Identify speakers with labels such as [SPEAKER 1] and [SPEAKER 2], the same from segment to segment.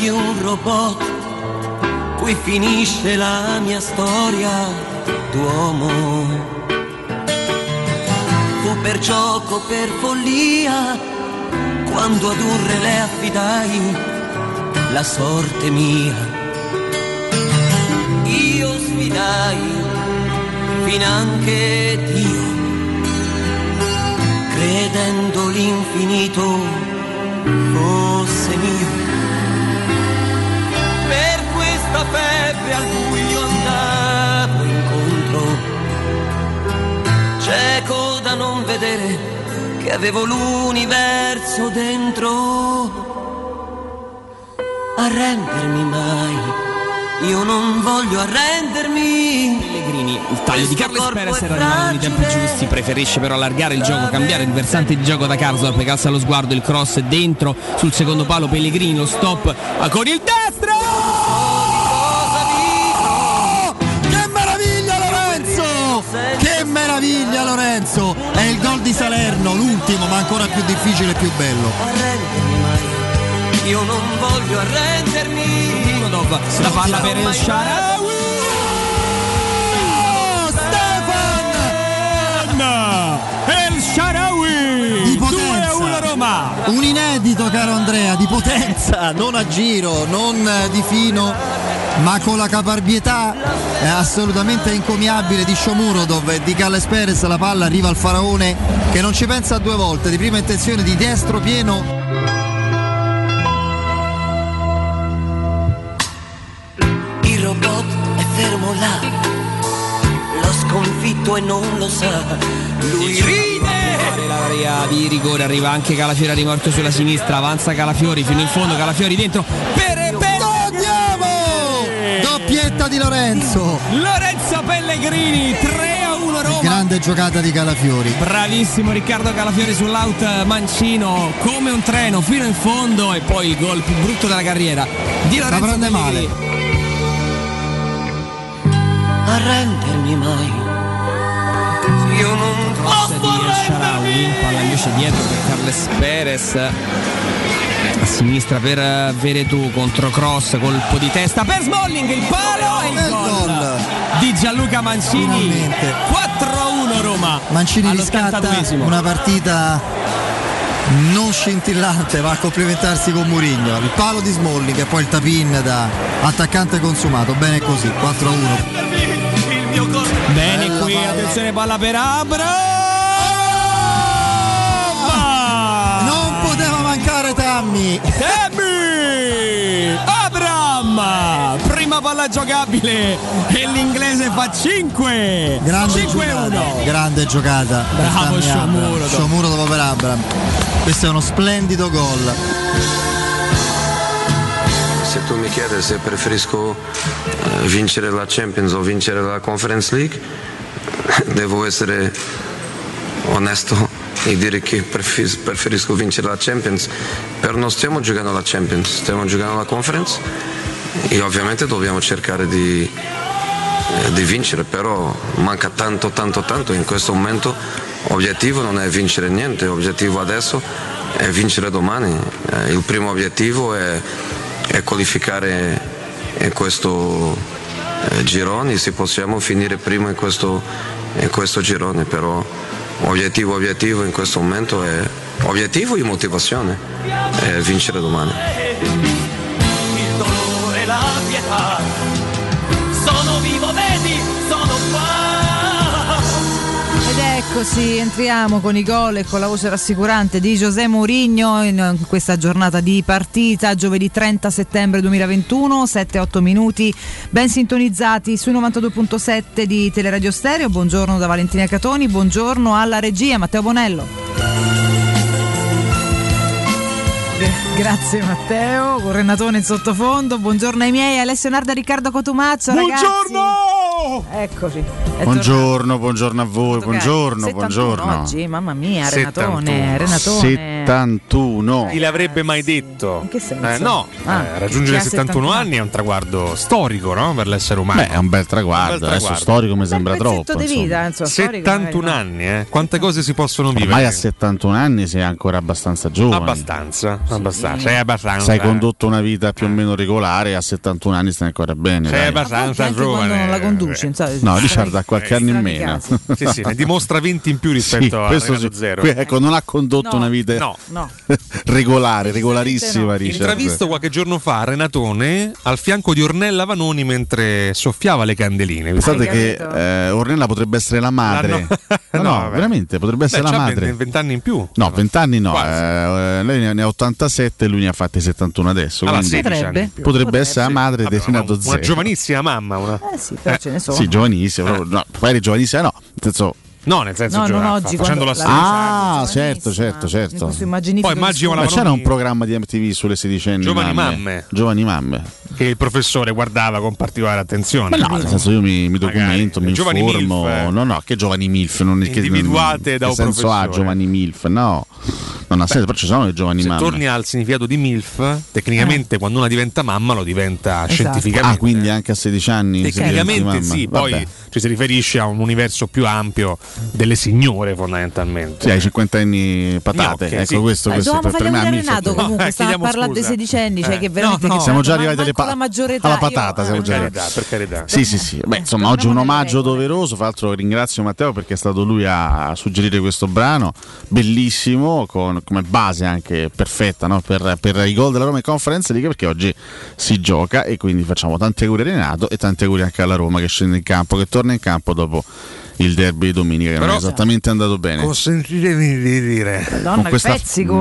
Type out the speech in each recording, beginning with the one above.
[SPEAKER 1] di un robot, qui finisce la mia storia d'uomo. Fu per gioco, per follia, quando ad un re le affidai la sorte mia. Io sfidai finanche Dio, credendo l'infinito fosse mio. Per questa febbre al buio andavo incontro, cieco da non vedere che avevo l'universo dentro. Arrendermi mai, io non voglio arrendermi.
[SPEAKER 2] Pellegrini, il taglio di Carles Perez era arrivato nei tempi giusti, preferisce però allargare il gioco, cambiare il versante di gioco da Karsdorp, che alza lo sguardo, il cross è dentro sul secondo palo. Pellegrini, lo stop con il destro.
[SPEAKER 3] Che meraviglia Lorenzo! Che meraviglia Lorenzo! È il gol di Salerno, l'ultimo ma ancora più difficile e più bello.
[SPEAKER 1] Arrendermi mai, io non voglio arrendermi.
[SPEAKER 2] La palla per El Shaarawy.
[SPEAKER 3] Stefan!
[SPEAKER 2] El Shaarawy
[SPEAKER 3] Di potenza.
[SPEAKER 2] 2-1 Roma.
[SPEAKER 3] Un inedito, caro Andrea, di potenza, non a giro, non di fino, ma con la caparbietà assolutamente encomiabile di Shomurodov e di Carles Perez. La palla arriva al faraone che non ci pensa due volte, di prima intenzione di destro pieno.
[SPEAKER 1] Fermo là, l'ho sconfitto e non lo sa. Lui ride.
[SPEAKER 2] L'area di rigore, arriva anche Calafiori, è rimorchio sulla sinistra, avanza Calafiori fino in fondo, Calafiori dentro
[SPEAKER 3] Andiamo! Doppietta di Lorenzo
[SPEAKER 2] Pellegrini, 3-1 Roma.
[SPEAKER 3] Grande giocata di Calafiori.
[SPEAKER 2] Bravissimo Riccardo Calafiori sull'out mancino, come un treno fino in fondo, e poi il gol più brutto della carriera di Lorenzo.
[SPEAKER 3] La prende
[SPEAKER 2] Pellegrini.
[SPEAKER 3] male.
[SPEAKER 1] Arrendermi mai, io non posso
[SPEAKER 2] Di El Shaarawy, palla invece dietro per Carles Perez, a sinistra per Veretout, controcross, colpo di testa per Smalling, il palo e il gol di Gianluca Mancini.
[SPEAKER 3] Finalmente.
[SPEAKER 2] 4-1 Roma.
[SPEAKER 3] Mancini riscatta
[SPEAKER 2] all'82esimo.
[SPEAKER 3] una partita non scintillante, va a complimentarsi con Mourinho. Il palo di Smalling e poi il tap-in da attaccante consumato. Bene così, 4-1.
[SPEAKER 2] Bene
[SPEAKER 3] Bella
[SPEAKER 2] qui,
[SPEAKER 3] palla.
[SPEAKER 2] attenzione, palla per Abram.
[SPEAKER 3] Non poteva mancare Tammy.
[SPEAKER 2] Abram, prima palla giocabile e l'inglese fa 5.
[SPEAKER 3] Grande
[SPEAKER 2] 5-1.
[SPEAKER 3] giocata. Grande giocata. per
[SPEAKER 2] Bravo
[SPEAKER 3] Tammy Abraham.
[SPEAKER 2] Shomurodov.
[SPEAKER 3] Shomurodov per Abram. Questo è uno splendido gol.
[SPEAKER 4] Se tu mi chiedi se preferisco vincere la Champions o vincere la Conference League, devo essere onesto e dire che preferisco vincere la Champions. Però non stiamo giocando la Champions, stiamo giocando la Conference e ovviamente dobbiamo cercare di vincere, però manca tanto in questo momento. L'obiettivo non è vincere niente, l'obiettivo adesso è vincere domani. Il primo obiettivo è qualificare in questo girone, se possiamo finire prima in questo girone, però obiettivo in questo momento è obiettivo e motivazione è vincere domani.
[SPEAKER 1] il dolore, la pietà, sono vivo, vedi, sono qua.
[SPEAKER 5] Ed eccoci, entriamo con i gol e con la voce rassicurante di José Mourinho in questa giornata di partita, giovedì 30 settembre 2021, 7-8 minuti, ben sintonizzati sui 92.7 di Teleradio Stereo. Buongiorno da Valentina Catoni, buongiorno alla regia Matteo Bonello. Grazie Matteo, con Renatone in sottofondo. Buongiorno ai miei, Alessio Narda, Riccardo Cotumaccio.
[SPEAKER 2] Buongiorno!
[SPEAKER 5] Ragazzi. Eccoci.
[SPEAKER 6] Buongiorno a voi, buongiorno.
[SPEAKER 5] Oggi, mamma mia, Renatone.
[SPEAKER 6] 71.
[SPEAKER 7] Chi l'avrebbe mai detto?
[SPEAKER 5] In che senso?
[SPEAKER 7] No, raggiungere 71 anni è un traguardo storico, no? Per l'essere umano.
[SPEAKER 6] Beh, è un bel traguardo. Adesso storico mi sembra troppo.
[SPEAKER 5] Di vita,
[SPEAKER 7] 71 anni, quante cose si possono vivere?
[SPEAKER 6] Ormai a 71 anni sei ancora abbastanza giovane.
[SPEAKER 7] Abbastanza. Sei abbastanza.
[SPEAKER 6] Se hai condotto una vita più o meno regolare, a 71 anni stai ancora bene.
[SPEAKER 7] Sei abbastanza giovane.
[SPEAKER 5] Quando non la conduci,
[SPEAKER 6] no, Richard ha qualche anno in meno.
[SPEAKER 7] Sì, ne dimostra 20 in più rispetto a Renato Zero.
[SPEAKER 6] Ecco, non ha condotto una vita regolare, regolarissima. Richard.
[SPEAKER 7] Intravisto qualche giorno fa Renatone al fianco di Ornella Vanoni mentre soffiava le candeline.
[SPEAKER 6] Pensate che Ornella potrebbe essere la madre. No, veramente potrebbe essere la madre.
[SPEAKER 7] 20 anni in più.
[SPEAKER 6] No, 20 anni no. Lei ne ha 87 e lui ne ha fatti 71 adesso. Potrebbe essere la madre di Renato Zero.
[SPEAKER 7] Una giovanissima mamma.
[SPEAKER 5] Sì, però ce ne sono.
[SPEAKER 6] Sì, giovanissima. No, poi giovanissima no.
[SPEAKER 7] Nel senso
[SPEAKER 5] non oggi,
[SPEAKER 7] facendo la
[SPEAKER 6] certo.
[SPEAKER 7] Poi immagino
[SPEAKER 6] ma c'era un programma di MTV sulle sedicenni
[SPEAKER 7] Giovani
[SPEAKER 6] mamme
[SPEAKER 7] che il professore guardava con particolare attenzione.
[SPEAKER 6] Ma no, nel senso io mi documento, mi informo.
[SPEAKER 7] MILF.
[SPEAKER 6] No, che giovani MILF non
[SPEAKER 7] individuate da un
[SPEAKER 6] professore. Che senso ha giovani MILF? No. Non ha senso, però ci sono le giovani mamme.
[SPEAKER 7] Se torni al significato di MILF, tecnicamente quando una diventa mamma lo diventa scientificamente.
[SPEAKER 6] Quindi anche a 16 anni.
[SPEAKER 7] Tecnicamente sì, poi ci si riferisce a un universo più ampio delle signore fondamentalmente.
[SPEAKER 6] Sì, ai 50 anni patate. Ecco, questo per me è
[SPEAKER 5] Renato comunque stava a parlare dei sedicenni, cioè che veramente
[SPEAKER 6] siamo già arrivati
[SPEAKER 5] alla
[SPEAKER 6] patata, siamo già
[SPEAKER 7] per carità.
[SPEAKER 6] Sì. Beh, insomma, oggi un omaggio doveroso. Fra l'altro ringrazio Matteo perché è stato lui a suggerire questo brano bellissimo come base anche perfetta, no? per i gol della Roma in Conference League, perché oggi si gioca e quindi facciamo tanti auguri a Renato e tanti auguri anche alla Roma che scende in campo, che torna in campo dopo il derby di domenica che non è esattamente andato bene.
[SPEAKER 7] Consentitemi di dire
[SPEAKER 5] Madonna, con questa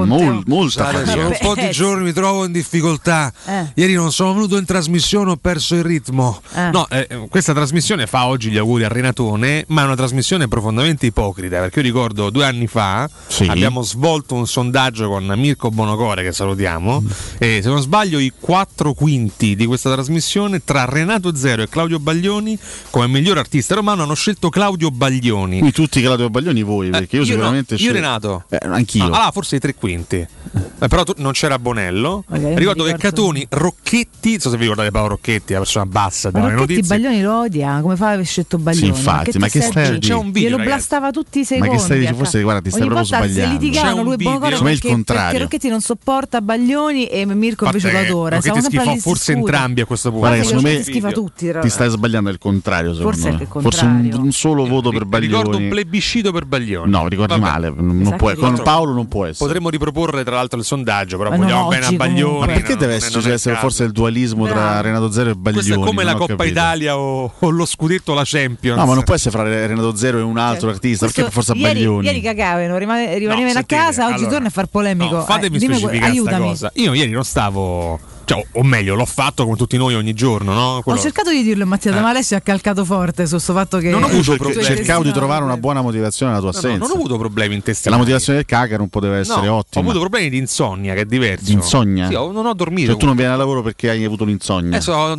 [SPEAKER 6] molta fatica.
[SPEAKER 7] Sono un po' di giorni mi trovo in difficoltà. Ieri non sono venuto in trasmissione, ho perso il ritmo. Questa trasmissione fa oggi gli auguri a Renatone, ma è una trasmissione profondamente ipocrita, perché io ricordo 2 anni fa abbiamo svolto un sondaggio con Mirko Bonocore, che salutiamo, e se non sbaglio i 4 quinti di questa trasmissione tra Renato Zero e Claudio Baglioni come miglior artista romano hanno scelto Claudio Baglioni.
[SPEAKER 6] Qui tutti Claudio Baglioni voi, perché io sicuramente
[SPEAKER 7] io Renato.
[SPEAKER 6] Anch'io.
[SPEAKER 7] Forse i 3 quinti. Però non c'era Bonello. Ricordo che Catoni, Rocchetti, non so se vi ricordate Paolo Rocchetti, la persona bassa delle notizie.
[SPEAKER 5] Baglioni lo odia, come fa a aver scelto Baglioni?
[SPEAKER 6] Sì, infatti, ma che stai?
[SPEAKER 7] C'è un video,
[SPEAKER 5] glielo blastava tutti i secondi.
[SPEAKER 6] Ma che stai dicendo? Forse guarda, ti stai proprio sbagliando.
[SPEAKER 5] Se litigavano lui e Bonocore perché Rocchetti non sopporta Baglioni e Mirko invece lo adora.
[SPEAKER 7] Rocchetti schifo forse entrambi a questo punto.
[SPEAKER 6] Guarda, secondo me
[SPEAKER 5] schifa tutti.
[SPEAKER 6] Ti stai sbagliando, è il contrario,
[SPEAKER 5] forse
[SPEAKER 6] me. Forse un solo voto per Baglioni.
[SPEAKER 7] Ricordo un plebiscito per Baglioni.
[SPEAKER 6] No, ricordi male, non può, con Paolo non può essere.
[SPEAKER 7] Potremmo riproporre tra l'altro il sondaggio, però vogliamo bene a Baglioni.
[SPEAKER 6] Ma perché deve essere forse il dualismo tra Renato Zero e Baglioni?
[SPEAKER 7] Questo è come la Coppa Italia o lo scudetto o la Champions.
[SPEAKER 6] No, ma non può essere fra Renato Zero e un altro artista, perché forse Baglioni.
[SPEAKER 5] Ieri cagavano, rimanevano a casa, oggi torna a far polemico.
[SPEAKER 7] Fatemi specificare questa cosa. Io ieri non stavo o meglio, l'ho fatto come tutti noi ogni giorno, no?
[SPEAKER 5] Ho cercato di dirlo, Mattia, ma Alessio ha calcato forte su questo fatto che
[SPEAKER 7] non ho avuto problemi.
[SPEAKER 6] Cercavo di trovare una buona motivazione alla tua assenza.
[SPEAKER 7] Non ho avuto problemi intestinali.
[SPEAKER 6] La motivazione del caca non poteva essere ottima.
[SPEAKER 7] Ho avuto problemi di insonnia, che è diverso.
[SPEAKER 6] Di insonnia?
[SPEAKER 7] Sì, non ho dormito.
[SPEAKER 6] Cioè tu non vieni al lavoro perché hai avuto l'insonnia?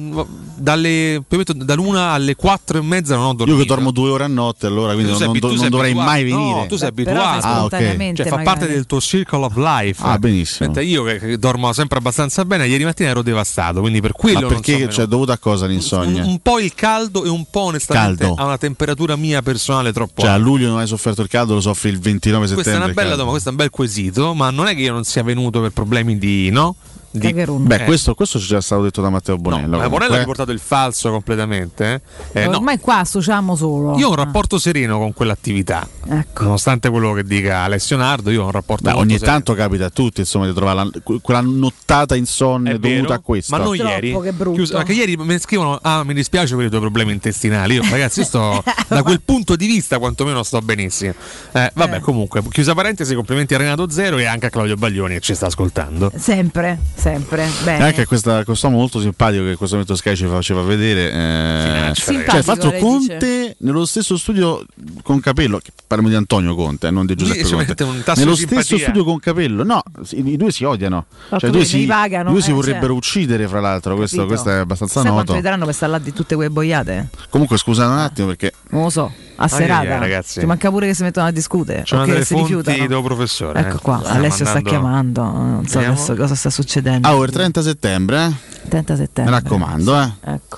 [SPEAKER 7] Dall'1 alle 4 e mezza non ho dormito.
[SPEAKER 6] Io che dormo 2 ore a notte, allora quindi non dovrei mai venire.
[SPEAKER 7] No, tu sei abituato.
[SPEAKER 5] Cioè
[SPEAKER 7] fa parte del tuo circle of life.
[SPEAKER 6] Benissimo.
[SPEAKER 7] Mentre io che dormo sempre abbastanza bene, ieri mattina ero devastato. Quindi per quello.
[SPEAKER 6] Ma perché c'è dovuto a cosa l'insonnia?
[SPEAKER 7] Un po' il caldo e un po' onestamente a una temperatura mia personale troppo
[SPEAKER 6] alta. Cioè a luglio non hai sofferto il caldo, lo soffri il 29 settembre.
[SPEAKER 7] Questa è una bella domanda, questo è un bel quesito, ma non è che io non sia venuto per problemi di
[SPEAKER 6] questo ci è stato detto da Matteo Bonello.
[SPEAKER 7] Ma Bonello ha riportato il falso completamente.
[SPEAKER 5] Ormai qua associamo solo.
[SPEAKER 7] Io ho un rapporto sereno con quell'attività.
[SPEAKER 5] Ecco.
[SPEAKER 7] Nonostante quello che dica Alessio Nardo, io ho un rapporto
[SPEAKER 6] ogni
[SPEAKER 7] sereno.
[SPEAKER 6] tanto capita a tutti, insomma, di trovare quella nottata insonne dovuta a questo.
[SPEAKER 7] Ma non ieri. Perché ieri mi scrivono: mi dispiace per i tuoi problemi intestinali. Io, ragazzi, io sto da quel punto di vista quantomeno sto benissimo. Comunque, chiusa parentesi, complimenti a Renato Zero e anche a Claudio Baglioni che ci sta ascoltando.
[SPEAKER 5] Sempre. sempre. Bene.
[SPEAKER 6] E anche questo molto simpatico che in questo momento Sky ci faceva vedere. Cioè, fra l'altro Conte nello stesso studio con Capello, parliamo di Antonio Conte, non di Giuseppe Conte. Nello stesso studio con Capello, no, i due si odiano. Cioè, i due si vorrebbero uccidere, fra l'altro. Questo è abbastanza noto.
[SPEAKER 5] Quanto vedranno per stare là di tutte quelle boiate?
[SPEAKER 6] Comunque, scusate un attimo perché.
[SPEAKER 5] Non lo so. A serata,
[SPEAKER 7] ragazzi.
[SPEAKER 5] Ci manca pure che si mettono a discutere.
[SPEAKER 7] C'è una delle fonti del professore.
[SPEAKER 5] Ecco qua, Alessio sta chiamando. Non so adesso cosa sta succedendo.
[SPEAKER 6] Il 30 settembre.
[SPEAKER 5] 30 settembre.
[SPEAKER 6] Mi raccomando,
[SPEAKER 5] Ecco.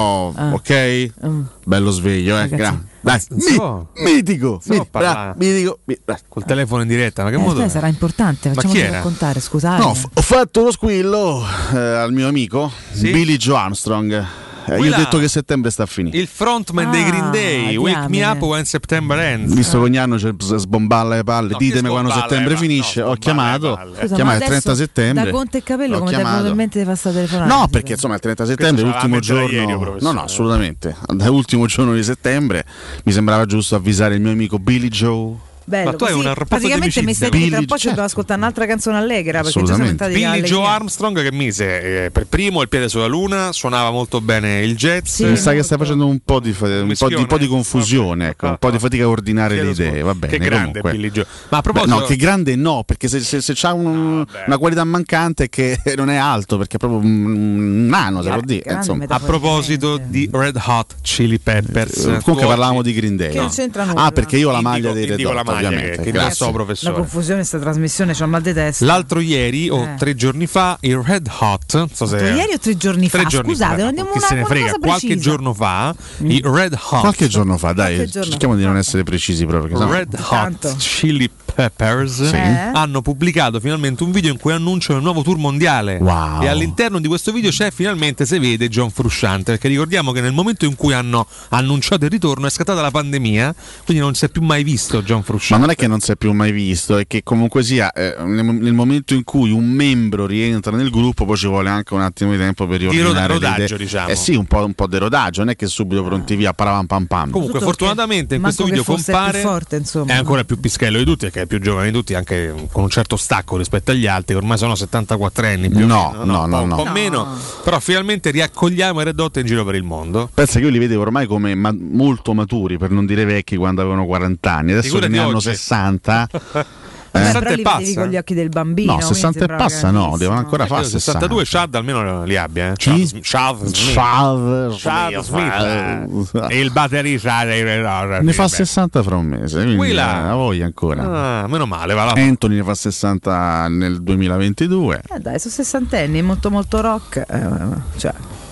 [SPEAKER 6] Ok. Bello sveglio, Dai, mitico. Mitico.
[SPEAKER 7] Col telefono in diretta, ma che modo?
[SPEAKER 5] Sarà importante, facciamoci raccontare, scusate.
[SPEAKER 6] No, ho fatto lo squillo al mio amico Billy Joe Armstrong. Io ho detto che settembre sta a finire.
[SPEAKER 7] Il frontman dei Green Day, Wake Me Up When September Ends.
[SPEAKER 6] Visto che ogni anno c'è sbomballa le palle, ditemi quando settembre finisce. Ho chiamato, chiamato il 30 settembre.
[SPEAKER 5] Da Conte e Capello come ti è venuto in mente di fare sta telefonata?
[SPEAKER 6] No, perché insomma il 30 settembre è l'ultimo giorno. No, assolutamente. L'ultimo giorno di settembre mi sembrava giusto avvisare il mio amico Billy Joe.
[SPEAKER 5] Bello,
[SPEAKER 7] ma tu hai un rapporto
[SPEAKER 5] praticamente mi stai dicendo che tra un po' ci dobbiamo ascoltare un'altra canzone allegra perché già siamo entrati
[SPEAKER 7] Billy Joe Armstrong che mise per primo il piede sulla luna, suonava molto bene il jazz.
[SPEAKER 6] Mi sa che stai facendo un po' di confusione, ecco, un po' di fatica a ordinare le idee, va bene.
[SPEAKER 7] Che grande
[SPEAKER 6] comunque.
[SPEAKER 7] Billy Joe. Ma a proposito,
[SPEAKER 6] no, che grande no, perché se c'ha una qualità mancante è che non è alto, perché è proprio un nano, se lo dico.
[SPEAKER 7] A proposito di Red Hot Chili Peppers,
[SPEAKER 6] comunque parlavamo di Green Day.
[SPEAKER 5] Che non c'entra nulla.
[SPEAKER 6] Perché io ho la maglia dei Red Hot, ovviamente.
[SPEAKER 7] Professore.
[SPEAKER 5] La confusione sta trasmissione, c'ho mal di testa.
[SPEAKER 7] L'altro ieri o 3 giorni fa i Red Hot, non so se
[SPEAKER 5] ieri o 3 giorni fa, scusate, andiamo
[SPEAKER 7] chi se ne frega, qualche giorno fa i Red Hot.
[SPEAKER 6] Qualche giorno fa, dai, cerchiamo di non essere precisi proprio.
[SPEAKER 7] Red Hot Chili Peppers hanno pubblicato finalmente un video in cui annunciano il nuovo tour mondiale.
[SPEAKER 6] Wow.
[SPEAKER 7] E all'interno di questo video finalmente si vede John Frusciante, perché ricordiamo che nel momento in cui hanno annunciato il ritorno è scattata la pandemia, quindi non si è più mai visto John Frusciante.
[SPEAKER 6] Ma non è che non si è più mai visto, è che comunque sia nel momento in cui un membro rientra nel gruppo poi ci vuole anche un attimo di tempo per riordinare
[SPEAKER 7] rodaggio, diciamo.
[SPEAKER 6] Sì, un po' di rodaggio, non è che subito pronti via, paravam pam pam.
[SPEAKER 7] Comunque fortunatamente in questo video compare
[SPEAKER 5] forte,
[SPEAKER 7] è ancora più pischello di tutti, che è più giovane di tutti, anche con un certo stacco rispetto agli altri, che ormai sono 74 anni più un po' meno, però finalmente riaccogliamo i Red Hot in giro per il mondo.
[SPEAKER 6] Pensa che io li vedevo ormai come molto maturi, per non dire vecchi, quando avevano 40 anni, adesso che ne hanno 60.
[SPEAKER 5] 60 e passa con gli occhi del bambino.
[SPEAKER 6] No, 60 e passa no, devono ancora fare
[SPEAKER 7] 62 Chad almeno li abbia. Chad Smith e il batterista
[SPEAKER 6] ne fa 60 fra un mese, quindi la voglia ancora.
[SPEAKER 7] Meno male, va là.
[SPEAKER 6] Anthony ne fa 60 nel 2022.
[SPEAKER 5] Dai, sono 60 anni, molto molto rock, cioè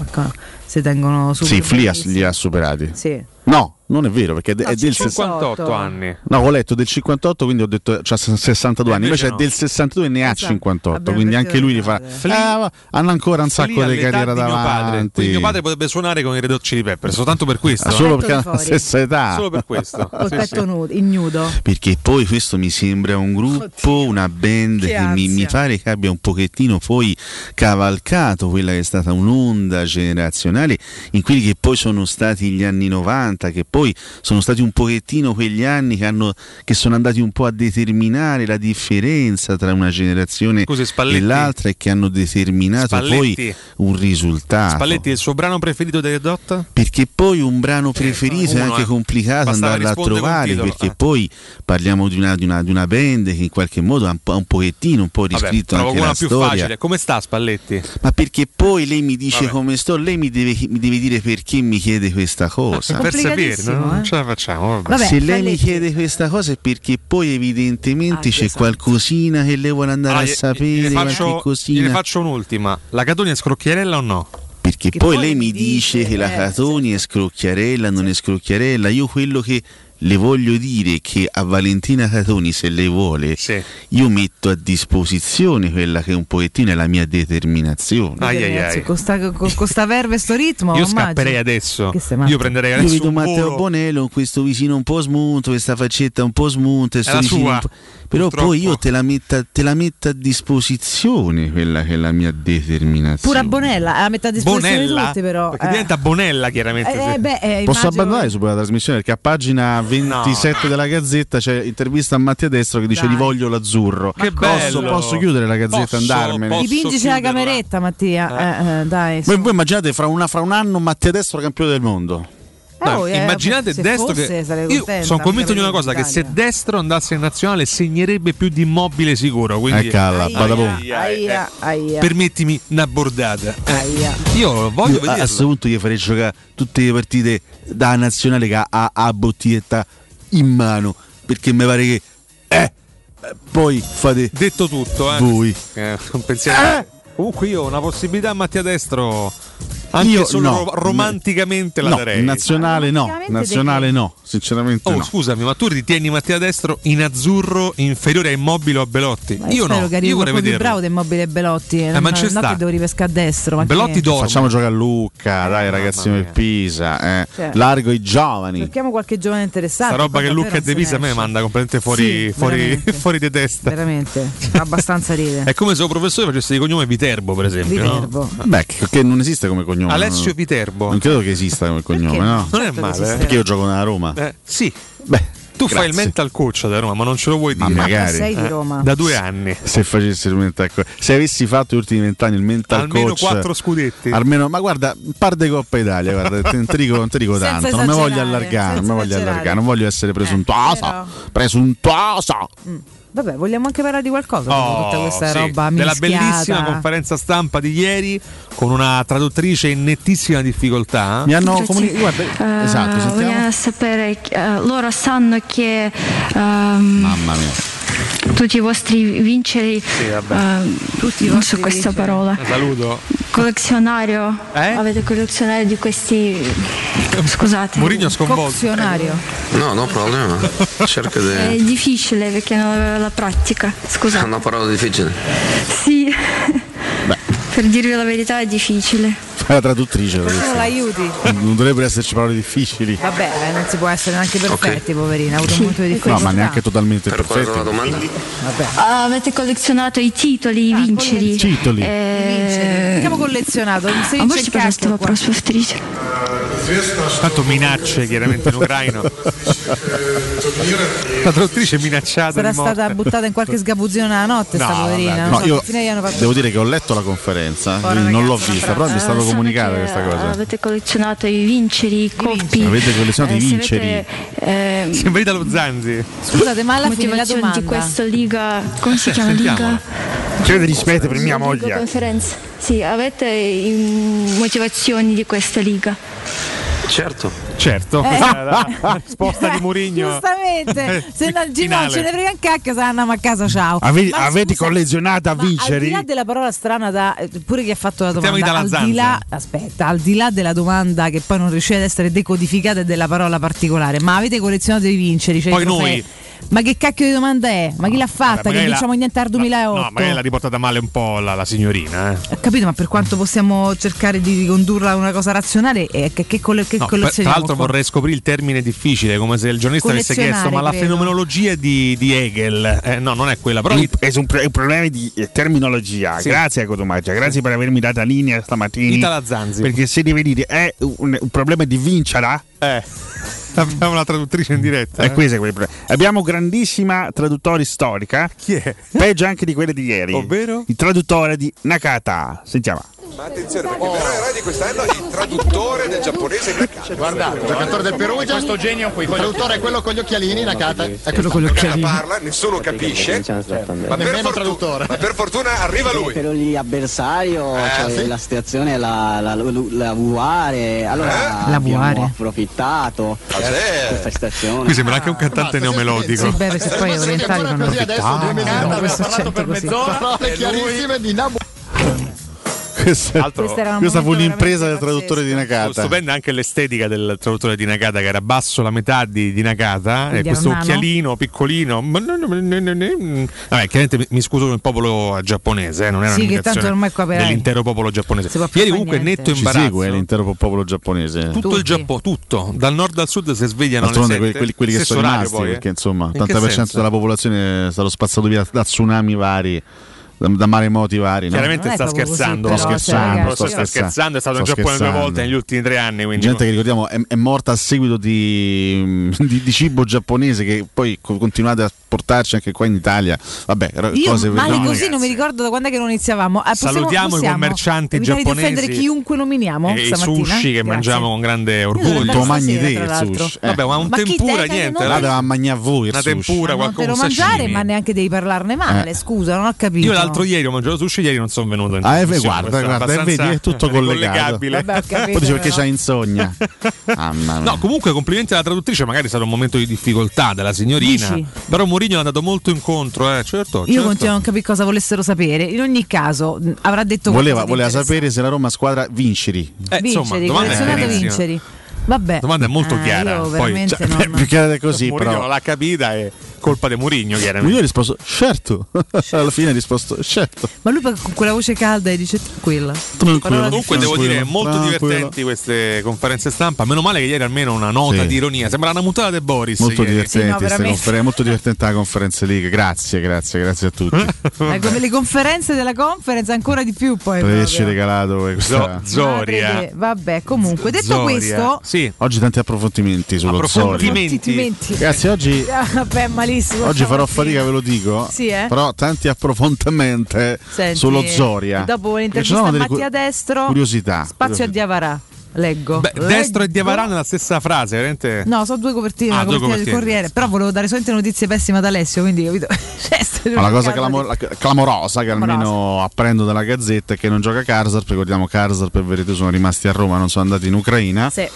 [SPEAKER 5] si tengono su.
[SPEAKER 6] Sì, Flea li ha superati.
[SPEAKER 5] Sì.
[SPEAKER 6] No, non è vero, perché è del
[SPEAKER 7] 58 anni.
[SPEAKER 6] No, ho letto del 58, quindi ho detto c'ha 62 anni, invece è del 62 e ne ha 58, quindi anche lui li fa. Hanno ancora un sacco di carriera davanti.
[SPEAKER 7] Mio padre potrebbe suonare con i Red Hot Chili Peppers soltanto per questo.
[SPEAKER 6] Solo perché ha la stessa età.
[SPEAKER 7] Solo per questo.
[SPEAKER 5] Col petto ignudo.
[SPEAKER 6] Perché poi questo mi sembra un gruppo, una band che mi pare che abbia un pochettino poi cavalcato quella che è stata un'onda generazionale in quelli che poi sono stati gli anni 90, che poi sono stati un pochettino quegli anni che sono andati un po' a determinare la differenza tra una generazione e l'altra e che hanno determinato poi un risultato.
[SPEAKER 7] Spalletti, il suo brano preferito dei Red Hot?
[SPEAKER 6] Perché poi un brano preferito è anche complicato andarlo a trovare, perché poi parliamo di una band che in qualche modo ha un pochettino riscritto anche la
[SPEAKER 7] più
[SPEAKER 6] storia.
[SPEAKER 7] Facile. Come sta Spalletti?
[SPEAKER 6] Ma perché poi lei mi dice come sto, lei mi deve dire perché mi chiede questa cosa.
[SPEAKER 7] Per sapere, non ce la facciamo.
[SPEAKER 5] Vabbè,
[SPEAKER 6] se lei mi chiede questa cosa è perché poi evidentemente c'è qualcosina che lei vuole andare a sapere.
[SPEAKER 7] Ne faccio un'ultima. La Catoni è scrocchierella o no?
[SPEAKER 6] Perché poi lei mi dice che la Catoni è scrocchiarella, non è scrocchiarella. Io quello che le voglio dire è che a Valentina Catoni, se lei vuole, io metto a disposizione quella che un pochettino è la mia determinazione.
[SPEAKER 5] Con sta verve, sto ritmo.
[SPEAKER 7] Io scapperei adesso. Io prenderei adesso.
[SPEAKER 6] Io vedo Matteo Bonello con questo visino un po' smunto, questa faccetta un po' smunta, però poi io te la metto a disposizione quella che è la mia determinazione.
[SPEAKER 5] Pura Bonella, la metto a disposizione di tutti, però.
[SPEAKER 7] Perché diventa Bonella chiaramente.
[SPEAKER 6] Posso abbandonare subito la trasmissione perché a pagina 27 della Gazzetta c'è intervista a Mattia Destro che dice rivoglio l'azzurro.
[SPEAKER 7] Che bello.
[SPEAKER 6] Posso chiudere la Gazzetta e andarmene?
[SPEAKER 5] Dipingici la cameretta, Mattia. Dai.
[SPEAKER 6] Voi immaginate fra un anno Mattia Destro campione del mondo?
[SPEAKER 7] Immaginate Destro che io sono convinto di una cosa, che se Destro andasse in nazionale segnerebbe più di Immobile sicuro, quindi permettimi una bordata. Io voglio vedere.
[SPEAKER 6] A questo punto gli farei giocare tutte le partite da nazionale che ha bottiglietta in mano, perché mi pare che poi fate
[SPEAKER 7] detto tutto
[SPEAKER 6] voi
[SPEAKER 7] un pensiero. Comunque io ho una possibilità a Mattia Destro anche solo romanticamente la darei.
[SPEAKER 6] Nazionale no, sinceramente no.
[SPEAKER 7] Scusami, ma tu ritieni Mattia Destro in azzurro inferiore a Immobile o a Belotti?
[SPEAKER 5] Io no, io vorrei vedere bravo di Immobile e Belotti.
[SPEAKER 7] Ma c'è sta.
[SPEAKER 5] Che devo ripescare a destro. Ma
[SPEAKER 7] Belotti dorme.
[SPEAKER 6] Facciamo giocare a Lucca, dai ragazzi del Pisa, largo i giovani.
[SPEAKER 5] Cerchiamo qualche giovane interessante.
[SPEAKER 7] Sta roba che Lucca e De Pisa a me manda completamente fuori di testa.
[SPEAKER 5] Veramente, abbastanza ride.
[SPEAKER 7] È come se un professore facesse di cognome Viterbo, per esempio.
[SPEAKER 5] Viterbo.
[SPEAKER 7] No?
[SPEAKER 6] Beh, che non esiste come cognome.
[SPEAKER 7] Alessio Viterbo.
[SPEAKER 6] Non credo che esista come cognome, no?
[SPEAKER 7] Non è male.
[SPEAKER 6] Perché io gioco nella Roma.
[SPEAKER 7] Sì.
[SPEAKER 6] Beh.
[SPEAKER 7] Tu fai il mental coach da Roma, ma non ce lo vuoi dire.
[SPEAKER 6] Ma magari.
[SPEAKER 5] Sei di Roma.
[SPEAKER 7] Da 2 anni.
[SPEAKER 6] Se facessi il mental coach, se avessi fatto gli ultimi 20 anni il mental
[SPEAKER 7] almeno
[SPEAKER 6] coach,
[SPEAKER 7] 4 scudetti.
[SPEAKER 6] Almeno, ma guarda, par de Coppa Italia, guarda, non ti dico tanto, non mi voglio allargare, non voglio essere presuntuosa.
[SPEAKER 5] Vabbè, vogliamo anche parlare di qualcosa dopo tutta questa roba
[SPEAKER 7] della
[SPEAKER 5] mischiata.
[SPEAKER 7] Bellissima conferenza stampa di ieri con una traduttrice in nettissima difficoltà.
[SPEAKER 6] Mi hanno comunicato. Esatto, sentiamo.
[SPEAKER 8] Voglio sapere, loro sanno che
[SPEAKER 6] mamma mia.
[SPEAKER 8] tutti i vostri vinceri, non so questa parola.
[SPEAKER 7] Saluto.
[SPEAKER 8] Collezionario. Avete collezionario di questi. Scusate.
[SPEAKER 7] Mourinho sconvolto.
[SPEAKER 5] Collezionario.
[SPEAKER 4] No problema. Cerca di.
[SPEAKER 8] È difficile perché non aveva la pratica. Scusate.
[SPEAKER 4] È una parola difficile.
[SPEAKER 8] Sì. Per dirvi la verità è difficile.
[SPEAKER 6] Fai la traduttrice.
[SPEAKER 5] Non l'aiuti.
[SPEAKER 6] Non dovrebbero esserci parole difficili.
[SPEAKER 5] Vabbè, non si può essere neanche perfetti, poverina. Ha avuto un momento di difficoltà.
[SPEAKER 6] No, ma neanche totalmente
[SPEAKER 4] per
[SPEAKER 6] perfetti.
[SPEAKER 4] Per la domanda?
[SPEAKER 5] Vabbè.
[SPEAKER 8] Avete collezionato i titoli, i vinceri.
[SPEAKER 6] Titoli.
[SPEAKER 5] Abbiamo collezionato. Se
[SPEAKER 8] А можете, пожалуйста, вопрос повторить?
[SPEAKER 7] Tanto minacce chiaramente in ucraino. La traduttrice minacciata.
[SPEAKER 5] Sarà stata buttata in qualche sgabuzzino nella notte, sta poverina.
[SPEAKER 6] No, io devo dire che ho letto la conferenza, non l'ho vista, però mi è stato comunicata questa cosa.
[SPEAKER 8] Avete collezionato i vinceri, i coppi.
[SPEAKER 6] Avete collezionato i vinceri.
[SPEAKER 7] Sembra dallo Zanzi.
[SPEAKER 5] Scusate, ma alla fine la domanda
[SPEAKER 8] di questa liga, come si chiama liga?
[SPEAKER 6] Chiede rispetto per mia moglie.
[SPEAKER 8] Conferenza. Sì, avete motivazioni di questa liga?
[SPEAKER 4] Certo.
[SPEAKER 7] La risposta di Mourinho.
[SPEAKER 5] Giustamente. Se non ce ne frega un cacchio, se andiamo a casa, ciao.
[SPEAKER 6] Avete collezionato a vincere?
[SPEAKER 5] Al di là della parola strana pure chi ha fatto la domanda, al di là della domanda che poi non riuscite ad essere decodificata e della parola particolare, ma avete collezionato i vinceri? Cioè
[SPEAKER 7] poi noi.
[SPEAKER 5] Ma che cacchio di domanda è? Ma chi l'ha fatta? Che diciamo niente al 2008?
[SPEAKER 7] No, magari l'ha riportata male un po' la signorina.
[SPEAKER 5] Ho capito, ma per quanto possiamo cercare di ricondurla a una cosa razionale, che collezioniamo?
[SPEAKER 7] Tra l'altro vorrei scoprire il termine difficile, come se il giornalista avesse chiesto, ma la fenomenologia di Hegel, no, non è quella, però
[SPEAKER 6] è un problema di terminologia. Sì. Grazie Cotomaggia, grazie per avermi data linea stamattina.
[SPEAKER 7] Itala Zanzi.
[SPEAKER 6] Perché se devi dire è un problema di vincere.
[SPEAKER 7] Abbiamo una traduttrice in diretta.
[SPEAKER 6] È questo quel problema. Abbiamo grandissima traduttori storica.
[SPEAKER 7] Chi è?
[SPEAKER 6] Peggio anche di quelle di ieri.
[SPEAKER 7] Ovvero?
[SPEAKER 6] Il traduttore di Nakata. Sentiamo.
[SPEAKER 9] Ma attenzione, perché però il re di quest'anno è il traduttore del giapponese Nakata.
[SPEAKER 10] Guardate, il giocatore del Perugia, questo genio qui. Il traduttore è quello con gli occhialini, Nakata. È quello con gli occhialini.
[SPEAKER 9] Parla, nessuno capisce. Ma per fortuna arriva lui.
[SPEAKER 11] Però l'avversario, cioè la situazione la vuare. Allora abbiamo approfittato questa stazione.
[SPEAKER 7] Qui sembra anche un cantante neomelodico.
[SPEAKER 5] Sì, beh, se poi orientali fanno
[SPEAKER 10] adesso 2 mesi dopo.
[SPEAKER 5] Questo
[SPEAKER 10] parlato per mezz'ora. Parole chiarissime di Nabu.
[SPEAKER 6] Questa fu un'impresa del traduttore di Nakata.
[SPEAKER 7] Stupenda anche l'estetica del traduttore di Nakata, che era basso la metà di Nakata, e questo occhialino piccolino. Vabbè, chiaramente mi scuso con il popolo giapponese, non era un'imitazione dell'intero popolo giapponese. Ieri comunque netto imbarazzo.
[SPEAKER 6] Ci segue l'intero popolo giapponese.
[SPEAKER 7] Tutto il Giappone, tutto, dal nord al sud si svegliano alle 7.
[SPEAKER 6] quelli che sono rimasti, perché insomma 80% della popolazione è stato spazzato via da tsunami vari da maremoti vari.
[SPEAKER 7] Chiaramente
[SPEAKER 6] no?
[SPEAKER 7] sta scherzando,
[SPEAKER 6] sto
[SPEAKER 7] scherzando, è stato in Giappone 2 volte negli ultimi 3 anni. Quindi
[SPEAKER 6] gente che ricordiamo è morta a seguito di cibo giapponese che poi continuate a portarci anche qua in Italia. Vabbè, cose
[SPEAKER 5] male così non mi ricordo da quando è che non iniziavamo.
[SPEAKER 7] Salutiamo i commercianti giapponesi
[SPEAKER 5] di offendere chiunque nominiamo
[SPEAKER 7] e i
[SPEAKER 5] stamattina.
[SPEAKER 7] sushi che mangiamo con grande orgoglio.
[SPEAKER 6] Mangi te il sushi.
[SPEAKER 7] Vabbè, ma un tempura niente.
[SPEAKER 6] Là doveva mangiare voi
[SPEAKER 7] una tempura,
[SPEAKER 5] non te lo mangiare, ma neanche devi parlarne male. Scusa, non ho capito.
[SPEAKER 7] Io l'altro ieri ho mangiato sushi, ieri non sono venuto in
[SPEAKER 6] guarda, vedi, è tutto collegato.
[SPEAKER 5] Vabbè,
[SPEAKER 6] poi dice perché c'ha insonnia.
[SPEAKER 7] No, comunque complimenti alla traduttrice, magari è stato un momento di difficoltà della signorina.
[SPEAKER 5] Dici?
[SPEAKER 7] Però Mourinho l'ha dato molto incontro, certo.
[SPEAKER 5] Io continuo a non capire cosa volessero sapere. In ogni caso, avrà detto
[SPEAKER 6] voleva sapere se la Roma squadra vinceri.
[SPEAKER 5] Vinceri, collezionato vinceri. Vabbè.
[SPEAKER 7] La domanda è molto chiara.
[SPEAKER 5] Poi,
[SPEAKER 6] più chiara di così,
[SPEAKER 7] Mourinho
[SPEAKER 6] però
[SPEAKER 7] non l'ha capita e colpa di Mourinho, chiaramente.
[SPEAKER 6] Io ho risposto certo. Alla fine ha risposto certo.
[SPEAKER 5] Ma lui con quella voce calda e dice tranquilla.
[SPEAKER 7] Comunque devo dire molto divertenti queste conferenze stampa. Meno male che ieri almeno una nota di ironia. Sembra una mutata di Boris.
[SPEAKER 6] Molto divertente, molto divertente la Conference League. Grazie a tutti.
[SPEAKER 5] Come le conferenze della Conference ancora di più poi.
[SPEAKER 6] Per averci regalato questa
[SPEAKER 7] Zoria.
[SPEAKER 5] Vabbè, comunque detto questo,
[SPEAKER 6] oggi tanti approfondimenti sullo Zoria. Ragazzi, oggi
[SPEAKER 5] vabbè, malissimo.
[SPEAKER 6] Oggi farò fatica, ve lo dico.
[SPEAKER 5] Sì,
[SPEAKER 6] però tanti approfondimenti sullo Zoria.
[SPEAKER 5] Dopo l'intervista a Mattia Destro,
[SPEAKER 6] curiosità.
[SPEAKER 5] Spazio a Diavarà. Leggo.
[SPEAKER 7] Destro e Diavarà nella stessa frase, veramente.
[SPEAKER 5] No, sono due copertine, una copertina del Corriere. Però volevo dare solamente notizie pessime ad Alessio, quindi capito.
[SPEAKER 6] Ma la cosa clamorosa che almeno apprendo dalla Gazzetta è che non gioca Karsdorp. Ricordiamo Karsdorp e Veretù sono rimasti a Roma, non sono andati in Ucraina.
[SPEAKER 5] Sì.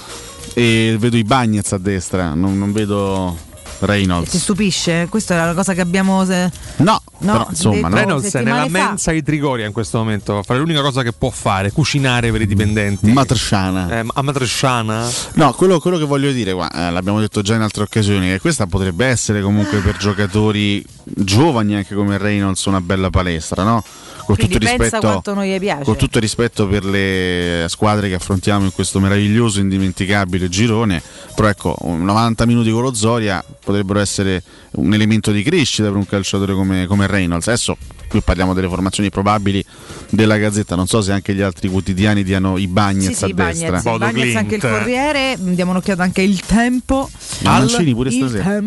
[SPEAKER 6] E vedo i Bagnez a destra, non vedo Reynolds.
[SPEAKER 5] Ti stupisce? Questa è la cosa che abbiamo.
[SPEAKER 6] No, però, insomma,
[SPEAKER 7] Reynolds è nella mensa di Trigoria in questo momento. Fare l'unica cosa che può fare, cucinare per i dipendenti.
[SPEAKER 6] Matresciana.
[SPEAKER 7] A Matresciana?
[SPEAKER 6] No, quello che voglio dire, l'abbiamo detto già in altre occasioni, che questa potrebbe essere comunque per giocatori giovani anche come Reynolds una bella palestra, no? Con tutto,
[SPEAKER 5] quanto non gli piace.
[SPEAKER 6] Con tutto rispetto per le squadre che affrontiamo in questo meraviglioso, indimenticabile girone, però ecco, 90 minuti con lo Zoria potrebbero essere un elemento di crescita per un calciatore come Reynolds. Adesso qui parliamo delle formazioni probabili della Gazzetta, non so se anche gli altri quotidiani diano i Bagnez a destra.
[SPEAKER 5] Bagnez, anche il Corriere, diamo un'occhiata anche il Tempo.
[SPEAKER 6] Mancini pure stasera.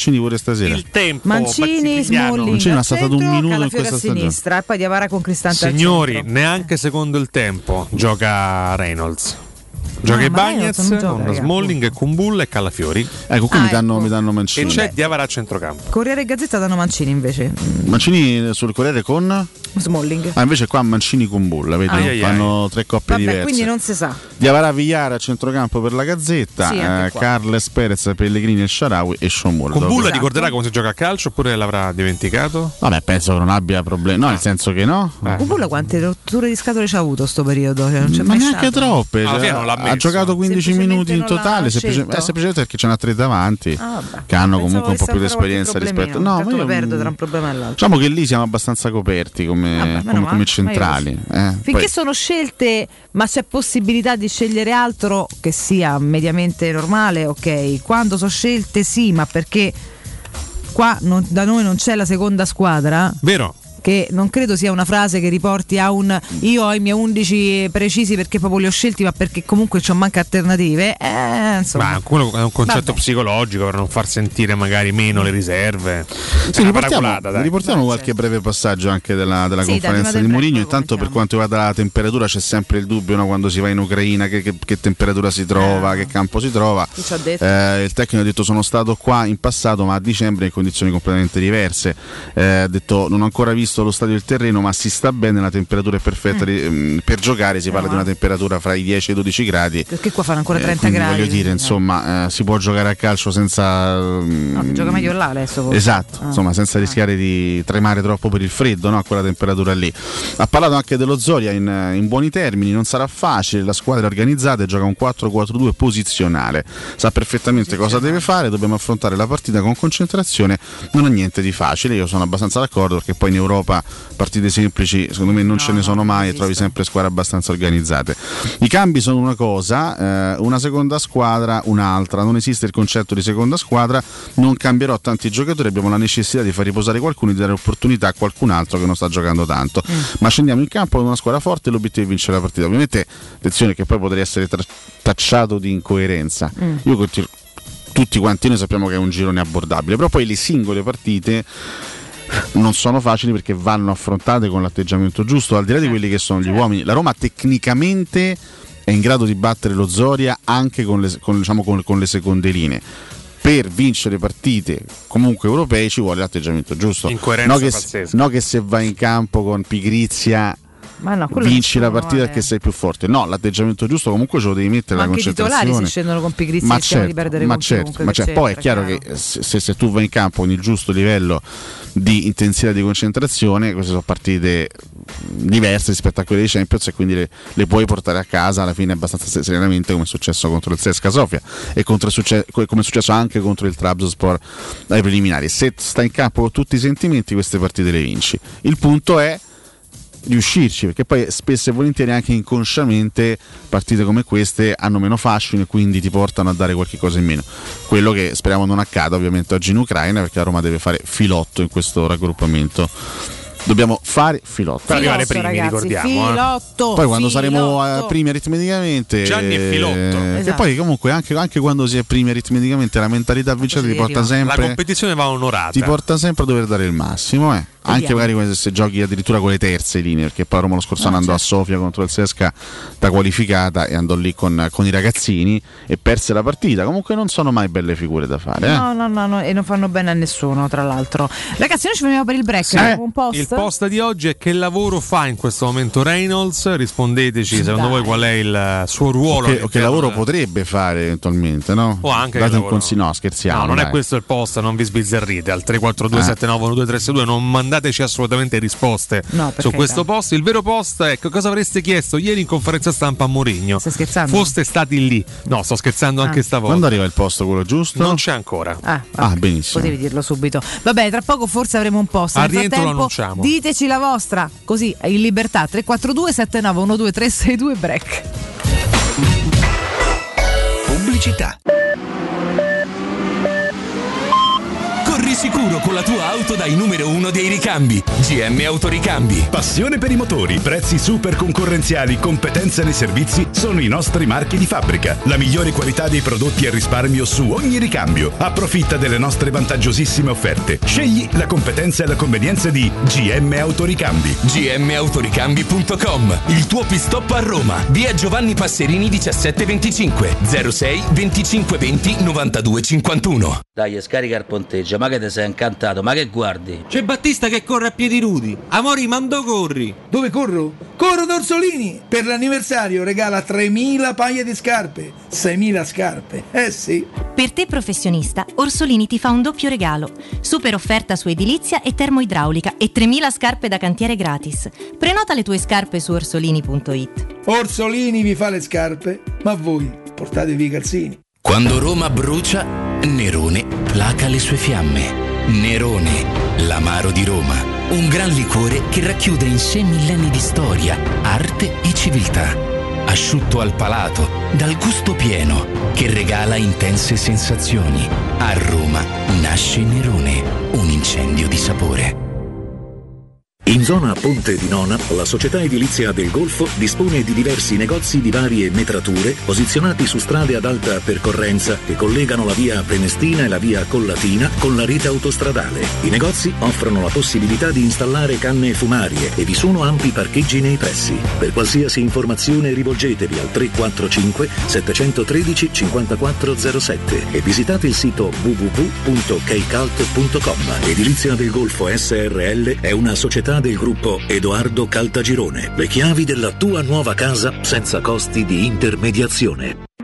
[SPEAKER 7] Il Tempo.
[SPEAKER 5] Mancini, Smalling.
[SPEAKER 6] Mancini ha stato un minuto in questa
[SPEAKER 5] a sinistra e poi Diavara con Cristante.
[SPEAKER 7] Signori, neanche secondo il Tempo gioca Reynolds. Gioca i Bagnez con Smalling, Kumbulla e Calafiori.
[SPEAKER 6] Ecco, qui mi danno Mancini.
[SPEAKER 7] E c'è Diavara a centrocampo.
[SPEAKER 5] Corriere e Gazzetta danno Mancini invece.
[SPEAKER 6] Mancini sul Corriere con
[SPEAKER 5] Smalling.
[SPEAKER 6] Invece qua Mancini Kumbulla, vedi? Fanno tre coppie diverse.
[SPEAKER 5] Quindi non si sa.
[SPEAKER 6] Diavara Villara a centrocampo per la Gazzetta, Carles Perez, Pellegrini e Shaarawy e Shomur.
[SPEAKER 7] Kumbulla ricorderà come si gioca a calcio oppure l'avrà dimenticato?
[SPEAKER 6] Vabbè, penso che non abbia problemi. No, nel senso che no.
[SPEAKER 5] Kumbulla quante rotture di scatole c'ha avuto sto periodo? Cioè, non c'è
[SPEAKER 6] ma
[SPEAKER 5] mai
[SPEAKER 6] neanche
[SPEAKER 5] stato.
[SPEAKER 6] Troppe. Ha giocato 15 minuti in totale, semplicemente perché c'è una tre davanti che hanno comunque un po' più di esperienza rispetto. No, ma io
[SPEAKER 5] perdo tra un problema e l'altro.
[SPEAKER 6] Diciamo che lì siamo abbastanza coperti come centrali.
[SPEAKER 5] Finché sono scelte, ma c'è possibilità di scegliere altro che sia mediamente normale, ok. Quando sono scelte sì, ma perché qua da noi non c'è la seconda squadra.
[SPEAKER 7] Vero.
[SPEAKER 5] Che non credo sia una frase che riporti a un io ho i miei 11 precisi perché proprio li ho scelti, ma perché comunque c'ho manca alternative.
[SPEAKER 7] Ma quello è un concetto psicologico per non far sentire magari meno le riserve.
[SPEAKER 6] Sì, riportiamo qualche breve passaggio anche della conferenza di Mourinho. Intanto per quanto riguarda la temperatura c'è sempre il dubbio, no, quando si va in Ucraina che temperatura si trova, che campo si trova. Il tecnico ha detto sono stato qua in passato ma a dicembre in condizioni completamente diverse. Ha detto non ho ancora visto lo stadio e il terreno, ma si sta bene, la temperatura è perfetta per giocare, si parla di una temperatura fra i 10 e i 12 gradi.
[SPEAKER 5] Perché qua fanno ancora 30 gradi.
[SPEAKER 6] Voglio dire, insomma, si può giocare a calcio senza
[SPEAKER 5] gioca meglio là adesso.
[SPEAKER 6] Esatto, insomma, senza rischiare di tremare troppo per il freddo, no, a quella temperatura lì. Ha parlato anche dello Zoria in buoni termini, non sarà facile, la squadra è organizzata e gioca un 4-4-2 posizionale. Sa perfettamente cosa deve fare, dobbiamo affrontare la partita con concentrazione, non ha niente di facile. Io sono abbastanza d'accordo perché poi in Europa Europa partite semplici secondo me non ce ne sono mai e trovi sempre squadre abbastanza organizzate. I cambi sono una cosa, una seconda squadra un'altra, non esiste il concetto di seconda squadra, non cambierò tanti giocatori, abbiamo la necessità di far riposare qualcuno e di dare opportunità a qualcun altro che non sta giocando tanto, ma scendiamo in campo con una squadra forte e l'obiettivo è vincere la partita. Ovviamente attenzione che poi potrei essere tacciato di incoerenza, tutti quanti noi sappiamo che è un girone abbordabile, però poi le singole partite non sono facili perché vanno affrontate con l'atteggiamento giusto, al di là di quelli che sono gli uomini. La Roma tecnicamente è in grado di battere lo Zoria anche con le seconde linee. Per vincere partite comunque europee ci vuole l'atteggiamento giusto, no che se vai in campo con pigrizia vinci la partita perché sei più forte. No, l'atteggiamento giusto comunque ce lo devi mettere, la concentrazione.
[SPEAKER 5] Anche i titolari si scendono con pigrizia e rischiano di perdere comunque.
[SPEAKER 6] Poi è chiaro che se tu vai in campo con il giusto livello di intensità di concentrazione, queste sono partite diverse rispetto a quelle dei Champions e quindi le puoi portare a casa alla fine abbastanza serenamente, come è successo contro il CSKA Sofia e come è successo anche contro il Trabzonspor ai preliminari. Se stai in campo con tutti i sentimenti queste partite le vinci. Il punto è riuscirci, perché poi spesso e volentieri anche inconsciamente partite come queste hanno meno fascino e quindi ti portano a dare qualche cosa in meno. Quello che speriamo non accada ovviamente oggi in Ucraina, perché la Roma deve fare filotto in questo raggruppamento. Dobbiamo fare filotto
[SPEAKER 7] per arrivare primi, ragazzi, ricordiamo.
[SPEAKER 6] Poi quando saremo primi aritmeticamente,
[SPEAKER 7] Gianni è filotto.
[SPEAKER 6] E poi comunque anche quando si è primi aritmeticamente la mentalità vincente ti porta sempre,
[SPEAKER 7] la competizione va onorata,
[SPEAKER 6] ti porta sempre a dover dare il massimo, anche magari se giochi addirittura con le terze linee, perché poi Roma lo scorso anno andò a Sofia contro il CSKA da qualificata e andò lì con i ragazzini e perse la partita. Comunque non sono mai belle figure da fare,
[SPEAKER 5] no, e non fanno bene a nessuno, tra l'altro. Ragazzi, noi ci veniamo per il break, un post.
[SPEAKER 7] Il post di oggi è: che lavoro fa in questo momento Reynolds? Rispondeteci secondo voi qual è il suo ruolo,
[SPEAKER 6] o che lavoro potrebbe fare eventualmente, no?
[SPEAKER 7] O anche
[SPEAKER 6] date un consiglio, no, scherziamo.
[SPEAKER 7] No, non è questo il post, non vi sbizzarrite. Al 342-791232 non mandateci assolutamente risposte su questo post. Il vero post è: cosa avreste chiesto ieri in conferenza stampa a Mourinho?
[SPEAKER 5] Stai scherzando?
[SPEAKER 7] Foste stati lì. No, sto scherzando anche stavolta.
[SPEAKER 6] Quando arriva il posto quello giusto?
[SPEAKER 7] Non c'è ancora.
[SPEAKER 6] Benissimo.
[SPEAKER 5] Potevi dirlo subito. Vabbè, tra poco forse avremo un post.
[SPEAKER 7] Al rientro lo annunciamo.
[SPEAKER 5] Diteci la vostra, così in libertà. 342-7912-362 break.
[SPEAKER 12] Pubblicità. Corri sicuro con la tua auto dai numero 1 dei ricambi. GM Autoricambi.
[SPEAKER 13] Passione per i motori, prezzi super concorrenziali, competenza nei servizi sono i nostri marchi di fabbrica. La migliore qualità dei prodotti e risparmio su ogni ricambio. Approfitta delle nostre vantaggiosissime offerte. Scegli la competenza e la convenienza di GM Autoricambi.
[SPEAKER 12] gmautoricambi.com. Il tuo pit stop a Roma. Via Giovanni Passerini 1725 06 25 20 92 51.
[SPEAKER 14] Dai, scarica il ponteggio, ma che te sei incantato, ma che guardi?
[SPEAKER 15] C'è Battista che corre a piedi nudi. Amori, mando corri.
[SPEAKER 16] Dove corro? Corro da Orsolini. Per l'anniversario regala 3.000 paia di scarpe, 6.000 scarpe. Sì.
[SPEAKER 17] Per te professionista, Orsolini ti fa un doppio regalo. Super offerta su edilizia e termoidraulica e 3.000 scarpe da cantiere gratis. Prenota le tue scarpe su orsolini.it.
[SPEAKER 16] Orsolini vi fa le scarpe, ma voi portatevi i calzini.
[SPEAKER 12] Quando Roma brucia, Nerone placa le sue fiamme. Nerone, l'amaro di Roma. Un gran liquore che racchiude in sé millenni di storia, arte e civiltà. Asciutto al palato, dal gusto pieno, che regala intense sensazioni. A Roma nasce Nerone, un incendio di sapore.
[SPEAKER 18] In zona Ponte di Nona, la società edilizia del Golfo dispone di diversi negozi di varie metrature posizionati su strade ad alta percorrenza che collegano la via Prenestina e la via Collatina con la rete autostradale. I negozi offrono la possibilità di installare canne fumarie e vi sono ampi parcheggi nei pressi. Per qualsiasi informazione rivolgetevi al 345 713 5407 e visitate il sito www.keicalt.com. Edilizia del Golfo SRL è una società del gruppo Edoardo Caltagirone. Le chiavi della tua nuova casa senza costi di intermediazione.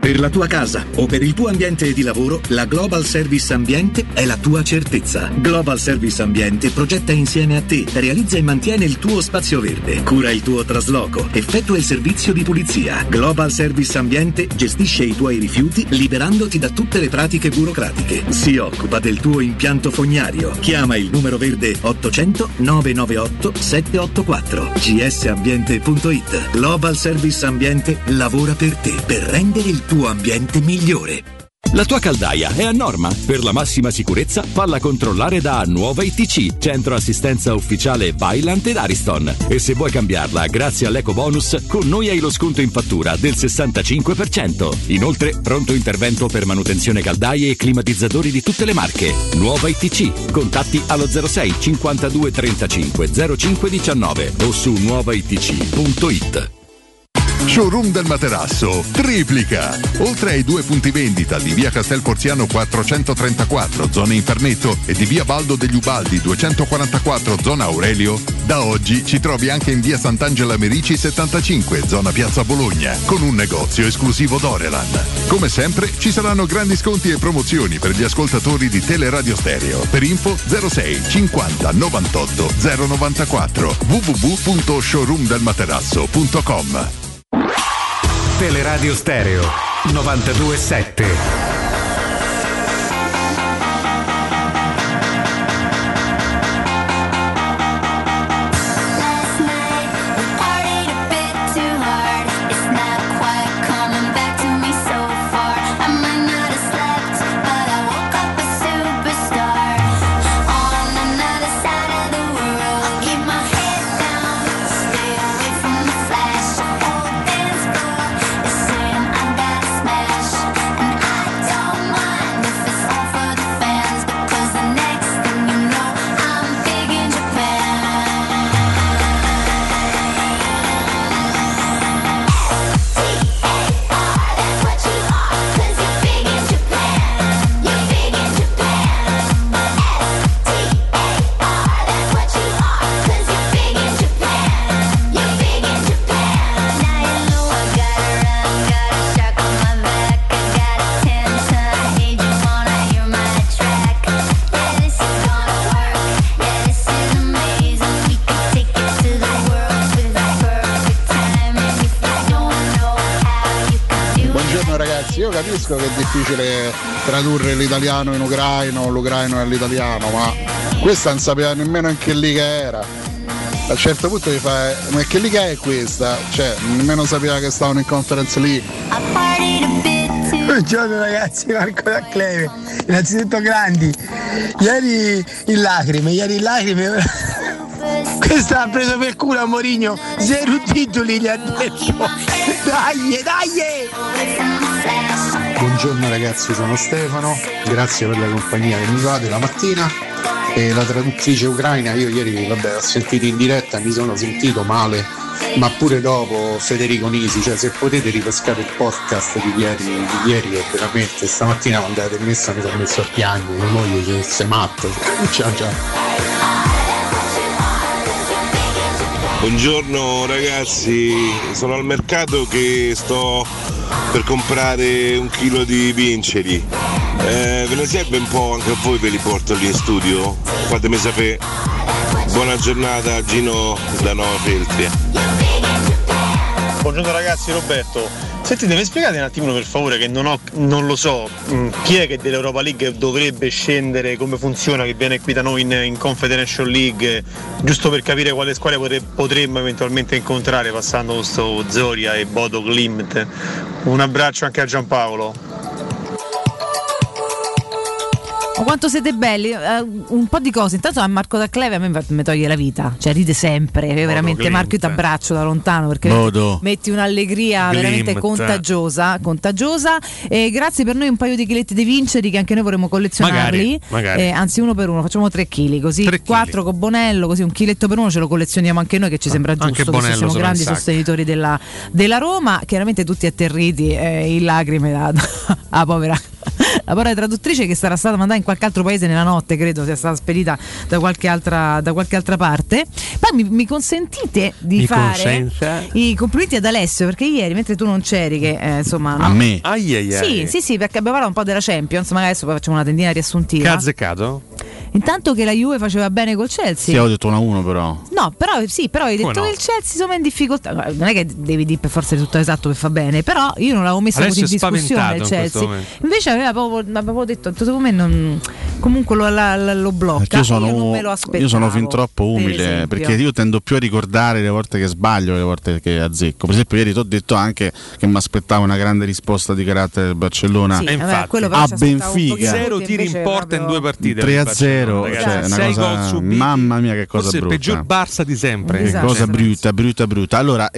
[SPEAKER 18] Per la tua casa o per il tuo ambiente di lavoro, la Global Service Ambiente è la tua certezza. Global Service Ambiente progetta insieme a te, realizza e mantiene il tuo spazio verde, cura il tuo trasloco, effettua il servizio di pulizia. Global Service Ambiente gestisce i tuoi rifiuti liberandoti da tutte le pratiche burocratiche. Si occupa del tuo impianto fognario. Chiama il numero verde 800 998 784. gsambiente.it. Global Service Ambiente lavora per te, per rendere il tuo ambiente migliore.
[SPEAKER 19] La tua caldaia è a norma. Per la massima sicurezza, falla controllare da Nuova ITC, centro assistenza ufficiale Vaillant ed Ariston. E se vuoi cambiarla grazie all'eco bonus, con noi hai lo sconto in fattura del 65%. Inoltre, pronto intervento per manutenzione caldaie e climatizzatori di tutte le marche. Nuova ITC. Contatti allo 06 52 35 05 19 o su nuovaitc.it.
[SPEAKER 20] Showroom del Materasso triplica. Oltre ai 2 punti vendita di via Castel Porziano 434 zona Infernetto e di via Baldo degli Ubaldi 244 zona Aurelio, da oggi ci trovi anche in via Sant'Angela Merici 75 zona Piazza Bologna con un negozio esclusivo Dorelan. Come sempre ci saranno grandi sconti e promozioni per gli ascoltatori di Teleradio Stereo. Per info 06 50 98 094 www.showroomdelmaterasso.com.
[SPEAKER 21] Teleradio Stereo 92.7.
[SPEAKER 10] Io capisco che è difficile tradurre l'italiano in ucraino, l'ucraino nell'italiano, ma questa non sapeva nemmeno in che liga era. A un certo punto mi fa, ma che liga è questa? Cioè, nemmeno sapeva che stavano in Conference League.
[SPEAKER 22] Buongiorno ragazzi, Marco da Cleve. Innanzitutto grandi. Ieri in lacrime. Questo ha preso per culo a Mourinho, 0 titoli gli ha detto. Dai!
[SPEAKER 23] Buongiorno ragazzi, sono Stefano, grazie per la compagnia che mi fate la mattina. E la traduttrice ucraina, io ieri ho sentito in diretta, mi sono sentito male, ma pure dopo Federico Nisi, cioè se potete ripescare il podcast di ieri è veramente, stamattina quando avete messo mi sono messo a piangere, mia moglie dice sei matto, ciao.
[SPEAKER 24] Buongiorno ragazzi, sono al mercato che sto per comprare 1 chilo di vinceri. Ve ne serve un po' anche a voi, ve li porto lì in studio? Fatemi sapere. Buona giornata, Gino da Nova Feltria.
[SPEAKER 25] Buongiorno ragazzi, Roberto. Sentite, mi spiegate un attimino per favore che non lo so, chi è che dell'Europa League dovrebbe scendere, come funziona, che viene qui da noi in Confederation League, giusto per capire quale squadra potremmo eventualmente incontrare passando questo Zoria e Bodo Glimt. Un abbraccio anche a Giampaolo.
[SPEAKER 5] Oh, quanto siete belli, un po' di cose. Intanto a Marco da Cleve a me mi toglie la vita, cioè ride sempre, veramente Glimt. Marco io ti abbraccio da lontano perché metti un'allegria Glimt. Veramente contagiosa. E grazie per noi un paio di chiletti di vinceri che anche noi vorremmo collezionarli, magari. Anzi 1 per 1, facciamo 3 kg così 4 con Bonello, così 1 chiletto per 1 ce lo collezioniamo anche noi, che ci sembra giusto, che siamo grandi sostenitori della Roma, chiaramente tutti atterriti in lacrime la la povera traduttrice che sarà stata mandata in qualche altro paese nella notte, credo sia stata spedita da qualche altra parte. Poi mi consentite di fare i complimenti ad Alessio, perché ieri mentre tu non c'eri, che insomma
[SPEAKER 6] a me
[SPEAKER 5] sì, perché abbiamo parlato un po' della Champions, magari adesso poi facciamo una tendina riassuntiva.
[SPEAKER 7] Che ha azzeccato?
[SPEAKER 5] Intanto che la Juve faceva bene col Chelsea.
[SPEAKER 6] Sì, ho detto 1-1 però.
[SPEAKER 5] No, però hai detto che il Chelsea insomma è in difficoltà. Non è che devi dire per forza tutto esatto per fa bene, però io non l'avevo messo così in discussione il Chelsea. Invece avevo detto, secondo me comunque lo blocca.
[SPEAKER 6] Io
[SPEAKER 5] non me lo aspettavo.
[SPEAKER 6] Io sono fin troppo umile, perché io tendo più a ricordare le volte che sbaglio, le volte che azzecco. Per esempio ieri ti ho detto anche che mi aspettavo una grande risposta di carattere del Barcellona,
[SPEAKER 5] sì,
[SPEAKER 7] infatti,
[SPEAKER 6] a Benfica.
[SPEAKER 7] 0 tiri in porta in 2 partite.
[SPEAKER 6] 3-0. Cioè, una cosa, mamma mia, che cosa brutta.
[SPEAKER 7] Il peggior Barça di sempre.
[SPEAKER 6] Cosa brutta. Allora,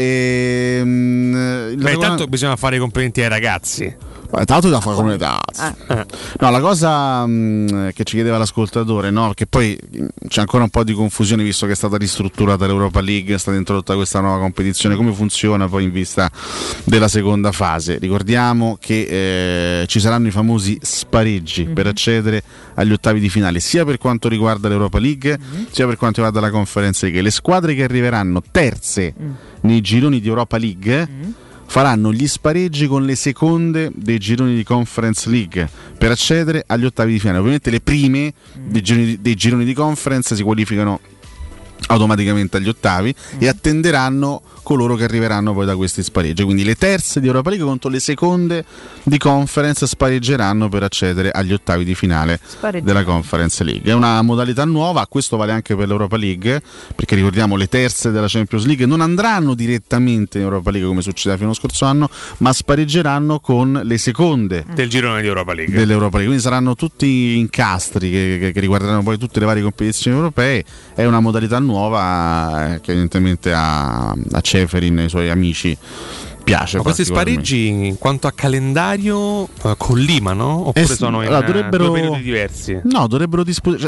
[SPEAKER 7] intanto bisogna fare i complimenti ai ragazzi.
[SPEAKER 6] Tanto da fare come No, la cosa che ci chiedeva l'ascoltatore, no? Che poi c'è ancora un po' di confusione, visto che è stata ristrutturata l'Europa League, è stata introdotta questa nuova competizione, come funziona poi in vista della seconda fase. Ricordiamo che ci saranno i famosi spareggi per accedere agli ottavi di finale, sia per quanto riguarda l'Europa League sia per quanto riguarda la Conference League. Le squadre che arriveranno terze nei gironi di Europa League faranno gli spareggi con le seconde dei gironi di Conference League per accedere agli ottavi di finale. Ovviamente le prime dei gironi di Conference si qualificano automaticamente agli ottavi e attenderanno coloro che arriveranno poi da questi spareggi. Quindi le terze di Europa League contro le seconde di Conference spareggeranno per accedere agli ottavi di finale della Conference League. È una modalità nuova, questo vale anche per l'Europa League, perché ricordiamo le terze della Champions League non andranno direttamente in Europa League come succedeva fino allo scorso anno, ma spareggeranno con le seconde
[SPEAKER 7] del girone di Europa League.
[SPEAKER 6] Dell'Europa League. Quindi saranno tutti incastri che riguarderanno poi tutte le varie competizioni europee. È una modalità nuova che evidentemente a Ceferin e i suoi amici piace.
[SPEAKER 7] Ma questi spareggi in quanto a calendario collimano oppure sono in due periodi diversi?
[SPEAKER 6] No, dovrebbero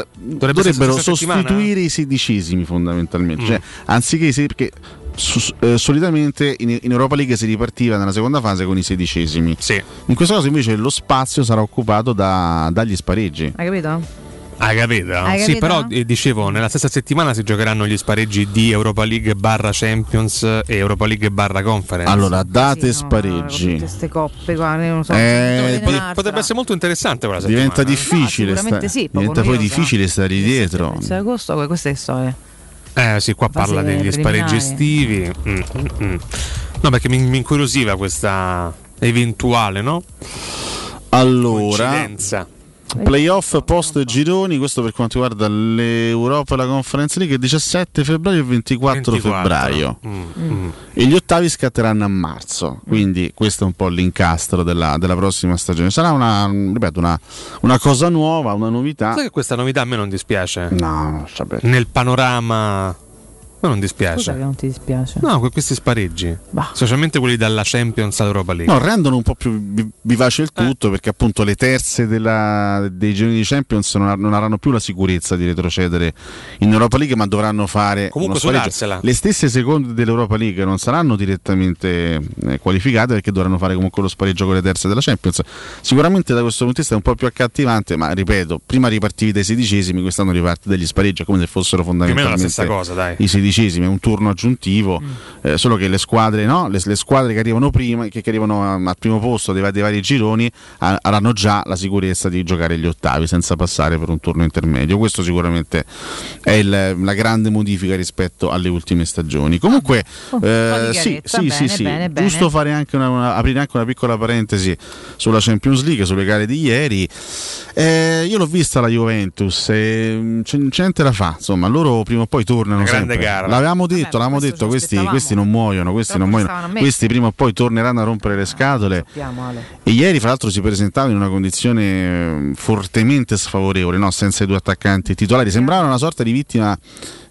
[SPEAKER 6] sostituire i sedicesimi fondamentalmente, cioè, anziché perché solitamente in Europa League si ripartiva nella seconda fase con i sedicesimi.
[SPEAKER 7] Sì.
[SPEAKER 6] In questo caso invece lo spazio sarà occupato dagli spareggi.
[SPEAKER 5] Hai capito?
[SPEAKER 7] Hai capito? Sì, però dicevo, nella stessa settimana si giocheranno gli spareggi di Europa League / Champions e Europa League / Conference.
[SPEAKER 6] Allora, date spareggi.
[SPEAKER 5] Queste coppe qua, non so.
[SPEAKER 7] Potrebbe essere molto interessante quella settimana.
[SPEAKER 6] Diventa difficile. Diventa poi difficile stare dietro.
[SPEAKER 5] Agosto, queste storie.
[SPEAKER 7] Sì, qua parla degli spareggi estivi. No, perché mi incuriosiva questa eventuale, no?
[SPEAKER 6] Allora,
[SPEAKER 7] coincidenza.
[SPEAKER 6] Playoff post gironi, questo per quanto riguarda l'Europa e la Conference League, 17 febbraio e 24 febbraio. E gli ottavi scatteranno a marzo, quindi questo è un po' l'incastro della prossima stagione. Sarà una cosa nuova, una novità.
[SPEAKER 7] Sai che questa novità a me non dispiace?
[SPEAKER 6] No,
[SPEAKER 7] nel panorama non dispiace.
[SPEAKER 5] Cosa che non ti dispiace?
[SPEAKER 7] No, questi spareggi, specialmente quelli dalla Champions all'Europa League.
[SPEAKER 6] No, rendono un po' più vivace il tutto, perché appunto le terze dei gironi di Champions non avranno più la sicurezza di retrocedere in Europa League, ma dovranno fare
[SPEAKER 7] comunque sudarsela.
[SPEAKER 6] Le stesse seconde dell'Europa League non saranno direttamente qualificate, perché dovranno fare comunque lo spareggio con le terze della Champions. Sicuramente da questo punto di vista è un po' più accattivante, ma ripeto, prima ripartivi dai sedicesimi, quest'anno riparti dagli spareggi, come se fossero fondamentalmente
[SPEAKER 7] la stessa cosa, dai.
[SPEAKER 6] I sedicesimi, è un turno aggiuntivo, solo che le squadre le squadre che arrivano prima, che arrivano al primo posto dei vari gironi, avranno già la sicurezza di giocare gli ottavi senza passare per un turno intermedio. Questo sicuramente è la grande modifica rispetto alle ultime stagioni. Comunque sì, giusto fare anche aprire anche una piccola parentesi sulla Champions League, sulle gare di ieri. Io l'ho vista la Juventus e c'è niente da fa, insomma, loro prima o poi tornano
[SPEAKER 7] una
[SPEAKER 6] sempre.
[SPEAKER 7] Grande gara.
[SPEAKER 6] L'avevamo detto, questi non muoiono, questi prima o poi torneranno a rompere le scatole. E ieri fra l'altro si presentava in una condizione fortemente sfavorevole, no? Senza i due attaccanti titolari, sembravano una sorta di vittima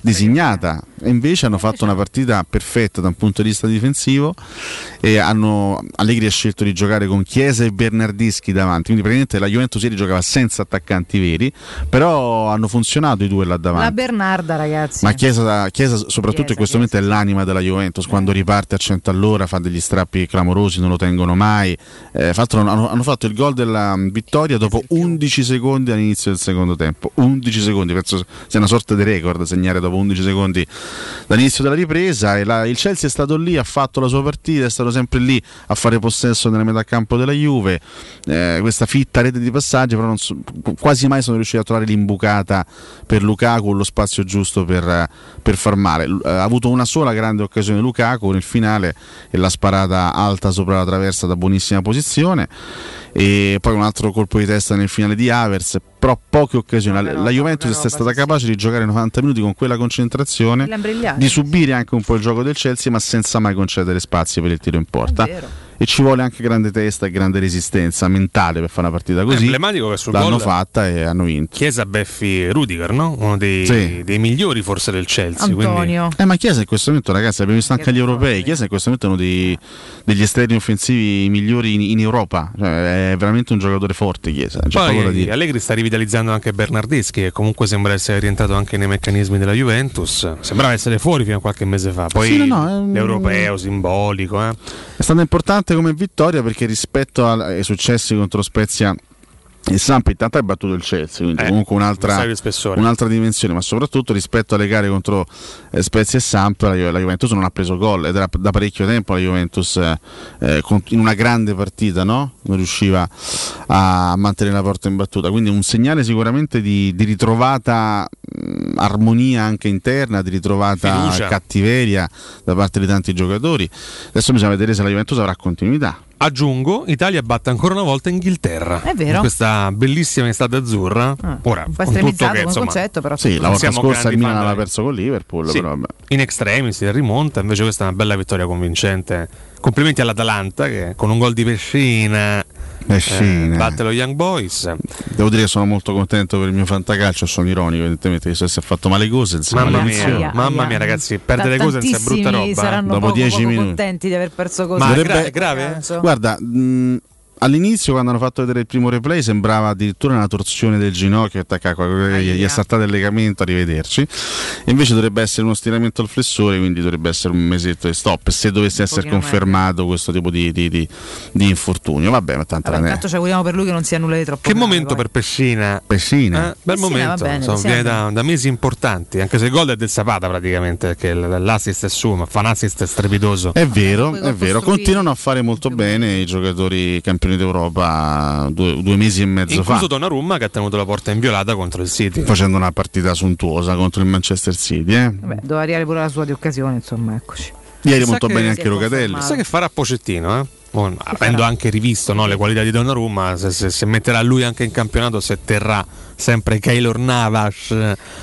[SPEAKER 6] disignata, e invece hanno fatto una partita perfetta da un punto di vista difensivo e Allegri ha scelto di giocare con Chiesa e Bernardeschi davanti, quindi praticamente la Juventus ieri giocava senza attaccanti veri, però hanno funzionato i due là davanti.
[SPEAKER 5] La Bernarda, ragazzi.
[SPEAKER 6] Ma Chiesa soprattutto in questo momento è l'anima della Juventus, quando riparte a 100 all'ora fa degli strappi clamorosi, non lo tengono mai. Hanno fatto il gol della vittoria dopo 11 secondi all'inizio del secondo tempo, 11 secondi, penso sia una sorta di record segnare dopo 11 secondi dall'inizio della ripresa, e il Chelsea è stato lì, ha fatto la sua partita, è stato sempre lì a fare possesso nella metà campo della Juve, questa fitta rete di passaggi, però quasi mai sono riusciti a trovare l'imbucata per Lukaku, lo spazio giusto per far male. Ha avuto una sola grande occasione Lukaku nel finale e l'ha sparata alta sopra la traversa da buonissima posizione, e poi un altro colpo di testa nel finale di Havertz, però poche occasioni. La Juventus è stata capace di giocare 90 minuti con quella concentrazione, di subire anche un po' il gioco del Chelsea, ma senza mai concedere spazi per il tiro in porta. E ci vuole anche grande testa e grande resistenza mentale per fare una partita così.
[SPEAKER 7] È emblematico che sul
[SPEAKER 6] l'hanno
[SPEAKER 7] gol
[SPEAKER 6] fatta e hanno vinto.
[SPEAKER 7] Chiesa beffi Rudiger, no? Uno dei migliori forse del Chelsea.
[SPEAKER 5] Antonio.
[SPEAKER 7] Quindi...
[SPEAKER 6] Ma Chiesa in questo momento, ragazzi, abbiamo visto anche agli europei, Chiesa in questo momento è uno degli esterni offensivi migliori in Europa, cioè, è veramente un giocatore forte Chiesa.
[SPEAKER 7] Poi Allegri sta rivitalizzando anche Bernardeschi, che comunque sembra essere rientrato anche nei meccanismi della Juventus, sembrava essere fuori fino a qualche mese fa, poi l'europeo simbolico.
[SPEAKER 6] È stato importante come vittoria perché rispetto ai successi contro Spezia e Samp intanto ha battuto il Chelsea, quindi comunque un'altra dimensione, ma soprattutto rispetto alle gare contro Spezia e Samp la Juventus non ha preso gol, ed era da parecchio tempo la Juventus in una grande partita, no? Non riusciva a mantenere la porta imbattuta, quindi un segnale sicuramente di ritrovata armonia anche interna, di ritrovata cattiveria da parte di tanti giocatori. Adesso bisogna vedere se la Juventus avrà continuità.
[SPEAKER 7] Aggiungo, Italia batte ancora una volta Inghilterra.
[SPEAKER 5] È vero.
[SPEAKER 7] In questa bellissima estate azzurra. Ora,
[SPEAKER 5] un po' estremizzato con concetto, però.
[SPEAKER 6] Sì, la volta scorsa il Milan aveva perso con Liverpool.
[SPEAKER 7] Sì,
[SPEAKER 6] però,
[SPEAKER 7] in extremis rimonta, invece questa è una bella vittoria convincente. Complimenti all'Atalanta che con un gol di Pescina batte lo Young Boys.
[SPEAKER 6] Devo dire che sono molto contento per il mio fantacalcio, sono ironico evidentemente, che se si è fatto male cose,
[SPEAKER 7] mamma mia ragazzi, perdere cose è brutta roba.
[SPEAKER 5] Saranno
[SPEAKER 6] dopo 10 minuti
[SPEAKER 5] contenti di aver perso cose.
[SPEAKER 7] Ma è grave?
[SPEAKER 6] Guarda, all'inizio quando hanno fatto vedere il primo replay sembrava addirittura una torsione del ginocchio, gli è saltato il legamento, arrivederci, e invece dovrebbe essere uno stiramento al flessore, quindi dovrebbe essere un mesetto di stop se dovesse essere confermato questo tipo di infortunio. Vabbè, ma
[SPEAKER 5] intanto ci auguriamo per lui che non sia nulla di troppo
[SPEAKER 7] che
[SPEAKER 5] grave,
[SPEAKER 7] momento per Pescina.
[SPEAKER 6] Bel
[SPEAKER 7] momento, viene da mesi importanti, anche se il gol è del Zapata praticamente, perché l'assist è suo, ma fa un assist strepitoso.
[SPEAKER 6] È vero, continuano a fare molto bene i giocatori campioni d'Europa due mesi e mezzo fa,
[SPEAKER 7] incluso Donnarumma che ha tenuto la porta inviolata contro il City,
[SPEAKER 6] facendo una partita sontuosa contro il Manchester City.
[SPEAKER 5] Vabbè, doveva arrivare pure la sua di occasione, insomma, eccoci.
[SPEAKER 6] Ieri molto bene anche Locatelli.
[SPEAKER 7] Sai che farà Pochettino, avendo anche rivisto le qualità di Donnarumma, se metterà lui anche in campionato, se terrà sempre Keylor Navas.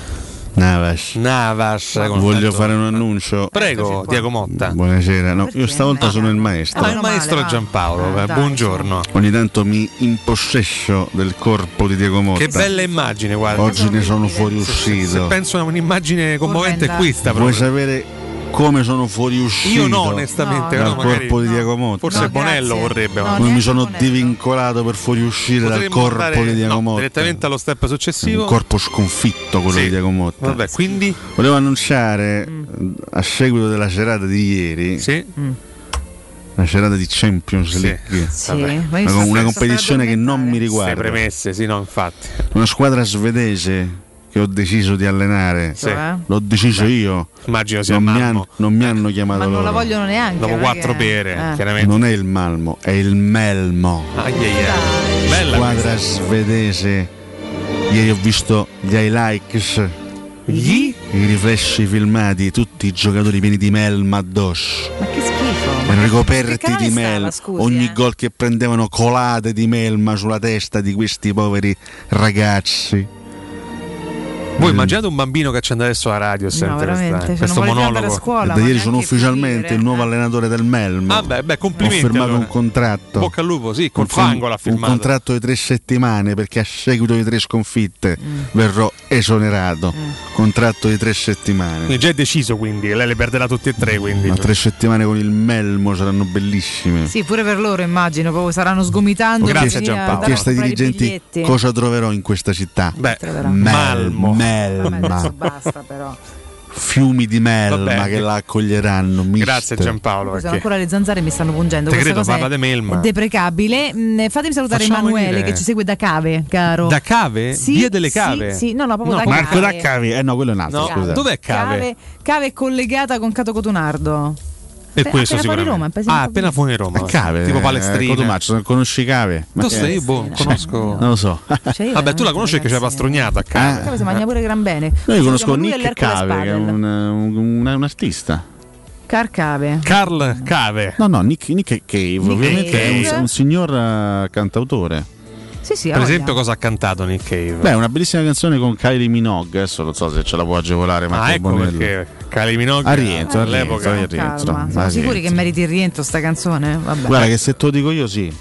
[SPEAKER 6] Voglio fare un annuncio.
[SPEAKER 7] Prego, Diego Motta.
[SPEAKER 6] Buonasera. No, io stavolta sono il maestro.
[SPEAKER 7] Il maestro Giampaolo. Buongiorno.
[SPEAKER 6] Ogni tanto mi impossesso del corpo di Diego Motta.
[SPEAKER 7] Che bella immagine, guarda.
[SPEAKER 6] Oggi ne sono fuoriuscito.
[SPEAKER 7] Se penso a un'immagine commovente, è questa.
[SPEAKER 6] Vuoi sapere come sono fuoriuscito?
[SPEAKER 7] Io no, onestamente,
[SPEAKER 6] dal corpo di Diego Motta.
[SPEAKER 7] Forse Bonello vorrebbe.
[SPEAKER 6] Come mi sono divincolato per fuoriuscire dal corpo di Diego Motta.
[SPEAKER 7] Direttamente allo step successivo.
[SPEAKER 6] Un corpo sconfitto quello di Diego Motta.
[SPEAKER 7] Vabbè, quindi
[SPEAKER 6] volevo annunciare a seguito della serata di ieri. Una serata di Champions League. Una competizione che non mi riguarda.
[SPEAKER 7] Le premesse, infatti.
[SPEAKER 6] Una squadra svedese che ho deciso di allenare, l'ho deciso io.
[SPEAKER 7] Immagino sia
[SPEAKER 6] non mi hanno chiamato
[SPEAKER 5] ma
[SPEAKER 6] loro.
[SPEAKER 5] Non la vogliono neanche.
[SPEAKER 7] Dopo 4 pere, chiaramente.
[SPEAKER 6] Non è il Malmo, è il Melmo.
[SPEAKER 7] Bella
[SPEAKER 6] squadra svedese. Ieri ho visto gli highlights, i riflessi filmati, tutti i giocatori pieni di melma addosso.
[SPEAKER 5] Ma che schifo.
[SPEAKER 6] Erano ricoperti di melma. Ogni gol che prendevano colate di melma sulla testa di questi poveri ragazzi.
[SPEAKER 7] Voi immaginate un bambino che accende adesso la radio e sente questo monologo.
[SPEAKER 5] Scuola,
[SPEAKER 6] da ieri sono ufficialmente il nuovo allenatore del Melmo.
[SPEAKER 7] Complimenti.
[SPEAKER 6] Ho firmato un contratto.
[SPEAKER 7] Bocca al lupo, sì, col fango l'ha firmato.
[SPEAKER 6] Un contratto di 3 settimane, perché a seguito di 3 sconfitte verrò esonerato. Contratto di 3 settimane.
[SPEAKER 7] Quindi già è deciso, quindi lei le perderà tutti e 3. Quindi.
[SPEAKER 6] Ma 3 settimane con il Melmo saranno bellissime.
[SPEAKER 5] Sì, pure per loro immagino, proprio saranno sgomitando.
[SPEAKER 6] Grazie Giampaolo. Questi dirigenti, cosa troverò in questa città?
[SPEAKER 7] Melma.
[SPEAKER 5] Basta però.
[SPEAKER 6] Fiumi di melma che la accoglieranno.
[SPEAKER 7] Grazie Giampaolo.
[SPEAKER 5] Ancora le zanzare mi stanno pungendo.
[SPEAKER 7] Questa cosa parla di melma.
[SPEAKER 5] È deprecabile. Fatemi salutare Emanuele che ci segue da Cave, caro.
[SPEAKER 7] Da Cave?
[SPEAKER 5] Sì,
[SPEAKER 7] Via delle Cave?
[SPEAKER 5] Sì, no, proprio da
[SPEAKER 6] Marco
[SPEAKER 5] Cave.
[SPEAKER 6] da Cave. No, quello è un altro.
[SPEAKER 7] No. Dov'è Cave?
[SPEAKER 5] Cave è collegata con Cato Cotunardo.
[SPEAKER 7] E questo
[SPEAKER 5] appena fuori Roma,
[SPEAKER 7] appena fuori Roma.
[SPEAKER 6] Cave,
[SPEAKER 7] tipo Palestrina.
[SPEAKER 6] Cotumaccio, conosci Cave?
[SPEAKER 7] Tu sei conosco.
[SPEAKER 6] Non lo so.
[SPEAKER 7] Vabbè, tu la conosci che c'è Pastrognato a Cave.
[SPEAKER 5] Cave si mangia pure gran bene.
[SPEAKER 6] Io conosco Nick Cave, che è un artista.
[SPEAKER 5] Carl
[SPEAKER 7] Cave.
[SPEAKER 6] No, Nick Cave, ovviamente è un signor cantautore.
[SPEAKER 5] Sì,
[SPEAKER 7] per esempio, cosa ha cantato Nick Cave?
[SPEAKER 6] Beh, una bellissima canzone con Kylie Minogue. Adesso non so se ce la può agevolare.
[SPEAKER 7] Ecco perché Kylie Minogue
[SPEAKER 6] a rientro all'epoca.
[SPEAKER 5] Siamo sicuri che meriti il rientro sta canzone? Vabbè.
[SPEAKER 6] Guarda che se te lo dico io sì.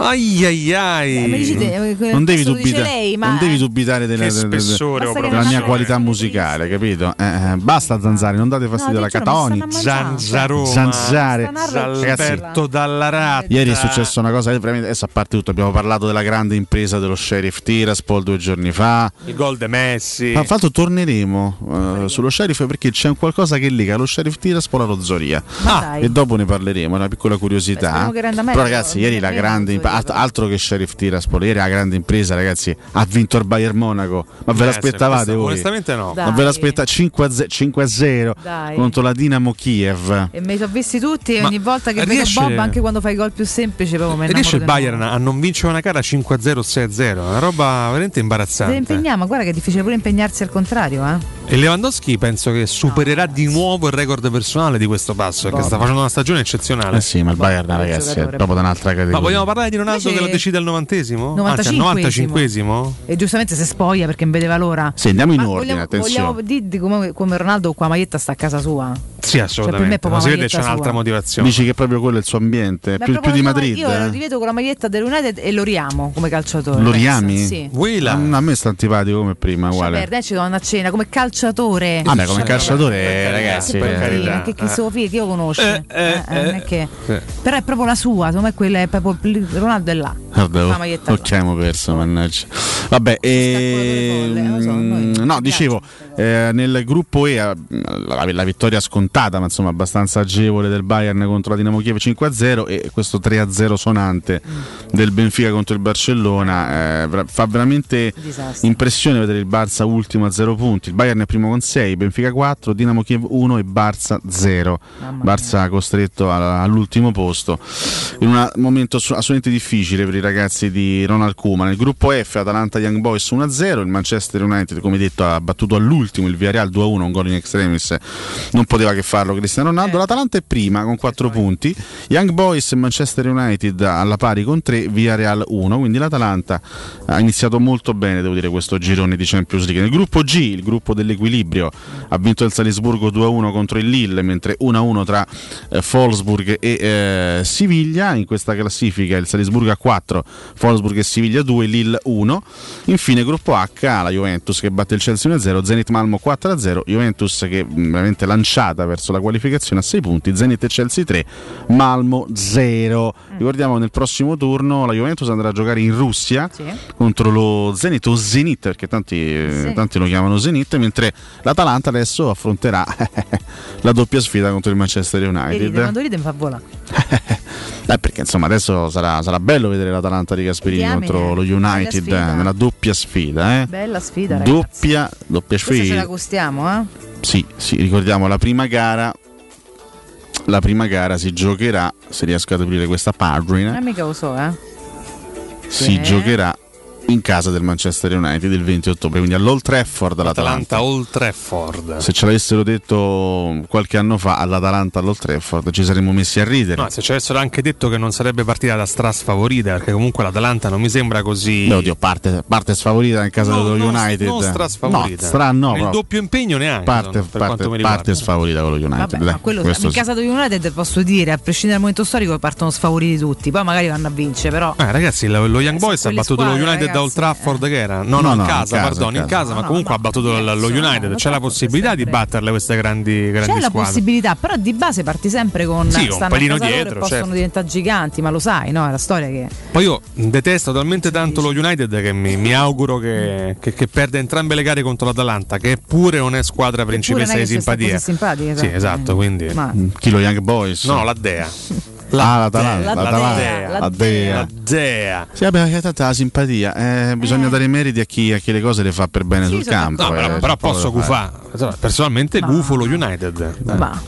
[SPEAKER 6] Non devi dubitare della mia qualità musicale, capito? Basta Zanzari, non date fastidio alla Catoni.
[SPEAKER 7] Zanzare, Alberto Dalla Ratta.
[SPEAKER 6] Ieri è successa una cosa veramente. Adesso, a parte tutto, abbiamo parlato della grande impresa dello Sheriff Tiraspol 2 giorni fa.
[SPEAKER 7] Il gol de Messi.
[SPEAKER 6] Ma fatto torneremo sullo Sheriff, perché c'è un qualcosa che lega lo Sheriff Tiraspol alla Rozzoria. E dopo ne parleremo, una piccola curiosità. Però ragazzi, ieri la grande altro che Sheriff Tiraspol, ieri la grande impresa, ragazzi, ha vinto il Bayern Monaco. Ma ve l'aspettavate voi?
[SPEAKER 7] Onestamente no.
[SPEAKER 6] Ma ve l'aspettate 5-0 contro la Dinamo Kiev.
[SPEAKER 5] E me li sono visti tutti, e ogni volta che vedo Bob, anche quando fai i gol più semplici, proprio me
[SPEAKER 7] riesce il Bayern a non vincere una gara 5-0 6-0, una roba veramente imbarazzante.
[SPEAKER 5] Se impegniamo, guarda che è difficile pure impegnarsi al contrario,
[SPEAKER 7] E Lewandowski penso che supererà di nuovo il record personale di questo passo, perché sta facendo una stagione eccezionale.
[SPEAKER 6] Sì, ma il Bayern, ragazzi, è proprio da un'altra categoria.
[SPEAKER 7] Ma vogliamo parlare di Ronaldo che lo decide al 90esimo? 95esimo?
[SPEAKER 5] E giustamente si spoglia perché non vedeva l'ora.
[SPEAKER 6] Sì, andiamo in ordine, attenzione.
[SPEAKER 5] Vogliamo dire come Ronaldo con la maglietta sta a casa sua?
[SPEAKER 7] Sì, assolutamente. Ma si vede c'è un'altra motivazione.
[SPEAKER 6] Dici che proprio quello è il suo ambiente, più di Madrid.
[SPEAKER 5] Io lo rivedo con la maglietta dell'United e lo riamo come calciatore.
[SPEAKER 6] Lo riami?
[SPEAKER 5] Sì.
[SPEAKER 6] A me sta antipatico come prima, uguale.
[SPEAKER 5] Ci devono a cena come calciatore.
[SPEAKER 6] Vabbè, come calciatore, ragazzi.
[SPEAKER 5] Che io conosco. Però è proprio la sua, secondo me quella è proprio Ronaldo è là.
[SPEAKER 6] Vabbè, abbiamo perso, mannaggia. Vabbè, no, dicevo, nel gruppo E la vittoria scontata, ma insomma abbastanza agevole del Bayern contro la Dinamo Kiev 5-0 e questo 3-0 sonante del Benfica contro il Barcellona fa veramente impressione vedere il Barça ultimo a 0 punti. Il Bayern è primo con 6, Benfica 4, Dinamo Kiev 1 e Barça 0. Barça costretto all'ultimo posto in un momento assolutamente difficile per i ragazzi di Ronald Koeman. Nel gruppo F Atalanta Young Boys 1-0, il Manchester United, come detto, ha battuto all'ultimo il Villarreal 2-1, un gol in extremis, non poteva che farlo Cristiano Ronaldo. L'Atalanta è prima con 4 punti, Young Boys e Manchester United alla pari con 3, Villarreal 1, quindi l'Atalanta ha iniziato molto bene, devo dire, questo girone di Champions League. Nel gruppo G, il gruppo dell'equilibrio, ha vinto il Salisburgo 2-1 contro il Lille, mentre 1-1 tra Wolfsburg e Siviglia. In questa classifica il Salisburgo a 4, Wolfsburg e Siviglia 2, Lille 1. Infine gruppo H, la Juventus che batte il Chelsea 1-0, Zenit Malmo 4-0, Juventus che veramente lanciata verso la qualificazione a 6 punti, Zenit e Chelsea 3, Malmo 0. Ricordiamo, nel prossimo turno la Juventus andrà a giocare in Russia contro lo Zenit o Zenit, perché tanti lo chiamano Zenit, mentre l'Atalanta adesso affronterà la doppia sfida contro il Manchester United.
[SPEAKER 5] Quando ride mi fa volare.
[SPEAKER 6] Perché insomma adesso sarà bello vedere l'Atalanta di Gasperini contro lo United nella doppia sfida.
[SPEAKER 5] Bella sfida, ragazzi.
[SPEAKER 6] Doppia sfida.
[SPEAKER 5] Questa ce la gustiamo,
[SPEAKER 6] Sì, ricordiamo la prima gara si giocherà, se riesco ad aprire questa pagina.
[SPEAKER 5] Mica lo so,
[SPEAKER 6] Si giocherà in casa del Manchester United il 20 ottobre, quindi all'Old Trafford.
[SPEAKER 7] L'Atalanta Old Trafford.
[SPEAKER 6] Se ce l'avessero detto qualche anno fa all'Atalanta all'Old Trafford ci saremmo messi a ridere.
[SPEAKER 7] No, se ci avessero anche detto che non sarebbe partita da strasfavorita, perché comunque l'Atalanta non mi sembra così.
[SPEAKER 6] Beh, oddio, parte sfavorita in casa dello United.
[SPEAKER 7] Non strasfavorita.
[SPEAKER 6] Il
[SPEAKER 7] doppio impegno neanche.
[SPEAKER 6] Parte sfavorita con lo United.
[SPEAKER 5] Vabbè, in casa dello United posso dire, a prescindere dal momento storico, partono sfavoriti tutti, poi magari vanno a vincere, però.
[SPEAKER 7] Ragazzi, lo Young Boys ha battuto lo United da Old Trafford, che era? No, in casa, ma comunque ha battuto lo United. C'è la possibilità di batterle queste grandi
[SPEAKER 5] c'è
[SPEAKER 7] squadre.
[SPEAKER 5] La possibilità, però di base parti sempre con
[SPEAKER 7] un pelino dietro,
[SPEAKER 5] possono diventare giganti, ma lo sai, no? È la storia che.
[SPEAKER 7] Poi io detesto talmente tanto lo United che mi auguro che perda entrambe le gare contro l'Atalanta, che pure non è squadra principessa di simpatia. Sì, esatto, quindi
[SPEAKER 6] chi lo Young Boys?
[SPEAKER 7] No, la Dea.
[SPEAKER 6] La
[SPEAKER 7] Dea.
[SPEAKER 6] Sì, vabbè, tanta simpatia. Bisogna dare meriti a chi le cose le fa per bene sul campo.
[SPEAKER 7] No, però posso gufare. Personalmente gufo lo United.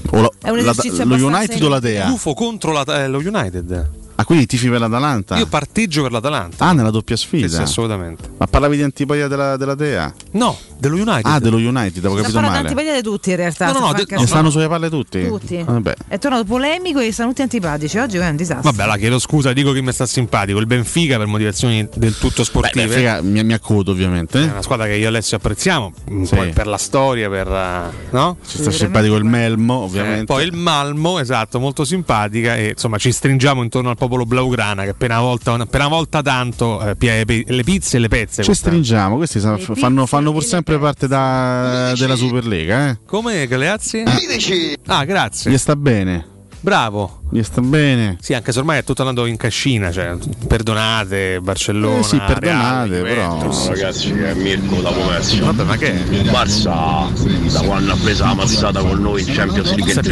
[SPEAKER 6] Lo United o la Dea?
[SPEAKER 7] Gufo contro lo United.
[SPEAKER 6] Ah, quindi tifi per l'Atalanta?
[SPEAKER 7] Io parteggio per l'Atalanta.
[SPEAKER 6] Ah, nella doppia sfida?
[SPEAKER 7] Sì, assolutamente.
[SPEAKER 6] Ma parlavi di antipatia della Dea?
[SPEAKER 7] No, dello United.
[SPEAKER 6] Ah, dello United, avevo capito male.
[SPEAKER 5] Antipatia di tutti in realtà.
[SPEAKER 6] No, stanno sulle palle tutti?
[SPEAKER 5] Tutti.
[SPEAKER 6] Vabbè.
[SPEAKER 5] È tornato polemico e stanno tutti antipatici. Oggi è un disastro.
[SPEAKER 7] Vabbè, la chiedo scusa, dico che mi sta simpatico. Il Benfica per motivazioni del tutto sportive.
[SPEAKER 6] Benfica mi accodo ovviamente.
[SPEAKER 7] È una squadra che io e Alessio apprezziamo, poi per la storia, no?
[SPEAKER 6] Ci sta simpatico il Melmo, ovviamente.
[SPEAKER 7] Poi il Malmo, esatto, molto simpatica e insomma ci stringiamo intorno al popolo blaugrana che per una volta tanto le pizze e le pezze.
[SPEAKER 6] Ci stringiamo, questi fanno pur sempre parte della Superlega.
[SPEAKER 7] Come Galeazzi? Ah, grazie.
[SPEAKER 6] Gli sta bene.
[SPEAKER 7] Bravo.
[SPEAKER 6] Gli sta bene.
[SPEAKER 7] Sì, anche se ormai è tutto andando in cascina, cioè perdonate Barcellona.
[SPEAKER 6] Sì, perdonate,
[SPEAKER 7] Reale,
[SPEAKER 6] però.
[SPEAKER 24] No, ragazzi, è Mirko da Commercio.
[SPEAKER 7] Vabbè, ma che è?
[SPEAKER 24] Il Barça da quando ha preso la mazzata con noi in Champions League
[SPEAKER 7] è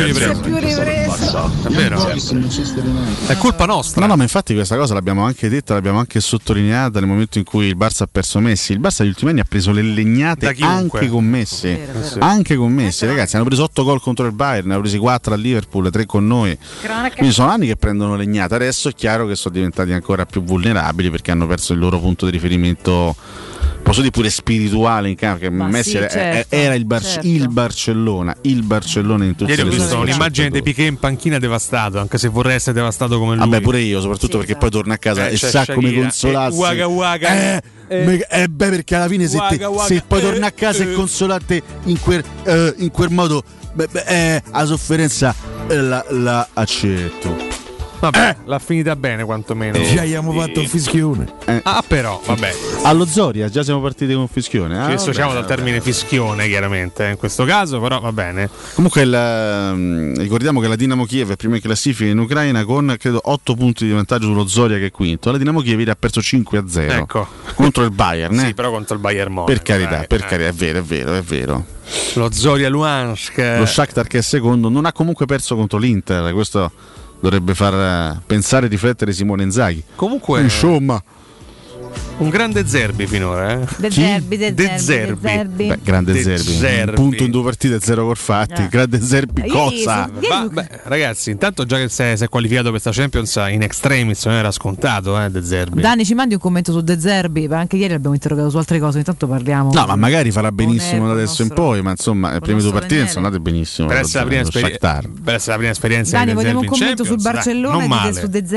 [SPEAKER 7] vero? È colpa nostra.
[SPEAKER 6] No, ma infatti questa cosa l'abbiamo anche detta, l'abbiamo anche sottolineata nel momento in cui il Barça ha perso Messi. Il Barça negli ultimi anni ha preso le legnate anche con Messi.
[SPEAKER 5] Vero.
[SPEAKER 6] Anche con Messi, ragazzi, hanno preso 8 gol contro il Bayern, ne hanno presi 4 a Liverpool, 3 con noi. Quindi sono anni che prendono legnate. Adesso è chiaro che sono diventati ancora più vulnerabili perché hanno perso il loro punto di riferimento, posso dire pure spirituale in campo, che Messi era il Barcellona in tutti i
[SPEAKER 7] Ieri ho visto un'immagine di Piqué in panchina devastato, anche se vorrei essere devastato come lui.
[SPEAKER 6] Vabbè, pure io, soprattutto perché poi torna a casa e sa come consolarsi. Perché alla fine se poi torna a casa e consolate in quel modo, la sofferenza la accetto.
[SPEAKER 7] Vabbè, l'ha finita bene quantomeno.
[SPEAKER 16] Già abbiamo fatto il fischione.
[SPEAKER 7] Però, vabbè.
[SPEAKER 6] Allo Zoria già siamo partiti con un fischione.
[SPEAKER 7] Ci dissociamo dal termine fischione, chiaramente, in questo caso, però va bene.
[SPEAKER 6] Comunque ricordiamo che la Dinamo Kiev è prima in classifica in Ucraina con credo 8 punti di vantaggio sullo Zoria che è quinto. La Dinamo Kiev ha perso 5-0 contro il Bayern.
[SPEAKER 7] Sì, però contro il Bayern Monaco.
[SPEAKER 6] Per carità, è vero.
[SPEAKER 7] Lo Zoria Luhansk.
[SPEAKER 6] Lo Shakhtar che è secondo non ha comunque perso contro l'Inter. Questo dovrebbe far pensare e riflettere Simone Inzaghi.
[SPEAKER 7] Comunque,
[SPEAKER 6] insomma,
[SPEAKER 7] un grande Zerbi finora.
[SPEAKER 5] De Zerbi.
[SPEAKER 6] Beh, grande Zerbi. Un punto in 2 partite, 0 gol fatti. Grande Zerbi cosa?
[SPEAKER 7] Ragazzi, intanto già che si è qualificato questa Champions in extremis non era scontato, De Zerbi.
[SPEAKER 5] Dani, ci mandi un commento su De Zerbi? Anche ieri l'abbiamo interrogato su altre cose, intanto parliamo.
[SPEAKER 6] No, ma magari farà benissimo da adesso in poi, ma insomma, le prime 2 partite sono andate benissimo.
[SPEAKER 7] Per essere la prima esperienza.
[SPEAKER 5] Dani, vogliamo un commento sul Barcellona e su De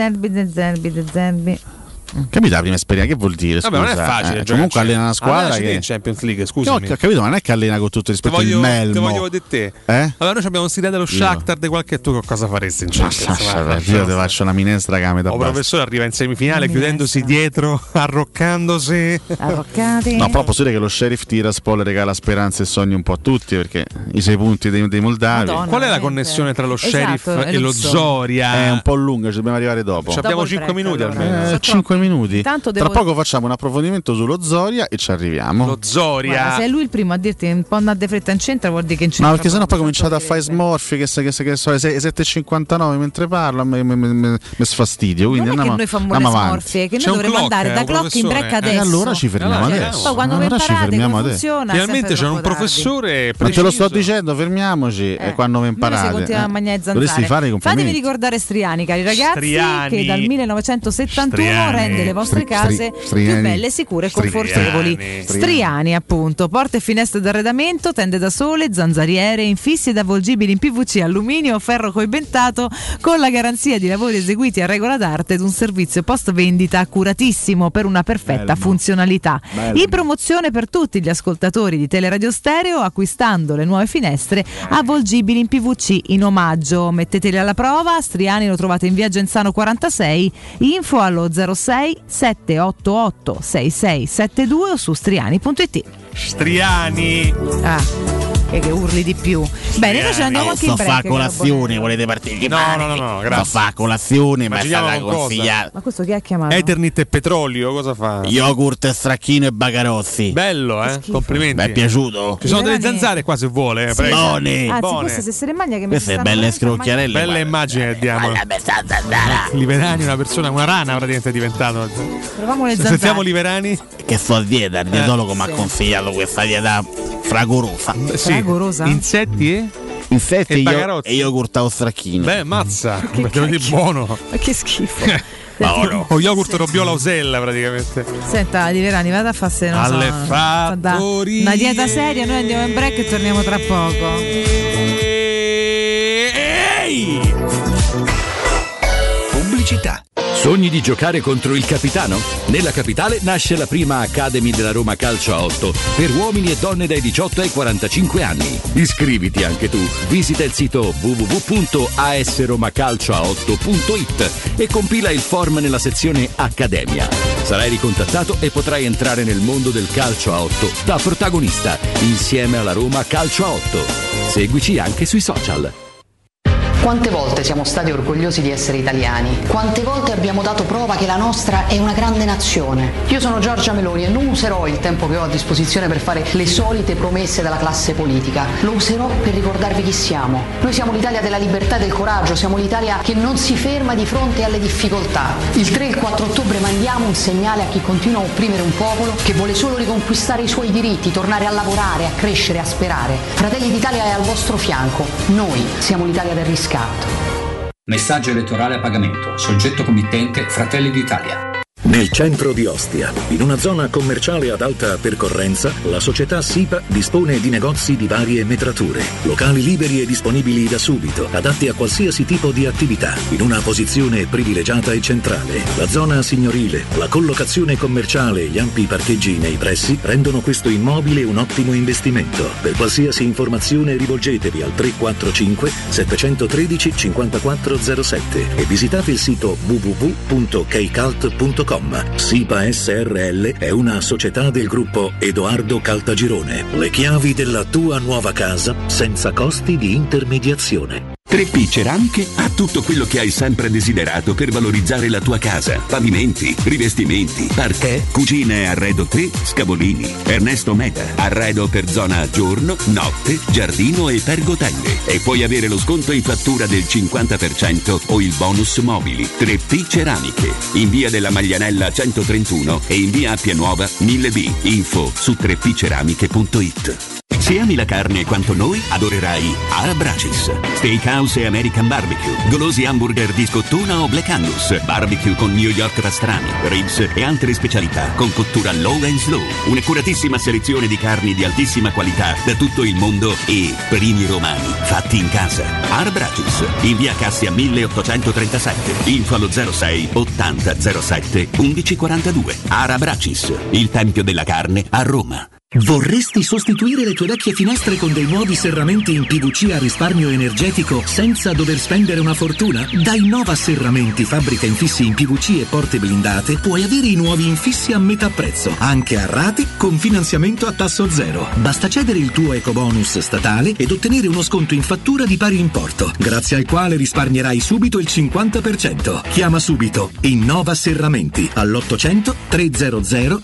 [SPEAKER 5] Zerbi.
[SPEAKER 6] Capito la prima esperienza? Che vuol dire? Scusa,
[SPEAKER 7] non è facile.
[SPEAKER 6] Comunque allena una squadra che
[SPEAKER 7] in Champions League, scusami.
[SPEAKER 6] No, ho capito, ma non è che allena con tutto il rispetto il Melmo.
[SPEAKER 7] Te voglio di te. Allora noi abbiamo un'idea dello Shakhtar di qualche tu cosa faresti in Champions?
[SPEAKER 6] Io ti faccio una minestra che metà.
[SPEAKER 7] Il professore arriva in semifinale chiudendosi dietro, arroccandosi.
[SPEAKER 5] Arroccati.
[SPEAKER 6] No, però posso dire che lo Sheriff Tiraspol regala speranze e sogni un po' a tutti perché i 6 punti dei moldavi.
[SPEAKER 7] Qual è la connessione tra lo Sheriff e lo Zoria?
[SPEAKER 6] È un po' lunga, ci dobbiamo arrivare dopo.
[SPEAKER 7] Abbiamo 5 minuti almeno.
[SPEAKER 6] 5 minuti. Tra poco facciamo un approfondimento sullo Zoria e ci arriviamo.
[SPEAKER 7] Lo Zoria.
[SPEAKER 5] Guarda, se è lui il primo a dirti un po' andare di fretta in centro, vuol dire che in centro.
[SPEAKER 6] No, perché sennò poi cominciate a fare smorfi che so le 7.59 mentre parlo, mi sfastidio. Quindi
[SPEAKER 5] non è che noi facciamo le smorfie, che noi dovremmo andare da clock in break adesso.
[SPEAKER 6] E allora ci fermiamo adesso.
[SPEAKER 5] Poi quando imparate come funziona.
[SPEAKER 7] Finalmente c'è un professore preciso.
[SPEAKER 6] Ma te lo sto dicendo, fermiamoci quando vi imparate.
[SPEAKER 5] Dovresti
[SPEAKER 6] fare i complimenti.
[SPEAKER 5] Fatemi ricordare Striani, cari ragazzi, che dal 1971 rende le vostre case più belle, sicure e confortevoli. Striani, appunto. Porte e finestre d'arredamento, tende da sole, zanzariere, infissi ed avvolgibili in PVC, alluminio o ferro coibentato, con la garanzia di lavori eseguiti a regola d'arte ed un servizio post vendita accuratissimo per una perfetta funzionalità. In promozione per tutti gli ascoltatori di Teleradio Stereo, acquistando le nuove finestre avvolgibili in PVC in omaggio. Metteteli alla prova. Striani lo trovate in via Genzano 46, info allo 06 788 6672 o su striani.it.
[SPEAKER 7] Striani.
[SPEAKER 5] Che urli di più. Bene, noi ce ne andiamo anche in break.
[SPEAKER 6] Fa colazione, volete partecipare?
[SPEAKER 7] No, grazie.
[SPEAKER 6] Fa colazione, ma è stata consigliata.
[SPEAKER 5] Ma questo chi ha chiamato?
[SPEAKER 7] Eternit e petrolio, cosa fa?
[SPEAKER 6] Yogurt e stracchino e bagarozzi.
[SPEAKER 7] Bello, Complimenti.
[SPEAKER 6] Mi è piaciuto?
[SPEAKER 7] Ci sono delle zanzare qua se vuole,
[SPEAKER 5] sì,
[SPEAKER 7] prego.
[SPEAKER 5] Anzi, queste se ne mangia che
[SPEAKER 6] queste belle scrocchiarelle.
[SPEAKER 7] Bella immagine che diamo. Liverani, una persona, una rana praticamente è diventato.
[SPEAKER 5] Proviamo le zanzare.
[SPEAKER 7] Sentiamo Liverani.
[SPEAKER 6] Che sto a dieta, il dietologo mi ha consigliato questa dieta fragorosa.
[SPEAKER 7] Sì. Insetti e?
[SPEAKER 6] Insetti e yogurt a stracchino.
[SPEAKER 7] Beh, mazza, è buono.
[SPEAKER 5] Ma che schifo.
[SPEAKER 7] O yogurt robbiola osella praticamente.
[SPEAKER 5] Senta, Liverani, vada a fare
[SPEAKER 7] alle fattorie.
[SPEAKER 5] Una dieta seria, noi andiamo in break e torniamo tra poco.
[SPEAKER 19] Pubblicità. Sogni di giocare contro il capitano? Nella capitale nasce la prima Academy della Roma Calcio a 8 per uomini e donne dai 18 ai 45 anni. Iscriviti anche tu. Visita il sito www.asromacalcioa8.it e compila il form nella sezione Accademia. Sarai ricontattato e potrai entrare nel mondo del calcio a 8 da protagonista insieme alla Roma Calcio a 8. Seguici anche sui social.
[SPEAKER 1] Quante volte siamo stati orgogliosi di essere italiani? Quante volte abbiamo dato prova che la nostra è una grande nazione? Io sono Giorgia Meloni e non userò il tempo che ho a disposizione per fare le solite promesse della classe politica. Lo userò per ricordarvi chi siamo. Noi siamo l'Italia della libertà e del coraggio, siamo l'Italia che non si ferma di fronte alle difficoltà. Il 3 e il 4 ottobre mandiamo un segnale a chi continua a opprimere un popolo che vuole solo riconquistare i suoi diritti, tornare a lavorare, a crescere, a sperare. Fratelli d'Italia è al vostro fianco. Noi siamo l'Italia del riscatto.
[SPEAKER 2] Messaggio elettorale a pagamento. Soggetto committente Fratelli d'Italia.
[SPEAKER 18] Nel centro di Ostia, in una zona commerciale ad alta percorrenza, la società SIPA dispone di negozi di varie metrature, locali liberi e disponibili da subito, adatti a qualsiasi tipo di attività, in una posizione privilegiata e centrale. La zona signorile, la collocazione commerciale e gli ampi parcheggi nei pressi rendono questo immobile un ottimo investimento. Per qualsiasi informazione rivolgetevi al 345 713 5407 e visitate il sito www.keicalt.com. SIPA SRL è una società del gruppo Edoardo Caltagirone. Le chiavi della tua nuova casa senza costi di intermediazione.
[SPEAKER 19] 3P Ceramiche ha tutto quello che hai sempre desiderato per valorizzare la tua casa. Pavimenti, rivestimenti, parquet, cucine e arredo 3, Scavolini. Ernesto Meda, arredo per zona giorno, notte, giardino e pergotelle. E puoi avere lo sconto in fattura del 50% o il bonus mobili. 3P Ceramiche, in via della Maglianella 131 e in via Appia Nuova 1000B. Info su 3pceramiche.it. Se ami la carne quanto noi, adorerai Arabracis. Steakhouse e American Barbecue, golosi hamburger di scottuna o Black Angus, barbecue con New York pastrami, ribs e altre specialità con cottura low and slow. Un'accuratissima selezione di carni di altissima qualità da tutto il mondo e primi romani fatti in casa. Arabracis, in via Cassia 1837, info allo 06 80 07 1142. Arabracis, il tempio della carne a Roma.
[SPEAKER 18] Vorresti sostituire le tue vecchie finestre con dei nuovi serramenti in PVC a risparmio energetico senza dover spendere una fortuna? Da Innova Serramenti, fabbrica infissi in PVC e porte blindate, puoi avere i nuovi infissi a metà prezzo, anche a rate con finanziamento a tasso zero. Basta cedere il tuo ecobonus statale ed ottenere uno sconto in fattura di pari importo, grazie al quale risparmierai subito il 50%. Chiama subito Innova Serramenti all'800 300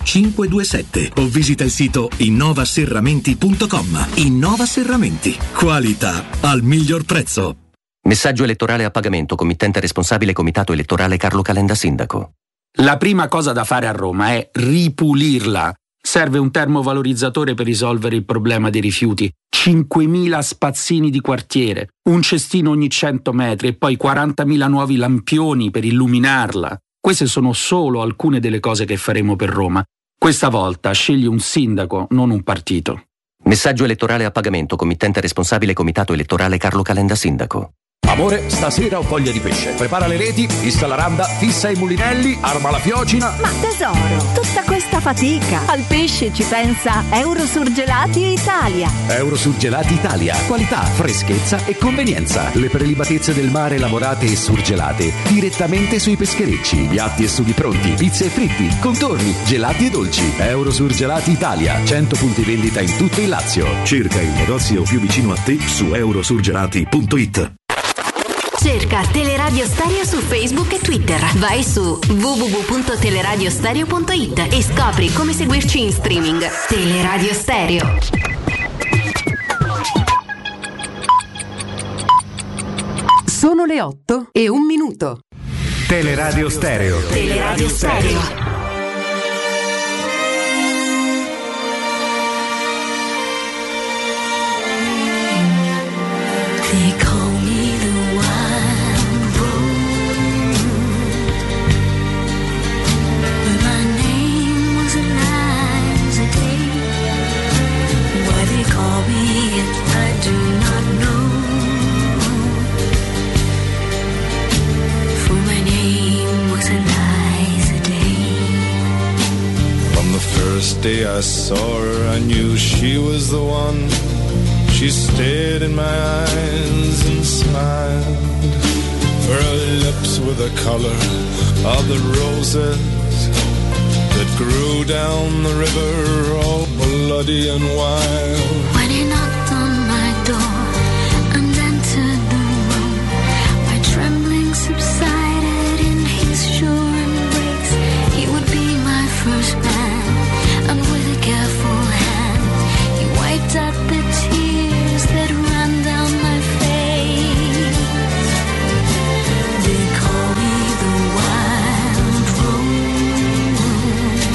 [SPEAKER 18] 527 o visita il sito innovaserramenti.com. Innova Serramenti. Qualità al miglior prezzo.
[SPEAKER 3] Messaggio elettorale a pagamento. Committente responsabile Comitato Elettorale Carlo Calenda Sindaco.
[SPEAKER 4] La prima cosa da fare a Roma è ripulirla. Serve un termovalorizzatore per risolvere il problema dei rifiuti. 5.000 spazzini di quartiere, un cestino ogni 100 metri e poi 40.000 nuovi lampioni per illuminarla. Queste sono solo alcune delle cose che faremo per Roma. Questa volta scegli un sindaco, non un partito.
[SPEAKER 3] Messaggio elettorale a pagamento, committente responsabile Comitato Elettorale Carlo Calenda Sindaco.
[SPEAKER 8] Amore, stasera ho voglia di pesce. Prepara le reti, fissa la randa, fissa i mulinelli, arma la fiocina.
[SPEAKER 9] Ma tesoro, tutta questa fatica. Al pesce ci pensa Eurosurgelati Italia.
[SPEAKER 8] Eurosurgelati Italia. Qualità, freschezza e convenienza. Le prelibatezze del mare lavorate e surgelate direttamente sui pescherecci. Piatti e sughi pronti, pizze e fritti, contorni, gelati e dolci. Eurosurgelati Italia. 100 punti vendita in tutto il Lazio. Cerca il negozio più vicino a te su eurosurgelati.it.
[SPEAKER 11] Cerca Teleradio Stereo su Facebook e Twitter. Vai su www.teleradiostereo.it e scopri come seguirci in streaming. Teleradio Stereo.
[SPEAKER 13] Sono le 8:01.
[SPEAKER 21] Teleradio Stereo.
[SPEAKER 11] Teleradio Stereo.
[SPEAKER 14] Day I saw her, I knew she was the one. She stared in my eyes and smiled. Her lips were the color of the roses that grew down the river, all bloody and wild.
[SPEAKER 26] When he knocked on my door and entered the room, my trembling subsided in his sure embrace. He would be my first man. And with a careful hand, he wiped out the tears that ran down my face. They call me the wild rose,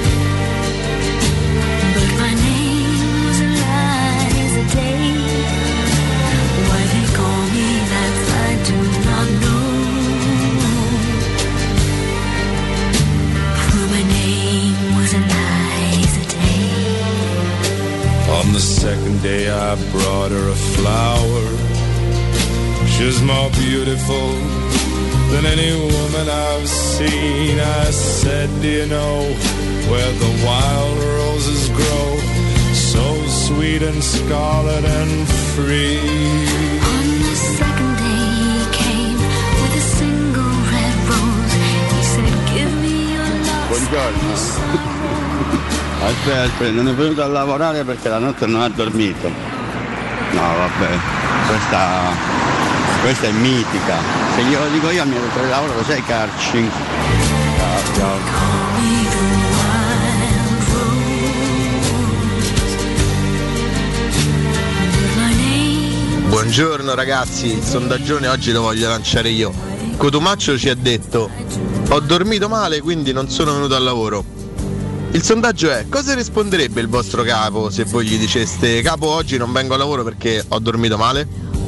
[SPEAKER 26] but my name was Eliza Day. Why they call me that I do not know, for my name was Eliza.
[SPEAKER 14] On the second day I brought her a flower. She's more beautiful than any woman I've seen. I said, do you know where the wild roses grow? So sweet and scarlet and free.
[SPEAKER 26] On the second day he came with a single red rose. He said, give me your love.
[SPEAKER 27] Buongiorno. Aspetta, non è venuto a lavorare perché la notte non ha dormito. No, vabbè, questa è mitica. Se glielo dico io mi metto il lavoro, lo sai, Carci. Ciao.
[SPEAKER 28] Buongiorno ragazzi, il sondaggione oggi lo voglio lanciare io. Cotumaccio ci ha detto: ho dormito male, quindi non sono venuto al lavoro. Il sondaggio è: cosa risponderebbe il vostro capo se voi gli diceste: capo, oggi non vengo al lavoro perché ho dormito male?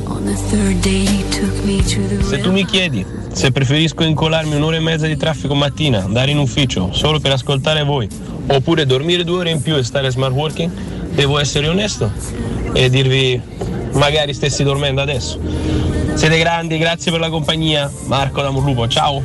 [SPEAKER 25] Se tu mi chiedi se preferisco incolarmi un'ora e mezza di traffico mattina, andare in ufficio solo per ascoltare voi, oppure dormire 2 ore in più e stare smart working, devo essere onesto e dirvi: magari stessi dormendo adesso. Siete grandi, grazie per la compagnia. Marco da Murlupo, ciao.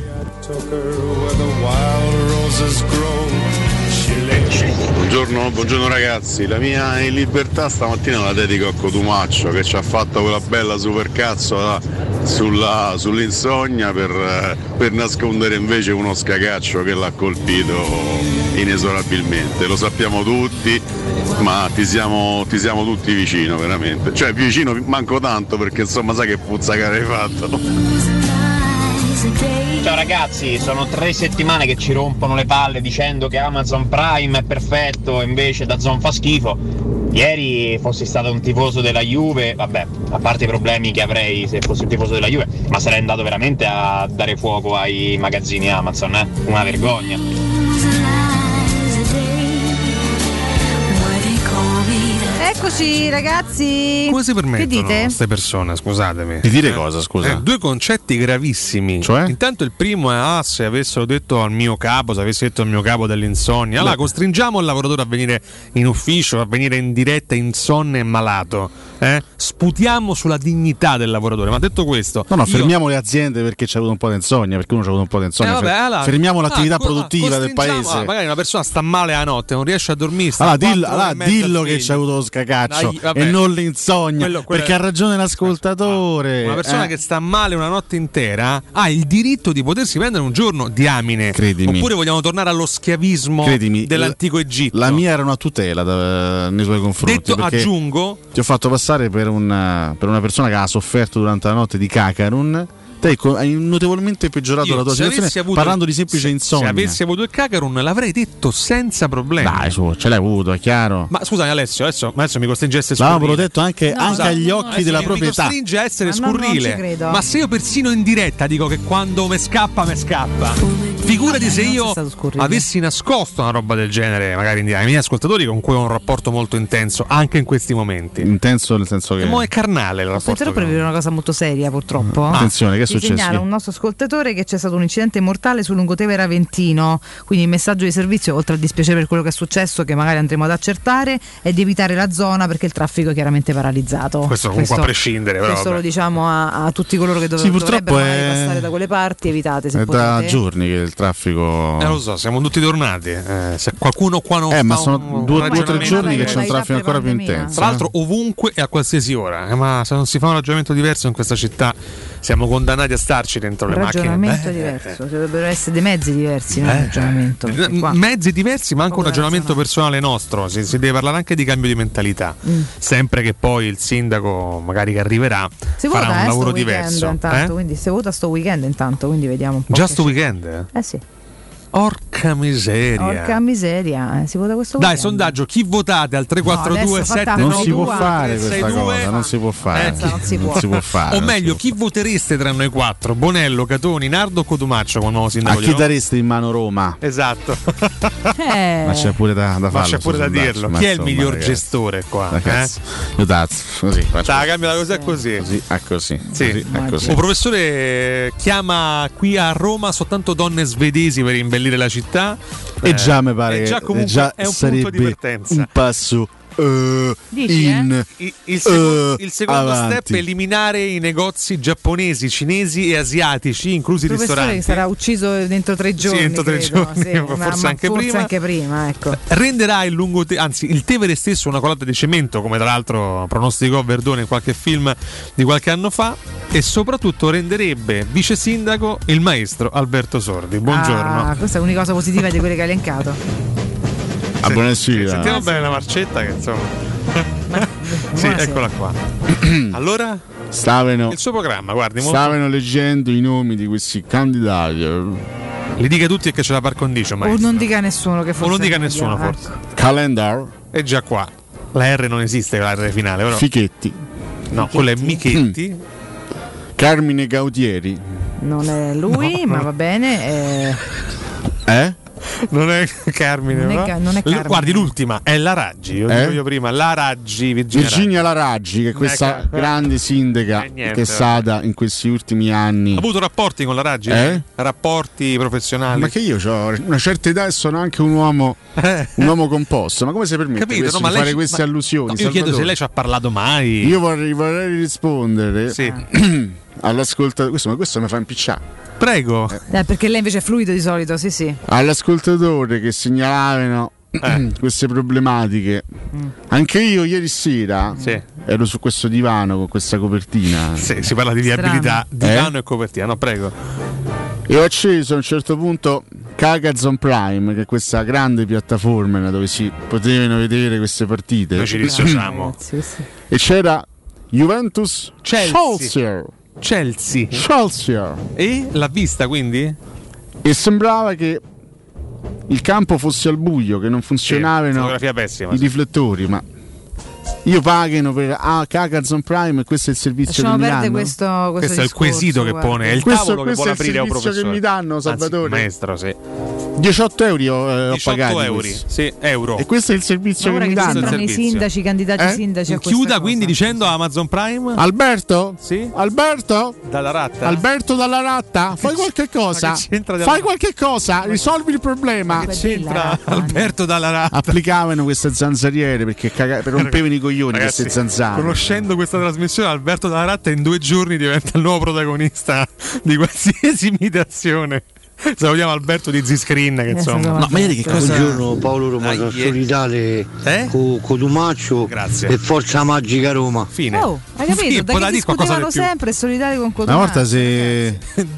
[SPEAKER 29] Buongiorno ragazzi, la mia in libertà stamattina la dedico a Cotumaccio che ci ha fatto quella bella supercazzo sull'insonnia per nascondere invece uno scagaccio che l'ha colpito inesorabilmente. Lo sappiamo tutti, ma ti siamo tutti vicino veramente. Cioè vicino manco tanto perché insomma sai che puzza che hai fatto.
[SPEAKER 25] Ciao ragazzi, sono 3 settimane che ci rompono le palle dicendo che Amazon Prime è perfetto e invece DAZN fa schifo. Ieri fossi stato un tifoso della Juve, vabbè, a parte i problemi che avrei se fossi un tifoso della Juve, ma sarei andato veramente a dare fuoco ai magazzini Amazon, una vergogna.
[SPEAKER 5] Eccoci ragazzi.
[SPEAKER 7] Come si permettono
[SPEAKER 5] Che dite?
[SPEAKER 7] queste persone, scusatemi?
[SPEAKER 6] Di dire cosa, scusa?
[SPEAKER 7] Due concetti gravissimi.
[SPEAKER 6] Cioè?
[SPEAKER 7] Intanto il primo è se avessero detto al mio capo, se avessi detto al mio capo dell'insonnia, allora costringiamo il lavoratore a venire in ufficio, a venire in diretta insonne e malato. Sputiamo sulla dignità del lavoratore. Ma detto questo,
[SPEAKER 6] fermiamo le aziende perché c'è avuto un po' di insonnia, perché uno c'ha avuto un po' di insonnia. Fermiamo l'attività produttiva del paese.
[SPEAKER 7] Magari una persona sta male la notte, non riesce a dormire.
[SPEAKER 6] Dillo che c'è avuto lo scacaccio e non l'insonnia, perché ha ragione l'ascoltatore.
[SPEAKER 7] Una persona che sta male una notte intera ha il diritto di potersi prendere un giorno, diamine.
[SPEAKER 6] Credimi.
[SPEAKER 7] Oppure vogliamo tornare allo schiavismo dell'antico Egitto?
[SPEAKER 6] La mia era una tutela nei suoi confronti.
[SPEAKER 7] Detto, aggiungo,
[SPEAKER 6] ti ho fatto passare per una persona che ha sofferto durante la notte di Cacarun. Te hai notevolmente peggiorato la tua situazione parlando di semplice insonnia.
[SPEAKER 7] Se avessi avuto il Cacarun l'avrei detto senza problemi.
[SPEAKER 6] Dai, ce l'hai avuto, è chiaro.
[SPEAKER 7] Ma scusami Alessio, adesso mi costringe a essere
[SPEAKER 6] scurrile.
[SPEAKER 7] L'avevamo
[SPEAKER 6] detto anche agli occhi della proprietà.
[SPEAKER 7] Mi costringe a essere scurrile. Ma se io persino in diretta dico che quando me scappa. Figurati se io avessi nascosto una roba del genere, magari ai miei ascoltatori con cui ho un rapporto molto intenso, anche in questi momenti.
[SPEAKER 6] Intenso nel senso che
[SPEAKER 7] è carnale il rapporto.
[SPEAKER 5] Posso interrompere una cosa molto seria, purtroppo.
[SPEAKER 6] Attenzione, che è
[SPEAKER 5] successo? Segnala un nostro ascoltatore che c'è stato un incidente mortale sul Lungotevere Aventino, quindi il messaggio di servizio, oltre al dispiacere per quello che è successo, che magari andremo ad accertare, è di evitare la zona perché il traffico è chiaramente paralizzato.
[SPEAKER 7] Questo comunque a prescindere, però.
[SPEAKER 5] Questo lo diciamo a tutti coloro che dovrebbero passare da quelle parti, evitate se potete.
[SPEAKER 6] Da giorni che il traffico
[SPEAKER 7] lo so, siamo tutti tornati. Se qualcuno qua non
[SPEAKER 6] ma sono 2 o 3 giorni che c'è un traffico ancora più intenso.
[SPEAKER 7] Tra l'altro ovunque e a qualsiasi ora. Ma se non si fa un ragionamento diverso in questa città siamo condannati a starci dentro le macchine.
[SPEAKER 5] Un ragionamento diverso, dovrebbero essere dei mezzi diversi, non un ragionamento.
[SPEAKER 7] Mezzi diversi, ma anche un ragionamento personale nostro. Si deve parlare anche di cambio di mentalità. Sempre che poi il sindaco, magari che arriverà, farà un lavoro diverso.
[SPEAKER 5] Intanto, quindi si vota sto weekend intanto, quindi vediamo un po'.
[SPEAKER 7] Già sto weekend?
[SPEAKER 5] Sì.
[SPEAKER 7] Orca miseria.
[SPEAKER 5] Si vota questo weekend.
[SPEAKER 7] Dai, sondaggio, chi votate al 342 7
[SPEAKER 6] non si può fare questa cosa, non si può fare.
[SPEAKER 5] Non si può
[SPEAKER 7] fare. O meglio, chi votereste tra noi 4? Bonello, Catoni, Nardo o Cotumaccio con nuovo sindaco?
[SPEAKER 6] A chi dareste in mano Roma?
[SPEAKER 7] Esatto.
[SPEAKER 6] Ma c'è pure da farlo.
[SPEAKER 7] Ma c'è pure da dirlo. Chi è il miglior gestore qua?
[SPEAKER 6] Io così.
[SPEAKER 7] Cambia la cosa così.
[SPEAKER 6] Così.
[SPEAKER 7] Sì. Un professore chiama qui a Roma soltanto donne svedesi per imbellire la città
[SPEAKER 6] e già mi pare
[SPEAKER 7] che è un punto di partenza,
[SPEAKER 6] un passo
[SPEAKER 7] il secondo
[SPEAKER 6] avanti.
[SPEAKER 7] step è eliminare i negozi giapponesi, cinesi e asiatici, inclusi i ristoranti.
[SPEAKER 5] Che sarà ucciso dentro 3 giorni.
[SPEAKER 7] Sì, entro 3 giorni, forse anche prima.
[SPEAKER 5] Ecco.
[SPEAKER 7] Renderà il il Tevere stesso una colata di cemento, come tra l'altro pronosticò Verdone in qualche film di qualche anno fa, e soprattutto renderebbe vice sindaco il maestro Alberto Sordi. Buongiorno.
[SPEAKER 5] Questa è l'unica cosa positiva di quelle che hai elencato.
[SPEAKER 6] Buonasera.
[SPEAKER 7] Sentiamo bene la marcetta che insomma. Sì, eccola qua. Allora? Il suo programma, guardi.
[SPEAKER 6] Stavano leggendo i nomi di questi candidati.
[SPEAKER 7] Li dica tutti e che c'è la par condicio,
[SPEAKER 5] o non dica nessuno che forse.
[SPEAKER 7] O non dica nessuno, forse.
[SPEAKER 6] Calendar.
[SPEAKER 7] È già qua. La R non esiste, la R finale, però.
[SPEAKER 6] Fichetti.
[SPEAKER 7] No, quello è Michetti.
[SPEAKER 6] Carmine Gautieri.
[SPEAKER 5] Non è lui, ma va bene.
[SPEAKER 7] Non è Carmine,
[SPEAKER 5] non è Carmine.
[SPEAKER 7] Guardi, l'ultima è la Raggi. Io prima la Raggi,
[SPEAKER 6] Virginia La Raggi, che è questa grande sindaca che è stata in questi ultimi anni.
[SPEAKER 7] Ha avuto rapporti con la Raggi? Rapporti professionali?
[SPEAKER 6] Ma che io ho una certa età e sono anche un uomo composto. Ma come si permette di fare queste allusioni?
[SPEAKER 7] Io chiedo se lei ci ha parlato mai.
[SPEAKER 6] Io vorrei rispondere all'ascoltatore. Questo mi fa impicciare.
[SPEAKER 7] Prego.
[SPEAKER 5] Perché lei invece è fluido di solito, sì.
[SPEAKER 6] All'ascoltatore che segnalavano queste problematiche. Anche io ieri sera ero su questo divano con questa copertina.
[SPEAKER 7] Sì, si parla di viabilità, divano e copertina. No, prego.
[SPEAKER 6] E ho acceso a un certo punto Cagazon Prime, che è questa grande piattaforma dove si potevano vedere queste partite.
[SPEAKER 7] Noi ci dissociamo.
[SPEAKER 6] E c'era Juventus Chelsea.
[SPEAKER 7] E l'ha vista quindi?
[SPEAKER 6] E sembrava che il campo fosse al buio, che non funzionavano
[SPEAKER 7] fotografia pessima,
[SPEAKER 6] i riflettori, ma Io pagano per Amazon Prime e questo è il servizio che mi danno.
[SPEAKER 5] Questo
[SPEAKER 7] è
[SPEAKER 5] discorso,
[SPEAKER 7] il quesito che pone, è il tavolo che vuole aprire a un professore.
[SPEAKER 6] Questo è il servizio che mi danno, Salvatore.
[SPEAKER 7] Anzi, maestro, sì.
[SPEAKER 6] 18 euro ho pagato.
[SPEAKER 7] 18 euro. Sì, euro.
[SPEAKER 6] E questo è il servizio che mi danno.
[SPEAKER 5] Sembrano i sindaci, i candidati sindaci a questa
[SPEAKER 7] Chiuda
[SPEAKER 5] cosa.
[SPEAKER 7] quindi dicendo Amazon Prime.
[SPEAKER 6] Alberto?
[SPEAKER 7] Sì?
[SPEAKER 6] Alberto?
[SPEAKER 7] Dalla ratta?
[SPEAKER 6] Alberto dalla ratta? Fai qualche cosa. Fai qualche cosa, risolvi il problema.
[SPEAKER 7] Ma che c'entra Alberto dalla ratta?
[SPEAKER 6] Applicavano queste zanzariere perché rompevano i coglioni.
[SPEAKER 7] Ragazzi,
[SPEAKER 6] queste zanzare.
[SPEAKER 7] Conoscendo questa trasmissione, Alberto dalla ratta in 2 giorni diventa il nuovo protagonista di qualsiasi imitazione. Salutiamo Alberto di Z-Screen che insomma.
[SPEAKER 6] No, ma ieri che cosa?
[SPEAKER 10] Buongiorno Paolo Roma, sono solidale con Cotumaccio e Forza Magica Roma.
[SPEAKER 7] Fine.
[SPEAKER 5] Oh, hai capito? Da che discutevano sempre solidali con Cotumaccio.
[SPEAKER 6] Una volta si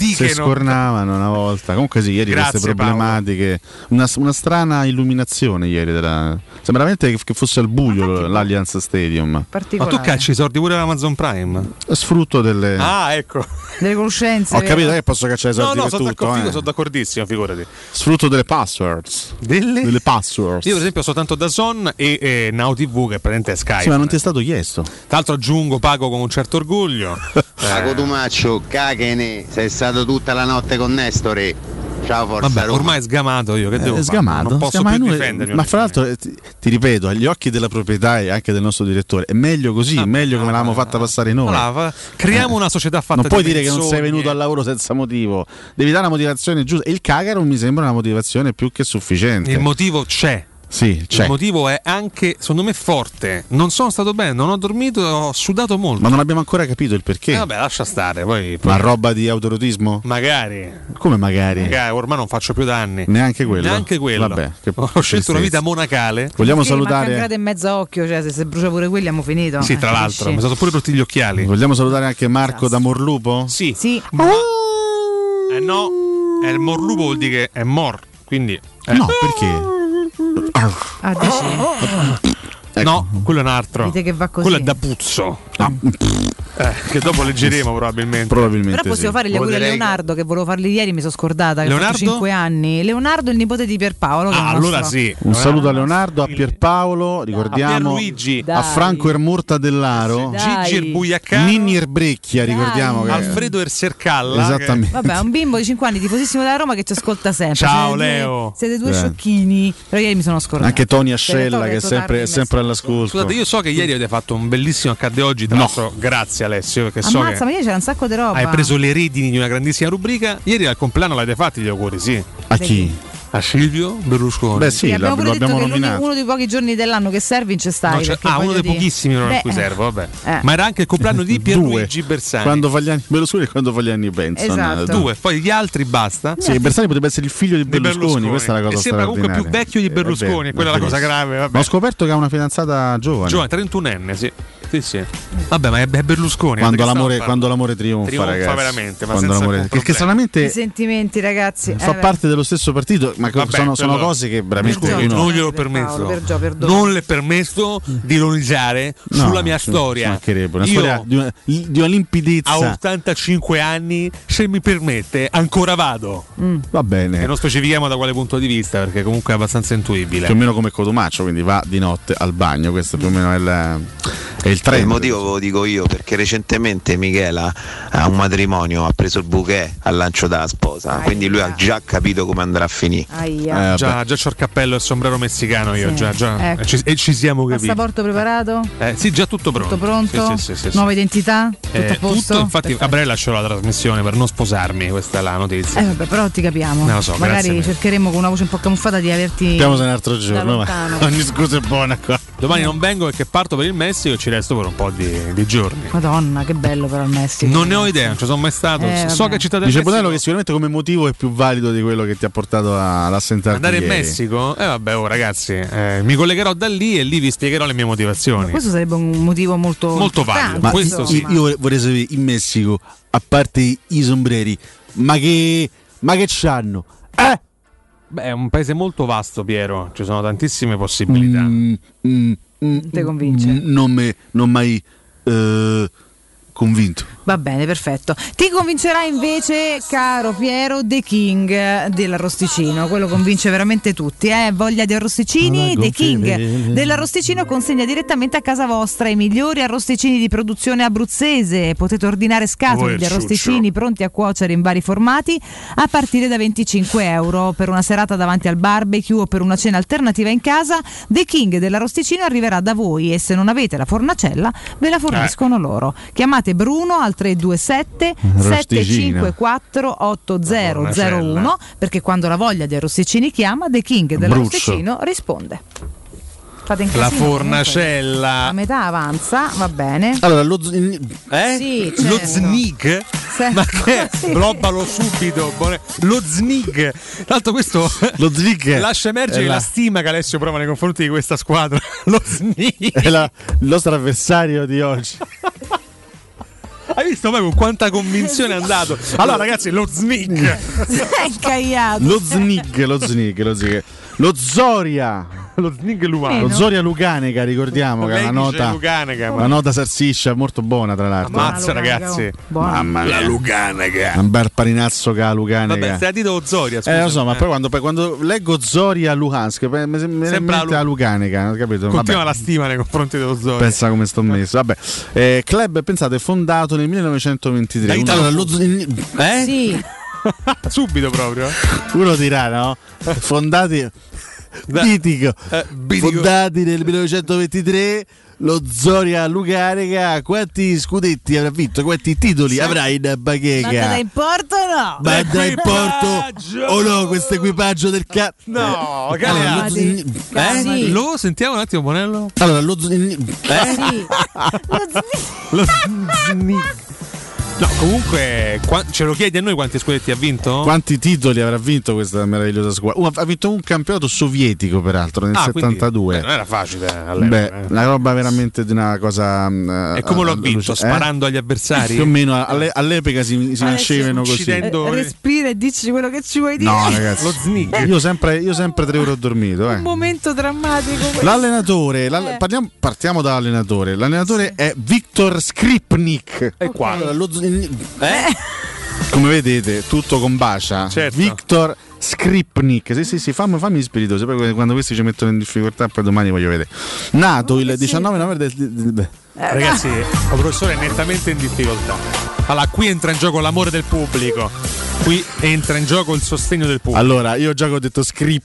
[SPEAKER 6] scornavano una volta. Comunque sì, ieri
[SPEAKER 7] Grazie,
[SPEAKER 6] queste problematiche. Una strana illuminazione ieri sembra veramente che fosse al buio l'Allianz Stadium.
[SPEAKER 7] Ma tu cacci i soldi pure l'Amazon Prime?
[SPEAKER 6] Sfrutto delle
[SPEAKER 7] ecco.
[SPEAKER 5] Delle conoscenze.
[SPEAKER 6] Ho capito che posso cacciare i soldi per
[SPEAKER 7] sono
[SPEAKER 6] tutto.
[SPEAKER 7] Sono d'accordissimo, figurati.
[SPEAKER 6] Sfrutto delle passwords. Delle passwords.
[SPEAKER 7] Io per esempio ho soltanto DAZN e Now TV che praticamente è Skype.
[SPEAKER 6] Sì, ma non ti è stato chiesto.
[SPEAKER 7] Tra l'altro aggiungo, pago con un certo orgoglio.
[SPEAKER 27] Cotumaccio, cagene, sei stato tutta la notte con Nestore. Ciao Forza
[SPEAKER 7] Vabbè,
[SPEAKER 27] Roma.
[SPEAKER 7] ormai è sgamato io, che devo fare?
[SPEAKER 6] Sgamato,
[SPEAKER 7] Non posso più difendermi.
[SPEAKER 6] Ma fra l'altro ti ripeto, agli occhi della proprietà e anche del nostro direttore è meglio così, meglio come l'avevamo fatta passare noi.
[SPEAKER 7] Creiamo una società fatta
[SPEAKER 6] non
[SPEAKER 7] di
[SPEAKER 6] puoi dire che
[SPEAKER 7] persone.
[SPEAKER 6] non sei venuto al lavoro senza motivo, devi dare una motivazione giusta. Il Cagaro mi sembra una motivazione più che sufficiente.
[SPEAKER 7] Il motivo c'è.
[SPEAKER 6] Sì, c'è.
[SPEAKER 7] Il motivo è anche, secondo me, forte. Non sono stato bene, non ho dormito, ho sudato molto.
[SPEAKER 6] Ma non abbiamo ancora capito il perché.
[SPEAKER 7] Vabbè, lascia stare. Poi...
[SPEAKER 6] Ma roba di autorotismo?
[SPEAKER 7] Magari.
[SPEAKER 6] Come magari?
[SPEAKER 7] Ormai non faccio più danni.
[SPEAKER 6] Neanche quello.
[SPEAKER 7] Vabbè, ho scelto una vita monacale.
[SPEAKER 6] Vogliamo
[SPEAKER 5] salutare.
[SPEAKER 6] salutare.
[SPEAKER 5] Un grado e mezzo a occhio, cioè se brucia pure quelli abbiamo finito.
[SPEAKER 7] Sì, tra l'altro, mi sono stato pure rotti gli occhiali.
[SPEAKER 6] Vogliamo salutare anche Marco da Morlupo?
[SPEAKER 7] Sì.
[SPEAKER 5] Ma...
[SPEAKER 7] no, è il Morlupo vuol dire che è quindi.
[SPEAKER 6] No, perché?
[SPEAKER 7] No, quello è un altro.
[SPEAKER 5] Dite che va così.
[SPEAKER 7] Quello è da puzzo. Che dopo leggeremo probabilmente.
[SPEAKER 5] Però possiamo fare gli auguri a Leonardo, che volevo farli ieri, mi sono scordata. Che
[SPEAKER 7] Leonardo?
[SPEAKER 5] ha fatto 5 anni. Leonardo, il nipote di Pierpaolo.
[SPEAKER 7] Allora sì.
[SPEAKER 6] Un saluto a Leonardo, a Pierpaolo, ricordiamo.
[SPEAKER 7] A Pierluigi.
[SPEAKER 6] A Franco Ermurta Dell'Aro.
[SPEAKER 7] Gigi Erbuiaccaro.
[SPEAKER 6] Ninni Erbrecchia, ricordiamo. Che...
[SPEAKER 7] Alfredo Ersercalla.
[SPEAKER 6] Esattamente.
[SPEAKER 5] Vabbè, un bimbo di 5 anni, tifosissimo della Roma, che ci ascolta sempre.
[SPEAKER 7] Ciao Leo.
[SPEAKER 5] Siete due sciocchini. Però ieri mi sono scordata.
[SPEAKER 6] Anche Tony Ascella, che è sempre all'ascolto.
[SPEAKER 7] Scusate, io so che ieri avete fatto un bellissimo accadde oggi. Tra l'altro, grazie Alessio, perché so
[SPEAKER 5] Ammazza, ma ieri c'era un sacco di roba.
[SPEAKER 7] hai preso le redini di una grandissima rubrica. Ieri al compleanno l'avete fatti gli auguri, sì.
[SPEAKER 6] A chi?
[SPEAKER 7] A Silvio Berlusconi.
[SPEAKER 6] Beh sì,
[SPEAKER 5] abbiamo pure detto che
[SPEAKER 6] nominato.
[SPEAKER 5] uno dei pochi giorni dell'anno che serve in cestai.
[SPEAKER 7] Uno dei pochissimi non a cui servo, vabbè. Ma era anche il compleanno di Pierluigi Bersani.
[SPEAKER 6] Quando fa gli anni Berlusconi e quando fa gli anni Benson.
[SPEAKER 5] Esatto.
[SPEAKER 7] 2, poi gli altri basta.
[SPEAKER 6] Sì, Bersani potrebbe essere il figlio di Berlusconi, questa è la cosa.
[SPEAKER 7] E sembra comunque più vecchio di Berlusconi, quella è la cosa grave. Vabbè.
[SPEAKER 6] Ma ho scoperto che ha una fidanzata giovane.
[SPEAKER 7] 31enne, sì. Sì. Vabbè, ma è Berlusconi.
[SPEAKER 6] Quando l'amore trionfa, ragazzi.
[SPEAKER 7] Veramente, ma
[SPEAKER 6] senza
[SPEAKER 7] l'amore,
[SPEAKER 6] perché stranamente
[SPEAKER 5] i sentimenti, ragazzi,
[SPEAKER 6] fa parte dello stesso partito, ma sono cose che veramente
[SPEAKER 7] non glielo permetto. Non le permetto di ironizare sulla mia storia.
[SPEAKER 6] Una storia di una limpidezza.
[SPEAKER 7] A 85 anni, se mi permette, ancora vado.
[SPEAKER 6] Va bene.
[SPEAKER 7] E non specifichiamo da quale punto di vista, perché comunque è abbastanza intuibile.
[SPEAKER 6] Più o meno come Cotumaccio, quindi va di notte al bagno. Questo più o meno è il trend.
[SPEAKER 28] Il motivo ve lo dico io, perché recentemente Michela a un matrimonio ha preso il bouquet al lancio della sposa, quindi lui ha già capito come andrà a finire.
[SPEAKER 7] Già c'ho il cappello e il sombrero messicano io, già.
[SPEAKER 5] Ecco.
[SPEAKER 7] E ci siamo capiti.
[SPEAKER 5] Passaporto preparato?
[SPEAKER 7] Sì, già tutto pronto.
[SPEAKER 5] Tutto pronto?
[SPEAKER 7] Sì.
[SPEAKER 5] Nuova identità? Tutto a posto?
[SPEAKER 7] Tutto, infatti a breve lascerò la trasmissione per non sposarmi, questa è la notizia.
[SPEAKER 5] Vabbè, però ti capiamo.
[SPEAKER 7] Non lo so,
[SPEAKER 5] magari cercheremo con una voce un po' camuffata di averti.
[SPEAKER 6] Andiamo un altro giorno, ma ogni scusa è buona qua.
[SPEAKER 7] Domani non vengo perché parto per il Messico e ci resto per un po' di giorni.
[SPEAKER 5] Madonna, che bello però il Messico.
[SPEAKER 7] Non ne ho idea, non ci sono mai stato. So che città del
[SPEAKER 6] Dice
[SPEAKER 7] Messico.
[SPEAKER 6] Bonello che sicuramente come motivo è più valido di quello che ti ha portato all'assentarti
[SPEAKER 7] andare in
[SPEAKER 6] ieri.
[SPEAKER 7] Messico? Vabbè, ragazzi, mi collegherò da lì e lì vi spiegherò le mie motivazioni.
[SPEAKER 5] Ma questo sarebbe un motivo molto
[SPEAKER 7] valido.
[SPEAKER 6] Ma
[SPEAKER 7] questo sì.
[SPEAKER 6] Io vorrei sapere in Messico, a parte i sombreri, ma che c'hanno?
[SPEAKER 7] Beh, è un paese molto vasto, Piero. Ci sono tantissime possibilità.
[SPEAKER 5] Ti convince?
[SPEAKER 6] Non mai convinto.
[SPEAKER 5] Va bene, perfetto. Ti convincerà invece, caro Piero, The King dell'arrosticino. Quello convince veramente tutti. Voglia di arrosticini? The King dell'arrosticino consegna direttamente a casa vostra i migliori arrosticini di produzione abruzzese. Potete ordinare scatole di arrosticini pronti a cuocere in vari formati a partire da €25 per una serata davanti al barbecue o per una cena alternativa in casa. The King dell'arrosticino arriverà da voi e se non avete la fornacella ve la forniscono loro. Chiamate Bruno al 327 754 8001 perché quando la voglia di arrosticini chiama, The King dell'arrosticino risponde. Fate in casino,
[SPEAKER 7] la fornacella
[SPEAKER 5] comunque. A metà avanza, va bene.
[SPEAKER 6] Allora
[SPEAKER 5] Sì, certo.
[SPEAKER 7] Lo Znig? Ma che robbalo subito, lo Znig. Tra l'altro questo
[SPEAKER 6] lo Znig
[SPEAKER 7] lascia emergere la stima che Alessio prova nei confronti di questa squadra. Lo Znig
[SPEAKER 6] è il nostro avversario di oggi.
[SPEAKER 7] Hai visto poi con quanta convinzione è andato? Allora ragazzi, lo Znig
[SPEAKER 5] è incaiato.
[SPEAKER 6] Lo Znig. Lo Zoria.
[SPEAKER 7] Lo Znig Luganega.
[SPEAKER 6] Lo Zoria Luganega, ricordiamo che è una nota salsiccia molto buona, tra l'altro.
[SPEAKER 7] Ammazza ragazzi.
[SPEAKER 6] Mamma mia.
[SPEAKER 7] La Luganega.
[SPEAKER 6] Un bel paninazzo che ha Luganega.
[SPEAKER 7] Vabbè, stai a dire Zoria, scusa.
[SPEAKER 6] Lo so, ma poi quando leggo Zoria Luhansk mi sembra la Luganega, capito?
[SPEAKER 7] Continua la stima nei confronti dello Zoria.
[SPEAKER 6] Pensa come sto messo. Vabbè. Club, pensate, fondato nel 1923.
[SPEAKER 5] Sì.
[SPEAKER 7] Subito proprio.
[SPEAKER 6] Uno dirà, no? Fondati Bitico. Fondati nel 1923. Lo Zoria Luganega, quanti scudetti avrà vinto? Quanti titoli avrà in bacheca?
[SPEAKER 5] Manda in porto o no?
[SPEAKER 6] Manda in porto o no? Questo equipaggio del cazzo?
[SPEAKER 7] No, lo sentiamo un attimo, Bonello.
[SPEAKER 6] Allora,
[SPEAKER 5] Lo
[SPEAKER 7] No, comunque ce lo chiedi a noi quanti scudetti ha vinto?
[SPEAKER 6] Quanti titoli avrà vinto questa meravigliosa squadra? Ha vinto un campionato sovietico, peraltro, nel 72.
[SPEAKER 7] Non era facile.
[SPEAKER 6] Una roba veramente di una cosa.
[SPEAKER 7] E come l'ho vinto? Sparando agli avversari?
[SPEAKER 6] Più o meno all'epoca si nascevano così.
[SPEAKER 5] Respira e dici quello che ci vuoi dire.
[SPEAKER 6] No, ragazzi.
[SPEAKER 7] Lo Znig.
[SPEAKER 6] Io sempre 3 ore ho dormito.
[SPEAKER 5] Un momento drammatico.
[SPEAKER 6] L'allenatore, partiamo dall'allenatore. L'allenatore è Viktor Skripnik.
[SPEAKER 7] E qua.
[SPEAKER 6] Come vedete, tutto combacia.
[SPEAKER 7] Certo.
[SPEAKER 6] Viktor Skripnik. Sì, fammi spiritoso. Poi quando questi ci mettono in difficoltà, poi domani voglio vedere. Nato il 19 novembre del.
[SPEAKER 7] Ragazzi, il professore è nettamente in difficoltà. Allora, qui entra in gioco l'amore del pubblico. Qui entra in gioco il sostegno del pubblico.
[SPEAKER 6] Allora, io già che ho detto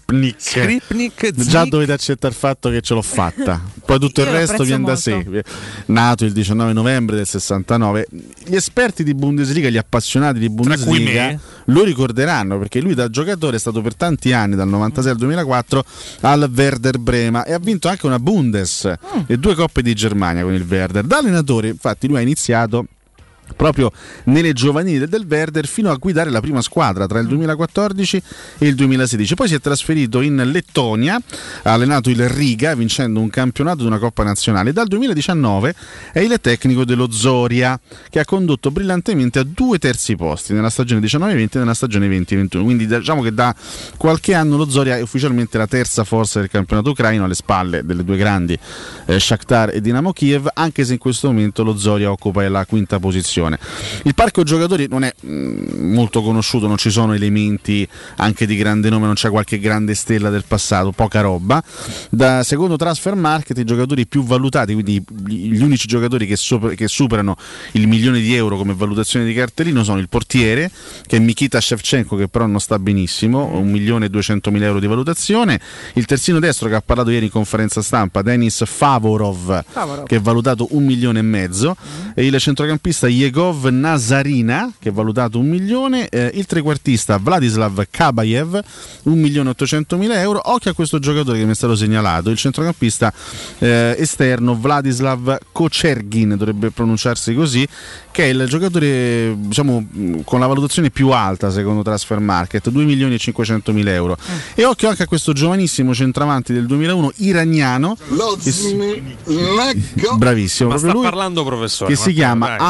[SPEAKER 6] Skripnik, già dovete accettare il fatto che ce l'ho fatta. Poi tutto il resto viene da sé. Nato il 19 novembre del 69. Gli esperti di Bundesliga, gli appassionati di Bundesliga lo ricorderanno, perché lui da giocatore è stato per tanti anni, dal 96 al 2004, al Werder Brema, e ha vinto anche una Bundes e 2 Coppe di Germania con il Werder. Da allenatore, infatti, lui ha iniziato proprio nelle giovanili del Werder fino a guidare la prima squadra tra il 2014 e il 2016. Poi si è trasferito in Lettonia, ha allenato il Riga vincendo un campionato e una Coppa Nazionale. Dal 2019 è il tecnico dello Zoria, che ha condotto brillantemente a 2 terzi posti nella stagione 19-20 e nella stagione 20-21. Quindi diciamo che da qualche anno lo Zoria è ufficialmente la terza forza del campionato ucraino, alle spalle delle 2 grandi Shakhtar e Dinamo Kiev, anche se in questo momento lo Zoria occupa la quinta posizione. Il parco giocatori non è molto conosciuto, non ci sono elementi anche di grande nome, non c'è qualche grande stella del passato, poca roba. Da secondo Transfer Market, i giocatori più valutati, quindi gli unici giocatori che superano il €1.000.000 come valutazione di cartellino, sono il portiere, che è Mikita Shevchenko, che però non sta benissimo, €1.200.000 di valutazione. Il terzino destro, che ha parlato ieri in conferenza stampa, Denis Favorov, che è valutato €1.500.000, e il centrocampista Yegov Nazarina, che è valutato €1.000.000, il trequartista Vladislav Kabayev, €1.800.000. Occhio a questo giocatore che mi è stato segnalato, il centrocampista esterno Vladislav Kochergin, dovrebbe pronunciarsi così, che è il giocatore, diciamo, con la valutazione più alta secondo Transfer Market, €2.500.000. E occhio anche a questo giovanissimo centravanti del 2001 iraniano, bravissimo,
[SPEAKER 7] ma
[SPEAKER 6] proprio
[SPEAKER 7] sta
[SPEAKER 6] lui,
[SPEAKER 7] parlando professore,
[SPEAKER 6] che si chiama Allayev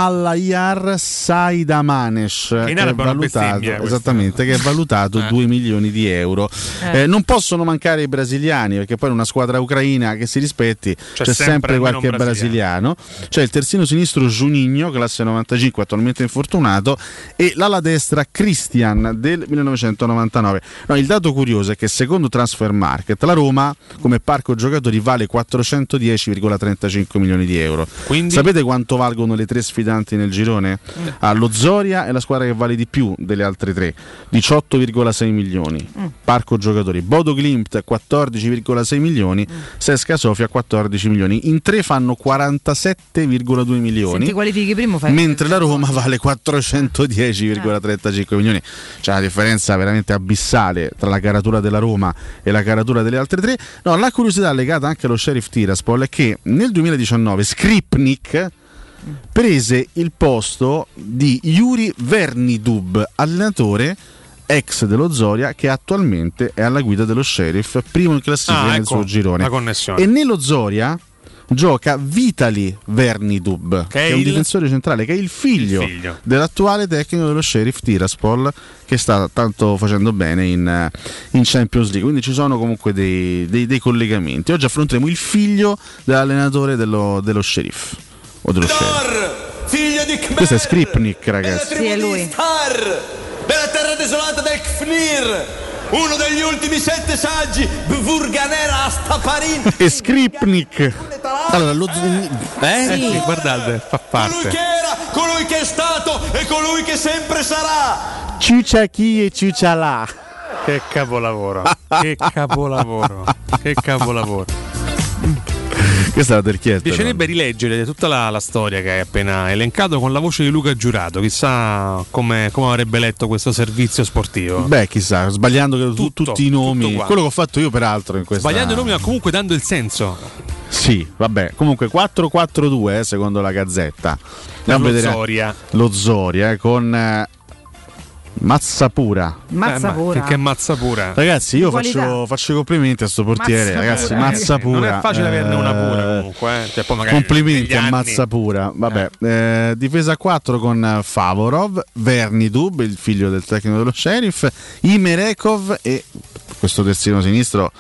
[SPEAKER 6] Bayar Saidamanesh, che è valutato, esattamente, che è valutato 2 milioni di euro. Non possono mancare i brasiliani, perché poi in una squadra ucraina che si rispetti c'è sempre qualche brasiliano. C'è il terzino sinistro Juninho, classe 95, attualmente infortunato, e l'ala destra Christian del 1999. No, il dato curioso è che secondo Transfer Market la Roma come parco giocatori vale 410,35 milioni di euro. Quindi? Sapete quanto valgono le tre sfidanti nel girone? Lo Zoria è la squadra che vale di più delle altre tre, 18,6 milioni. Parco giocatori. Bodo Glimt 14,6 milioni, Sesca Sofia 14 milioni. In tre fanno 47,2 milioni.
[SPEAKER 5] Ti qualifichi primo,
[SPEAKER 6] mentre la Roma vale 410,35 milioni. C'è una differenza veramente abissale tra la caratura della Roma e la caratura delle altre tre. No, la curiosità legata anche allo Sheriff Tiraspol è che nel 2019 Skripnik prese il posto di Yuri Vernidub, allenatore ex dello Zoria, che attualmente è alla guida dello Sheriff, primo in classifica nel suo girone.
[SPEAKER 7] La connessione.
[SPEAKER 6] E nello Zoria gioca Vitali Vernidub, che è un difensore centrale, che è il figlio dell'attuale tecnico dello Sheriff Tiraspol, che sta tanto facendo bene in Champions League. Quindi ci sono comunque dei collegamenti. Oggi affronteremo il figlio dell'allenatore dello Sheriff o dello Sheriff.
[SPEAKER 1] Figlio di Khmer.
[SPEAKER 6] Questo è Skripnik, ragazzi.
[SPEAKER 5] Sì, è lui.
[SPEAKER 1] Della terra desolata del Kfnir, uno degli ultimi 7 saggi, Bvurganera Astaparin.
[SPEAKER 6] E Skripnik. Allora,
[SPEAKER 7] sì, guardate, fa parte.
[SPEAKER 1] Colui che era, colui che è stato e colui che sempre sarà.
[SPEAKER 6] Ciuccia chi e ciuccia là.
[SPEAKER 7] Che capolavoro. Che capolavoro. Che capolavoro.
[SPEAKER 6] Questa è la terchietta.
[SPEAKER 7] Piacerebbe rileggere tutta la storia che hai appena elencato con la voce di Luca Giurato. Chissà come avrebbe letto questo servizio sportivo.
[SPEAKER 6] Beh, chissà, sbagliando tutti i nomi. Quello che ho fatto io, peraltro, in questa.
[SPEAKER 7] Sbagliando i nomi, ma comunque dando il senso.
[SPEAKER 6] Sì, vabbè. Comunque 4-4-2, secondo la Gazzetta. Lo Zoria con Mazzapura.
[SPEAKER 7] Che Mazzapura.
[SPEAKER 6] Ragazzi, io faccio i complimenti a sto portiere. Ragazzi, Mazzapura.
[SPEAKER 7] Non è facile averne una pura comunque. Cioè, poi
[SPEAKER 6] complimenti a Mazzapura. Vabbè, difesa a 4 con Favorov, Vernidub, il figlio del tecnico dello Sheriff, Imerekov e questo terzino sinistro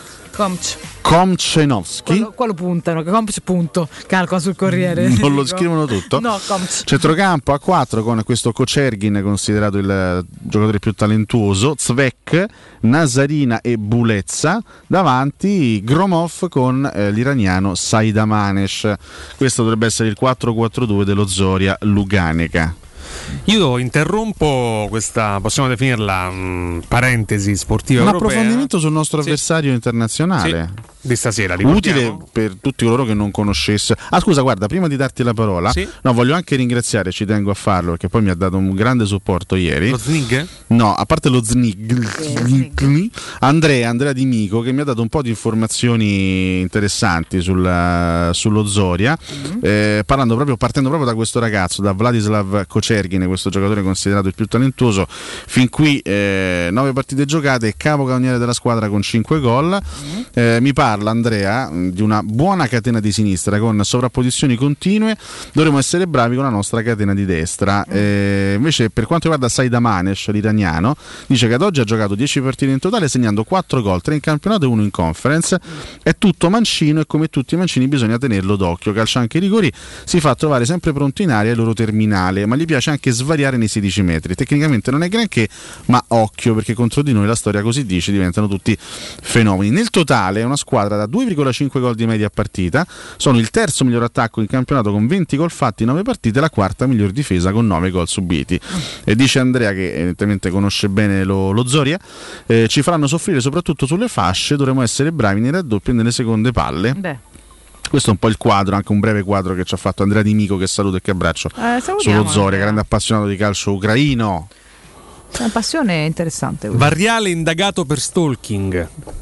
[SPEAKER 6] Komchenovski.
[SPEAKER 5] Quello puntano, Komch punto, calcola sul Corriere.
[SPEAKER 6] Non lo scrivono tutto.
[SPEAKER 5] No, Komch.
[SPEAKER 6] Centrocampo a 4 con questo Kochergin, considerato il giocatore più talentuoso, Zvek, Nazarina e Bulezza. Davanti Gromov con l'iraniano Saidamanesh. Questo dovrebbe essere il 4-4-2 dello Zoria Luganica.
[SPEAKER 7] Io interrompo questa, possiamo definirla parentesi sportiva
[SPEAKER 6] un
[SPEAKER 7] europea.
[SPEAKER 6] Approfondimento sul nostro avversario internazionale.
[SPEAKER 7] Sì. Di stasera,
[SPEAKER 6] utile per tutti coloro che non conoscessero. Scusa, guarda, prima di darti la parola, voglio anche ringraziare, ci tengo a farlo perché poi mi ha dato un grande supporto ieri.
[SPEAKER 7] Lo Znig?
[SPEAKER 6] No, a parte lo Znig, Andrea Di Mico, che mi ha dato un po' di informazioni interessanti sullo Zoria, partendo proprio da questo ragazzo, da Vladislav Kochergin, questo giocatore considerato il più talentuoso. Fin qui 9 partite giocate, capocannoniere della squadra con 5 gol. Mi parla Andrea di una buona catena di sinistra con sovrapposizioni continue. Dovremmo essere bravi con la nostra catena di destra. Invece, per quanto riguarda Saidamanesh, l'iraniano, dice che ad oggi ha giocato 10 partite in totale, segnando 4 gol, 3 in campionato e 1 in conference. È tutto mancino e come tutti i mancini bisogna tenerlo d'occhio. Calcia anche i rigori, si fa trovare sempre pronto in aria il loro terminale, ma gli piace anche svariare nei 16 metri. Tecnicamente non è granché, ma occhio, perché contro di noi la storia così dice, diventano tutti fenomeni. Nel totale è una squadra da 2,5 gol di media a partita, sono il terzo miglior attacco in campionato con 20 gol fatti in 9 partite, la quarta miglior difesa con 9 gol subiti. E dice Andrea, che evidentemente conosce bene lo Zoria, ci faranno soffrire soprattutto sulle fasce, dovremo essere bravi nei raddoppi e nelle seconde palle. Questo è un po' il quadro, anche un breve quadro che ci ha fatto Andrea Di Mico, che saluto e che abbraccio, sullo Zoria, grande appassionato di calcio ucraino.
[SPEAKER 5] È una passione interessante.
[SPEAKER 7] Varriale indagato per stalking.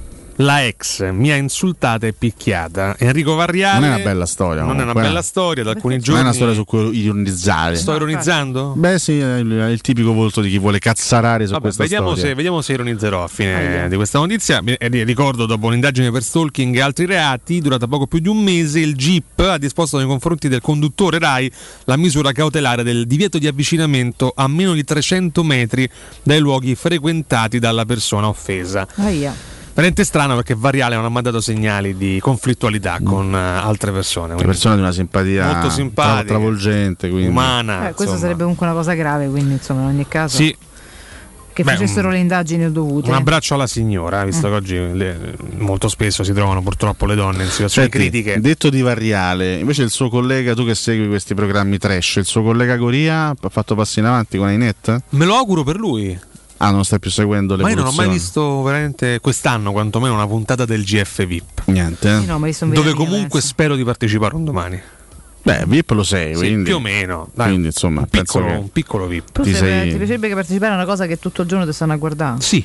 [SPEAKER 7] La ex mi ha insultata e picchiata. Enrico Varriale.
[SPEAKER 6] Non è una bella storia.
[SPEAKER 7] Non è una bella storia. Da alcuni giorni.
[SPEAKER 6] Non è una storia su cui ironizzare.
[SPEAKER 7] Sto ironizzando?
[SPEAKER 6] Beh, sì, è il tipico volto di chi vuole cazzarare su questa storia.
[SPEAKER 7] Vediamo se ironizzerò a fine di questa notizia. Ricordo, dopo un'indagine per stalking e altri reati, durata poco più di un mese, il GIP ha disposto nei confronti del conduttore Rai la misura cautelare del divieto di avvicinamento a meno di 300 metri dai luoghi frequentati dalla persona offesa. Veramente strano, perché Varriale non ha mandato segnali di conflittualità con altre persone.
[SPEAKER 6] Una persona di una simpatia
[SPEAKER 7] molto simpatica,
[SPEAKER 6] travolgente, quindi
[SPEAKER 7] umana.
[SPEAKER 5] Questo sarebbe comunque una cosa grave, quindi insomma in ogni caso.
[SPEAKER 7] Sì.
[SPEAKER 5] Che facessero le indagini dovute.
[SPEAKER 7] Un abbraccio alla signora, visto che oggi molto spesso si trovano purtroppo le donne in situazioni critiche.
[SPEAKER 6] Detto di Varriale, invece il suo collega, tu che segui questi programmi trash, il suo collega Goria ha fatto passi in avanti con Ainet?
[SPEAKER 7] Me lo auguro per lui.
[SPEAKER 6] Non stai più seguendo le
[SPEAKER 7] Ma io non ho mai visto veramente quest'anno quantomeno una puntata del GF VIP.
[SPEAKER 6] Niente.
[SPEAKER 5] Sì, no, ma
[SPEAKER 7] dove comunque spero di partecipare un domani.
[SPEAKER 6] Beh, VIP lo sei, quindi
[SPEAKER 7] più o meno. Dai,
[SPEAKER 6] quindi insomma,
[SPEAKER 7] un piccolo VIP.
[SPEAKER 5] Tu ti piacerebbe che partecipare a una cosa che tutto il giorno ti stanno a guardare?
[SPEAKER 7] Sì.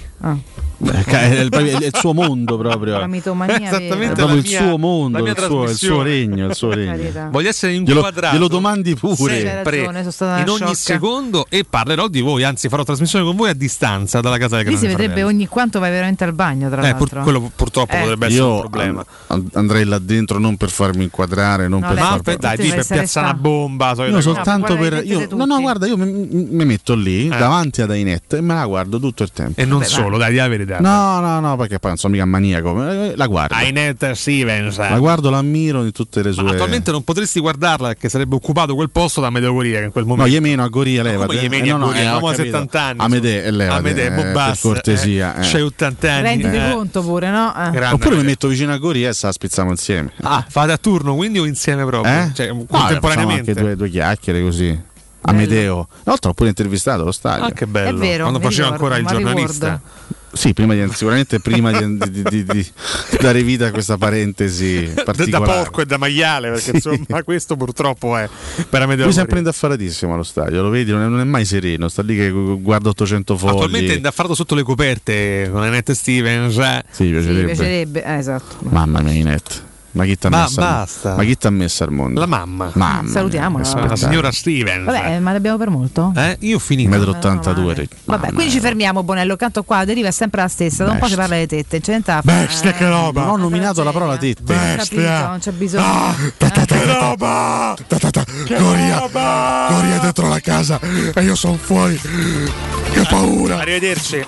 [SPEAKER 6] È il suo mondo proprio.
[SPEAKER 5] La mitomania
[SPEAKER 6] esattamente, è proprio il suo mondo, il suo regno.
[SPEAKER 7] Voglio essere inquadrato.
[SPEAKER 6] Glielo domandi pure
[SPEAKER 7] sempre, in ogni secondo, e parlerò di voi, anzi farò trasmissione con voi a distanza dalla casa del Grande
[SPEAKER 5] Fratello. Lì si vedrebbe ogni quanto vai veramente al bagno, tra l'altro.
[SPEAKER 7] Quello purtroppo potrebbe essere un problema.
[SPEAKER 6] Andrei là dentro non per farmi inquadrare, non per
[SPEAKER 7] dai, per piazzare una bomba.
[SPEAKER 6] Io soltanto per guarda, io mi metto lì davanti ad Ainet e me la guardo tutto il tempo.
[SPEAKER 7] E non solo, dai, la verità.
[SPEAKER 6] No, perché poi non sono mica maniaco. La guardo.
[SPEAKER 7] Ainet Stevens.
[SPEAKER 6] La guardo, l'ammiro in tutte le sue.
[SPEAKER 7] Ma attualmente non potresti guardarla perché sarebbe occupato quel posto da Amedeo Goria, che in quel momento.
[SPEAKER 6] No, Iemeno a Goria, levate.
[SPEAKER 7] Siamo a 70 anni.
[SPEAKER 6] Amedeo, levate. Per cortesia.
[SPEAKER 7] C'hai 80 anni.
[SPEAKER 5] Renditi conto pure, no?
[SPEAKER 6] Oppure mi metto vicino a Goria e se la spizziamo insieme.
[SPEAKER 7] Fate a turno, quindi, o insieme proprio? Cioè, contemporaneamente.
[SPEAKER 6] Anche due chiacchiere così. Amedeo. Una volta l'ho pure intervistato allo stadio.
[SPEAKER 7] Che bello.
[SPEAKER 5] È vero,
[SPEAKER 7] quando faceva ancora il giornalista.
[SPEAKER 6] Sì, sicuramente prima di dare vita a questa parentesi particolare.
[SPEAKER 7] Da porco e da maiale, perché insomma questo purtroppo è per Amedeo.
[SPEAKER 6] Lui sempre indaffaratissimo allo stadio, lo vedi, non è mai sereno, sta lì che guarda 800 fogli.
[SPEAKER 7] Attualmente è indaffato sotto le coperte con Ainet Stevens.
[SPEAKER 6] Sì,
[SPEAKER 5] piacerebbe. Esatto.
[SPEAKER 6] Mamma mia, Ainet. Ma chi t'ha messa al mondo?
[SPEAKER 7] La mamma.
[SPEAKER 5] Salutiamola.
[SPEAKER 7] La signora Stevens.
[SPEAKER 5] Vabbè, ma l'abbiamo per molto?
[SPEAKER 7] Io ho finito.
[SPEAKER 6] 1,82 m.
[SPEAKER 5] Vabbè, quindi ci fermiamo, Bonello. Canto qua, deriva è sempre la stessa. Da un po' si parla di tette.
[SPEAKER 7] Bestia, che roba.
[SPEAKER 6] Non ho nominato la parola tette.
[SPEAKER 5] Bestia. Non c'è bisogno.
[SPEAKER 7] Che roba.
[SPEAKER 6] Goria dentro la casa e io sono fuori. Che paura.
[SPEAKER 7] Arrivederci.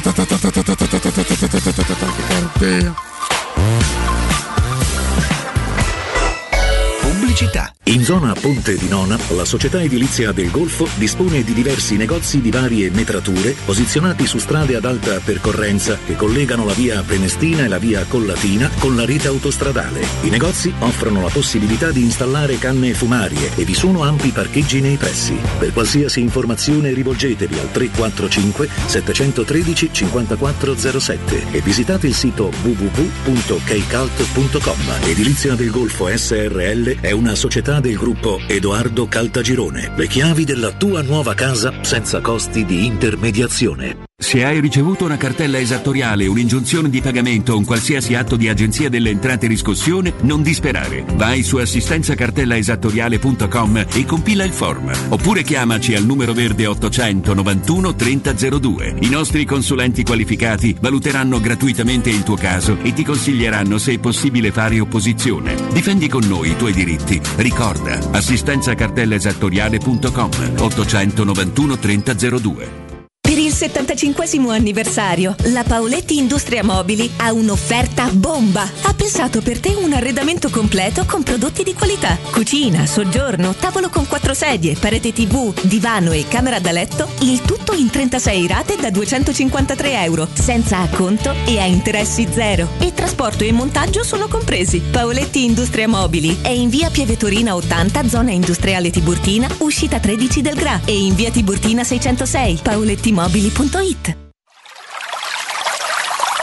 [SPEAKER 18] Pubblicità. In zona Ponte di Nona, la società edilizia del Golfo dispone di diversi negozi di varie metrature posizionati su strade ad alta percorrenza che collegano la via Prenestina e la via Collatina con la rete autostradale. I negozi offrono la possibilità di installare canne fumarie e vi sono ampi parcheggi nei pressi. Per qualsiasi informazione rivolgetevi al 345 713 5407 e visitate il sito www.keicalt.com. Edilizia del Golfo SRL è una società del gruppo Edoardo Caltagirone. Le chiavi della tua nuova casa senza costi di intermediazione.
[SPEAKER 2] Se hai ricevuto una cartella esattoriale, un'ingiunzione di pagamento o un qualsiasi atto di Agenzia delle Entrate e Riscossione, non disperare. Vai su assistenzacartellaesattoriale.com e compila il form. Oppure chiamaci al numero verde 800 91 3002. I nostri consulenti qualificati valuteranno gratuitamente il tuo caso e ti consiglieranno se è possibile fare opposizione. Difendi con noi i tuoi diritti. Ricorda, assistenzacartellaesattoriale.com 891 3002.
[SPEAKER 12] Per il 75° anniversario, la Paoletti Industria Mobili ha un'offerta bomba. Ha pensato per te un arredamento completo con prodotti di qualità. Cucina, soggiorno, tavolo con 4 sedie, parete TV, divano e camera da letto, il tutto in 36 rate da €253, senza acconto e a interessi zero. E trasporto e montaggio sono compresi. Paoletti Industria Mobili è in via Piavetorina 80, zona industriale Tiburtina, uscita 13 del Gra, e in via Tiburtina 606, paolettimobili.it.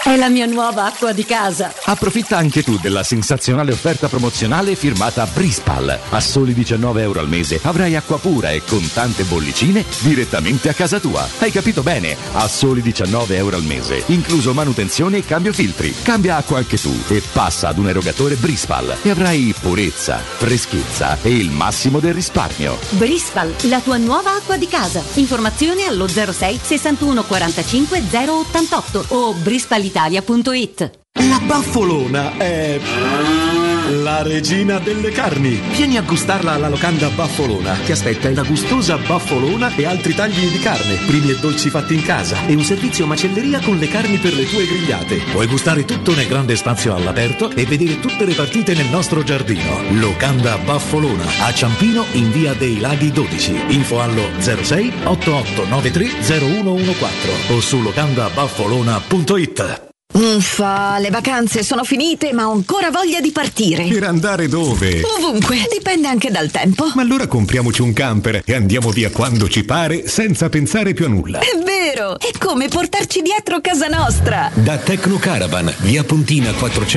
[SPEAKER 9] È la mia nuova acqua di casa.
[SPEAKER 8] Approfitta anche tu della sensazionale offerta promozionale firmata Brispal. A soli €19 al mese avrai acqua pura e con tante bollicine direttamente a casa tua. Hai capito bene? A soli €19 al mese, incluso manutenzione e cambio filtri. Cambia acqua anche tu e passa ad un erogatore Brispal e avrai purezza, freschezza e il massimo del risparmio.
[SPEAKER 9] Brispal, la tua nuova acqua di casa. Informazioni allo 06 61 45 088 o brispalitalia.it.
[SPEAKER 4] La baffolona è la regina delle carni. Vieni a gustarla alla locanda Baffolona. Ti aspetta la gustosa baffolona e altri tagli di carne, primi e dolci fatti in casa e un servizio macelleria con le carni per le tue grigliate. Puoi gustare tutto nel grande spazio all'aperto e vedere tutte le partite nel nostro giardino. Locanda Baffolona a Ciampino in via dei Laghi 12. Info allo 06 8893 0114 o su locandabaffolona.it.
[SPEAKER 12] Uffa, le vacanze sono finite, ma ho ancora voglia di partire.
[SPEAKER 21] Per andare dove?
[SPEAKER 12] Ovunque, dipende anche dal tempo.
[SPEAKER 21] Ma allora compriamoci un camper e andiamo via quando ci pare, senza pensare più a nulla.
[SPEAKER 12] È vero, è come portarci dietro casa nostra.
[SPEAKER 21] Da Tecnocaravan, via Pontina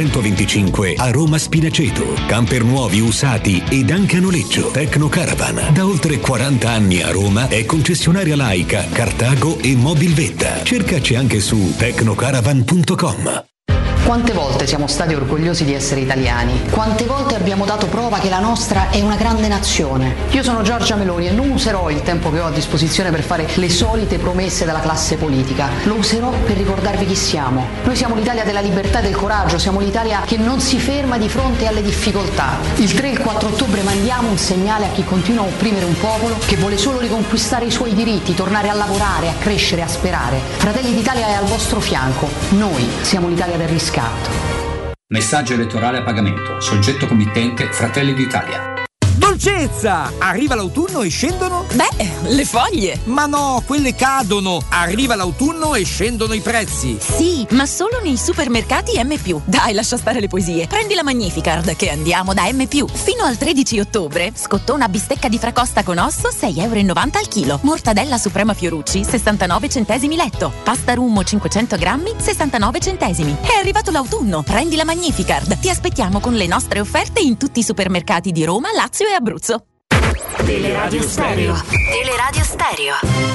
[SPEAKER 21] 425 a Roma Spinaceto. Camper nuovi, usati ed anche a noleggio. Tecnocaravan, da oltre 40 anni a Roma, è concessionaria Laica, Cartago e Mobilvetta. Cercaci anche su tecnocaravan.com.
[SPEAKER 15] Quante volte siamo stati orgogliosi di essere italiani? Quante volte abbiamo dato prova che la nostra è una grande nazione? Io sono Giorgia Meloni e non userò il tempo che ho a disposizione per fare le solite promesse della classe politica. Lo userò per ricordarvi chi siamo. Noi siamo l'Italia della libertà e del coraggio, siamo l'Italia che non si ferma di fronte alle difficoltà. Il 3 e il 4 ottobre mandiamo un segnale a chi continua a opprimere un popolo che vuole solo riconquistare i suoi diritti, tornare a lavorare, a crescere, a sperare. Fratelli d'Italia è al vostro fianco. Noi siamo l'Italia del riscatto.
[SPEAKER 16] Messaggio elettorale a pagamento. Soggetto committente Fratelli d'Italia.
[SPEAKER 17] Dolcezza! Arriva l'autunno e scendono?
[SPEAKER 12] Beh, le foglie.
[SPEAKER 17] Ma no, quelle cadono. Arriva l'autunno e scendono i prezzi.
[SPEAKER 12] Sì, ma solo nei supermercati M+. Dai, lascia stare le poesie. Prendi la Magnificard che andiamo da M+. Fino al 13 ottobre, scottona bistecca di fracosta con osso, €6,90 al chilo. Mortadella Suprema Fiorucci, 69 centesimi letto. Pasta Rummo 500 grammi, 69 centesimi. È arrivato l'autunno. Prendi la Magnificard. Ti aspettiamo con le nostre offerte in tutti i supermercati di Roma, Lazio e Abruzzo.
[SPEAKER 11] Teleradio Stereo. Teleradio Stereo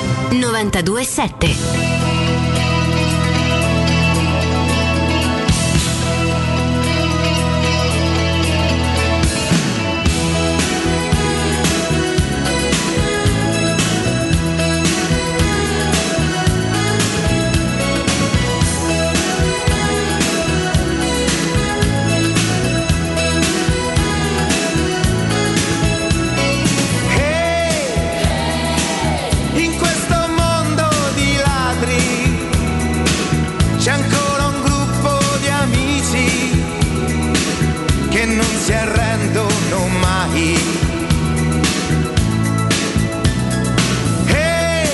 [SPEAKER 11] 92.7.
[SPEAKER 19] C'è ancora un gruppo di amici che non si arrendono mai. E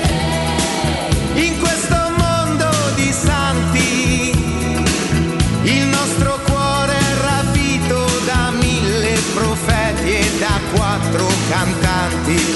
[SPEAKER 19] in questo mondo di santi il nostro cuore è rapito da 1000 profeti e da 4 cantanti.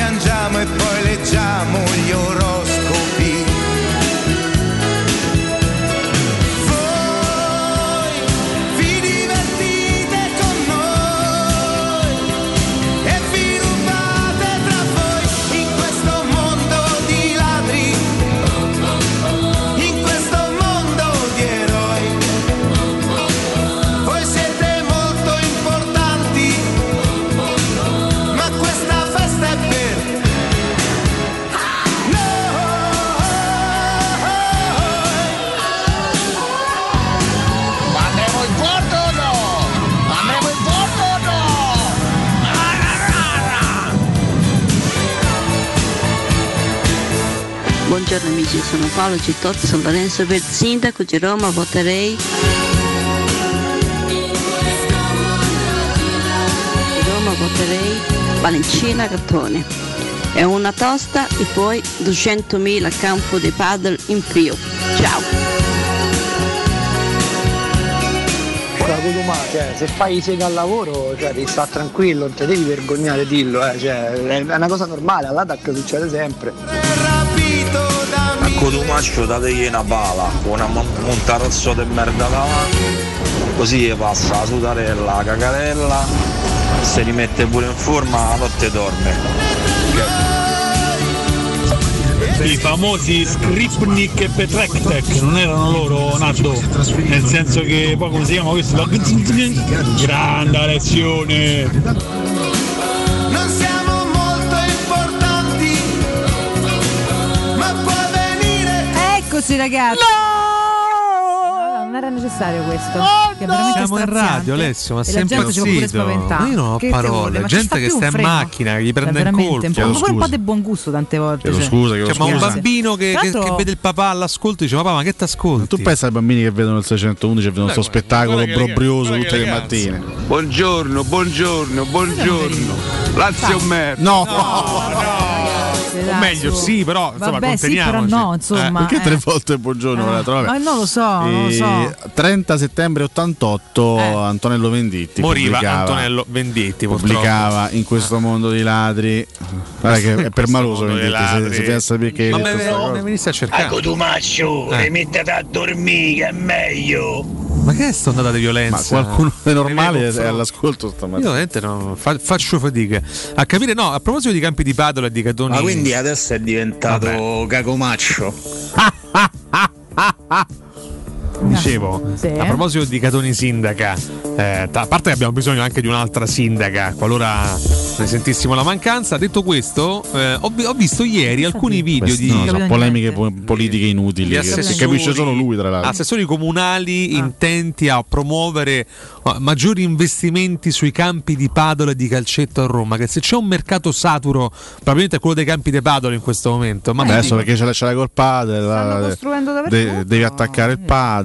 [SPEAKER 19] E poi leggiamo gli oroscopi.
[SPEAKER 3] Buongiorno amici, sono Paolo Cittozzi, sono Lorenzo per sindaco di Roma, voterei. Di Roma voterei Valencina Gattone. È una tosta e poi 200.000 campo di paddle in più. Ciao!
[SPEAKER 13] Cioè, se fai sega al lavoro, cioè, devi stare tranquillo, non ti devi vergognare, dillo, cioè, è una cosa normale, all'ATAC succede sempre.
[SPEAKER 14] A Cotumaccio dategli una pala, una montarozzo di merda davanti, così passa la sudarella, la cacarella, se li mette pure in forma la notte dorme.
[SPEAKER 20] I famosi Skripnik e Petrektek non erano loro, Nardo, nel senso che poi come si chiama questo? Grande lezione.
[SPEAKER 19] Non siamo molto importanti, ma può venire.
[SPEAKER 5] Eccoci ragazzi. Non era necessario questo. Che
[SPEAKER 7] Siamo in radio, Alessio, ma sempre
[SPEAKER 5] spaventato.
[SPEAKER 7] Io non ho parole. Gente che sta in macchina, che gli prende in colpo.
[SPEAKER 5] Un po' di buon gusto tante volte.
[SPEAKER 6] Scusa,
[SPEAKER 7] ma un bambino che vede il papà all'ascolto dice: papà, ma che t'ascolti?
[SPEAKER 6] Tu pensa ai bambini che vedono il 611 e vedono questo spettacolo brobrioso tutte le mattine.
[SPEAKER 27] Buongiorno. Lazio merda.
[SPEAKER 6] No.
[SPEAKER 7] O meglio, sì, però insomma,
[SPEAKER 5] vabbè, sì, però no, insomma.
[SPEAKER 6] Perché 3 volte buongiorno?
[SPEAKER 5] Ma non lo so.
[SPEAKER 6] 30 settembre 88 Antonello Venditti
[SPEAKER 7] moriva. Antonello Venditti
[SPEAKER 6] pubblicava In questo mondo di ladri. Guarda che è permaloso Venditti, se pensa sapere che
[SPEAKER 7] ma me venisse a cercare.
[SPEAKER 13] Ecco tu maccio, rimettete a dormire che è meglio.
[SPEAKER 7] Ma che è sta ondata di violenza?
[SPEAKER 6] Ma qualcuno è normale è all'ascolto stamattina.
[SPEAKER 7] Io veramente faccio fatica a capire. No, a proposito di campi di paddle e di Catoni.
[SPEAKER 13] Ma quindi adesso è diventato cacomaccio.
[SPEAKER 7] Dicevo, a proposito di Catoni sindaca, a parte che abbiamo bisogno anche di un'altra sindaca qualora ne sentissimo la mancanza. Detto questo, ho visto ieri alcuni video di
[SPEAKER 6] sono polemiche politiche inutili che capisce solo lui, tra l'altro.
[SPEAKER 7] Assessori comunali intenti a promuovere maggiori investimenti sui campi di paddle e di calcetto a Roma, che se c'è un mercato saturo probabilmente è quello dei campi di paddle in questo momento. Ma
[SPEAKER 6] adesso perché ce l'hai col paddle, devi attaccare il paddle.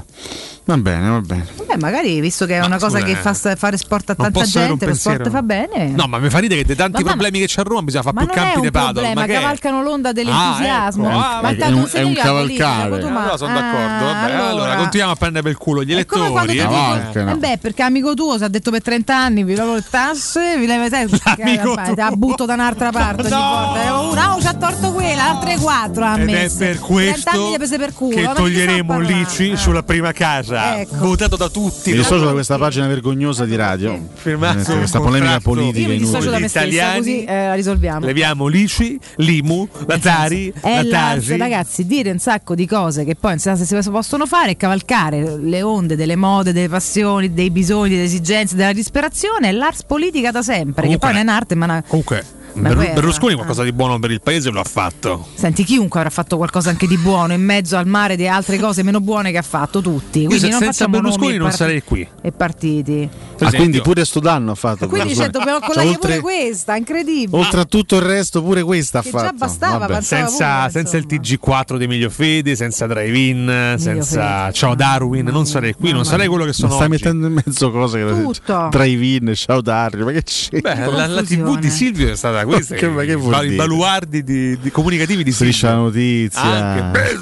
[SPEAKER 6] Va bene.
[SPEAKER 5] Beh, magari visto che è una cosa che fa fare sport a tanta gente, lo sport fa bene.
[SPEAKER 7] No, ma mi fa ridere che dei tanti problemi che c'è a Roma bisogna fare più campi di paddle.
[SPEAKER 5] Ma cavalcano l'onda dell'entusiasmo.
[SPEAKER 6] È un cavalcare.
[SPEAKER 7] Allora sono d'accordo. Vabbè, allora continuiamo a prendere per il culo gli elettori.
[SPEAKER 5] Perché amico tuo si ha detto per 30 anni vi levo le tasse, vi levo te la butto da un'altra parte. Uno ci ha torto quella, altre 4 ha messo.
[SPEAKER 7] Ed è per questo che toglieremo l'ICI sulla prima casa. Votato da tutti.
[SPEAKER 6] Mi dissocio da questa pagina vergognosa di radio. Questa polemica politica inutile.
[SPEAKER 5] Italiani, così la risolviamo.
[SPEAKER 7] Leviamo l'ICI, l'IMU, la Tari, la Tasi.
[SPEAKER 5] Ragazzi, dire un sacco di cose che poi non si possono fare e cavalcare le onde delle mode, delle passioni, dei bisogni, delle esigenze, della disperazione è l'ars politica da sempre. Comunque, che poi non è un'arte, ma
[SPEAKER 7] comunque Berlusconi qualcosa di buono per il paese lo ha fatto.
[SPEAKER 5] Senti, chiunque avrà fatto qualcosa anche di buono in mezzo al mare di altre cose meno buone che ha fatto, tutti. Quindi non
[SPEAKER 7] senza Berlusconi non sarei qui.
[SPEAKER 5] E partiti.
[SPEAKER 6] Quindi pure sto danno ha fatto.
[SPEAKER 5] E quindi dobbiamo collegare pure questa, incredibile.
[SPEAKER 6] Oltre a tutto il resto pure questa ha fatto.
[SPEAKER 5] Già bastava,
[SPEAKER 7] senza il TG4 di Emilio Fede, senza Drive-In, senza Ciao Darwin, non sarei qui, non sarei quello che sono
[SPEAKER 6] stai
[SPEAKER 7] oggi.
[SPEAKER 6] Mettendo in mezzo cose che Drive-In, Ciao Darwin, ma che c'è?
[SPEAKER 7] La TV di Silvio è stata questa. I baluardi comunicativi di
[SPEAKER 6] Striscia la Notizia.
[SPEAKER 7] Anche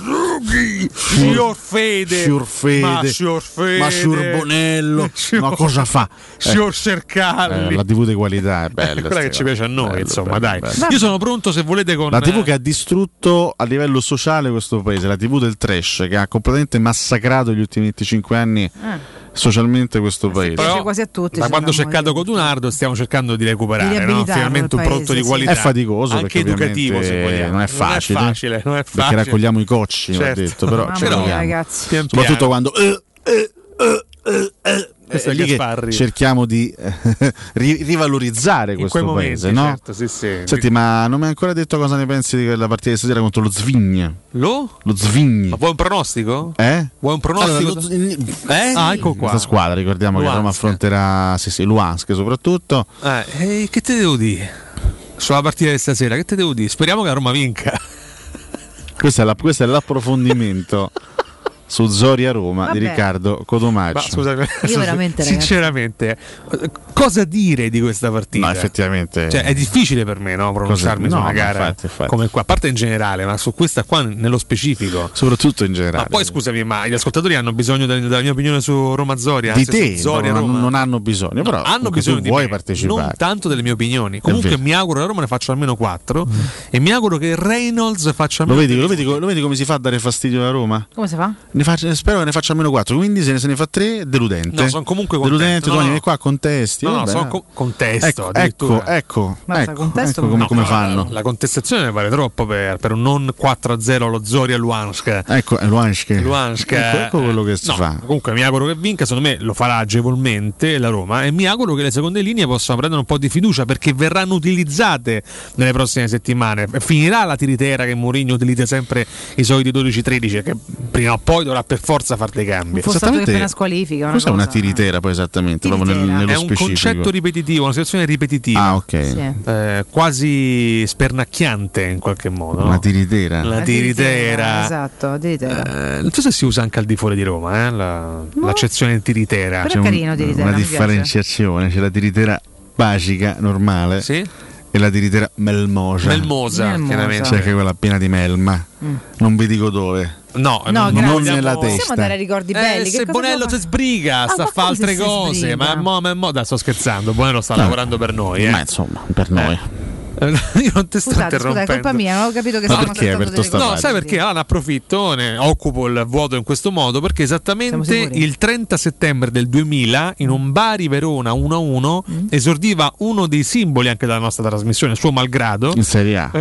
[SPEAKER 7] Signor Fede,
[SPEAKER 6] ma Bonello, ma cosa fa?
[SPEAKER 7] Signor Sercalli,
[SPEAKER 6] la TV di qualità è bella,
[SPEAKER 7] quella che ci piace a noi, insomma, dai. Io sono pronto se volete con
[SPEAKER 6] la TV che ha distrutto a livello sociale questo paese, la TV del trash che ha completamente massacrato gli ultimi 25 anni socialmente questo paese.
[SPEAKER 5] Però, quasi a tutti.
[SPEAKER 7] Da quando c'è caduto Codunardo stiamo cercando di recuperare, no? Finalmente un prodotto di qualità.
[SPEAKER 6] È faticoso,
[SPEAKER 7] anche educativo, se vogliamo.
[SPEAKER 6] Non è facile. Perché raccogliamo i cocci, certo. Detto, però
[SPEAKER 5] ragazzi.
[SPEAKER 6] Soprattutto quando
[SPEAKER 7] questo è
[SPEAKER 6] lì che cerchiamo di rivalorizzare questo paese, no?
[SPEAKER 7] Certo, sì.
[SPEAKER 6] Senti, ma non mi hai ancora detto cosa ne pensi di quella partita di stasera contro lo Zvigna?
[SPEAKER 7] Lo
[SPEAKER 6] Zvigna.
[SPEAKER 7] Ma vuoi un pronostico?
[SPEAKER 6] Vuoi
[SPEAKER 7] un pronostico?
[SPEAKER 6] Ecco qua. Questa squadra, ricordiamo Luhansk. Che Roma affronterà Luhansk soprattutto.
[SPEAKER 7] Che te devo dire? Sulla partita di stasera, che te devo dire? Speriamo che la Roma vinca.
[SPEAKER 6] Questo è l'approfondimento su Zoria Roma di Riccardo Cotomaccio.
[SPEAKER 7] Ma scusami,
[SPEAKER 5] io veramente,
[SPEAKER 7] sinceramente, cosa dire di questa partita?
[SPEAKER 6] No, effettivamente,
[SPEAKER 7] cioè, è difficile per me, no, pronunciarmi su una gara
[SPEAKER 6] infatti.
[SPEAKER 7] come qua, a parte in generale, ma su questa qua nello specifico,
[SPEAKER 6] soprattutto in generale.
[SPEAKER 7] Ma poi scusami, ma gli ascoltatori hanno bisogno della mia opinione su Roma Zoria?
[SPEAKER 6] Di te,
[SPEAKER 7] Zoria, Roma?
[SPEAKER 6] Non hanno bisogno, però
[SPEAKER 7] hanno bisogno
[SPEAKER 6] tu vuoi
[SPEAKER 7] me,
[SPEAKER 6] partecipare.
[SPEAKER 7] non tanto delle mie opinioni. Comunque mi auguro che la Roma ne faccia almeno 4 e mi auguro che Reynolds faccia almeno
[SPEAKER 6] lo vedi come si fa a dare fastidio alla Roma?
[SPEAKER 5] Come si fa?
[SPEAKER 6] Spero che ne faccia almeno 4, quindi se ne fa 3 deludente.
[SPEAKER 7] No, sono comunque contento.
[SPEAKER 6] Deludente, tu vieni qua contesti.
[SPEAKER 7] No, sono contesto.
[SPEAKER 6] Ecco come fanno.
[SPEAKER 7] La contestazione vale troppo per un non 4-0 lo Zoria Luhansk.
[SPEAKER 6] Ecco quello che si fa.
[SPEAKER 7] Comunque mi auguro che vinca, secondo me lo farà agevolmente la Roma e mi auguro che le seconde linee possano prendere un po' di fiducia perché verranno utilizzate nelle prossime settimane. Finirà la tiritera che Mourinho utilizza sempre i soliti 12-13 che prima o poi dovrà per forza fare dei cambi.
[SPEAKER 5] Esattamente, appena squalifica
[SPEAKER 6] cos'è una tiritera poi esattamente? Proprio nello
[SPEAKER 7] è
[SPEAKER 6] specifico.
[SPEAKER 7] Un concetto ripetitivo, una situazione ripetitiva.
[SPEAKER 6] Ah, ok.
[SPEAKER 7] Quasi spernacchiante in qualche modo.
[SPEAKER 6] Una
[SPEAKER 7] no?
[SPEAKER 6] tiritera.
[SPEAKER 7] La tiritera.
[SPEAKER 5] Esatto, tiritera.
[SPEAKER 7] Non so se si usa anche al di fuori di Roma, l'accezione tiritera.
[SPEAKER 5] Però è carino tiritera.
[SPEAKER 6] Una differenziazione, c'è la tiritera basica, normale.
[SPEAKER 7] Sì.
[SPEAKER 6] E la tiritera melmosa,
[SPEAKER 7] chiaramente.
[SPEAKER 6] Cioè che quella piena di melma. Non vi dico dove.
[SPEAKER 7] No,
[SPEAKER 6] non nella testa.
[SPEAKER 5] Possiamo dare ricordi belli.
[SPEAKER 7] Se Bonello si sbriga, sta a fare altre cose. Ma sto scherzando. Bonello sta lavorando per noi.
[SPEAKER 6] Ma insomma, per noi.
[SPEAKER 7] Io non ti sto interrompendo.
[SPEAKER 5] Scusa, è colpa mia, non ho capito che stiamo
[SPEAKER 7] aspettando. No, sai perché? Allora ne approfitto, occupo il vuoto in questo modo perché esattamente il 30 settembre del 2000 in un Bari Verona 1-1 esordiva uno dei simboli anche della nostra trasmissione, suo malgrado.
[SPEAKER 6] In Serie A.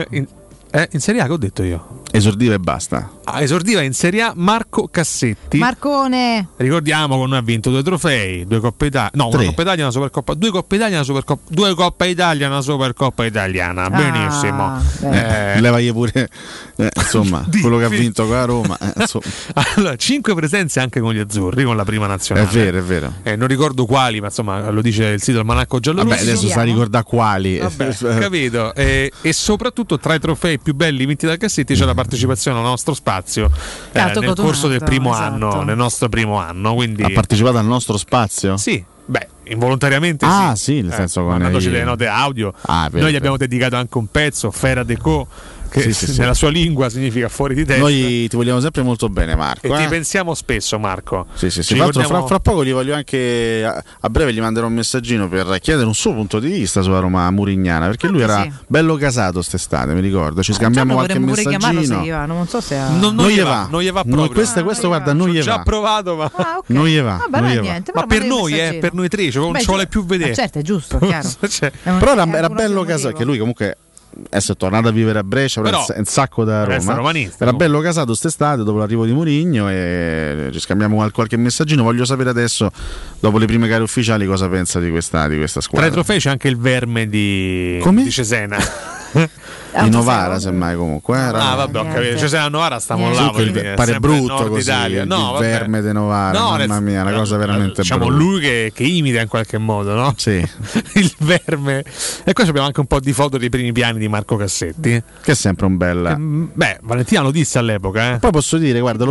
[SPEAKER 7] In Serie A che ho detto io?
[SPEAKER 6] Esordiva e basta.
[SPEAKER 7] Esordiva in Serie A Marco Cassetti.
[SPEAKER 5] Marcone.
[SPEAKER 7] Ricordiamo che noi ha vinto 2 trofei, 2 Coppe Italia, no, 1 Coppa Italia, una Supercoppa, 2 Coppe Italia, una Supercoppa, 2 Coppa Italia, una Supercoppa italiana. Benissimo.
[SPEAKER 6] Levagli pure insomma, quello che ha vinto con la Roma.
[SPEAKER 7] Allora, 5 presenze anche con gli azzurri, con la prima nazionale.
[SPEAKER 6] È vero.
[SPEAKER 7] Non ricordo quali, ma insomma, lo dice il sito Almanacco Giallorosso.
[SPEAKER 6] Vabbè, adesso sta a ricordare quali.
[SPEAKER 7] Capito. E soprattutto tra i trofei più belli vinti da Cassetti c'è la partecipazione al nostro spazio nel corso del primo anno, nel nostro primo anno. Quindi
[SPEAKER 6] ha partecipato al nostro spazio?
[SPEAKER 7] Sì, involontariamente
[SPEAKER 6] sì, nel senso
[SPEAKER 7] mandandoci delle note audio. Noi gli abbiamo dedicato anche un pezzo, Fera Deco, che nella sua lingua significa fuori di testa.
[SPEAKER 6] Noi ti vogliamo sempre molto bene, Marco.
[SPEAKER 7] E ti pensiamo spesso, Marco.
[SPEAKER 6] Sì. Fra poco gli voglio anche a breve gli manderò un messaggino per chiedere un suo punto di vista sulla Roma murignana, perché lui era bello casato quest'estate, mi ricordo. Ci scambiamo qualche messaggino.
[SPEAKER 5] Non so se
[SPEAKER 7] non gli va proprio.
[SPEAKER 6] Questo guarda, non gli va.
[SPEAKER 7] Ho già provato, ma
[SPEAKER 6] non gli va.
[SPEAKER 5] Niente,
[SPEAKER 7] ma per noi, per noi tre, non ci vuole più vedere.
[SPEAKER 5] Certo, è giusto, chiaro.
[SPEAKER 6] Però era bello casato, che lui comunque è tornato a vivere a Brescia, però è un sacco da Roma. Era bello casato quest'estate dopo l'arrivo di Mourinho e ci scambiamo qualche messaggino. Voglio sapere adesso, dopo le prime gare ufficiali, cosa pensa di questa squadra.
[SPEAKER 7] Tra i trofei c'è anche il verme di Cesena.
[SPEAKER 6] Di Novara, semmai comunque.
[SPEAKER 7] Vabbè, ho capito. Cesena Novara stiamo là.
[SPEAKER 6] Pare brutto così.
[SPEAKER 7] Italia.
[SPEAKER 6] No, il verme di Novara, mamma mia, una cosa veramente
[SPEAKER 7] brutta. Lui che imita in qualche modo, no?
[SPEAKER 6] Sì.
[SPEAKER 7] Il verme. E qua abbiamo anche un po' di foto dei primi piani di Marco Cassetti,
[SPEAKER 6] che è sempre un bel.
[SPEAKER 7] Valentina lo disse all'epoca.
[SPEAKER 6] Poi posso dire, guarda,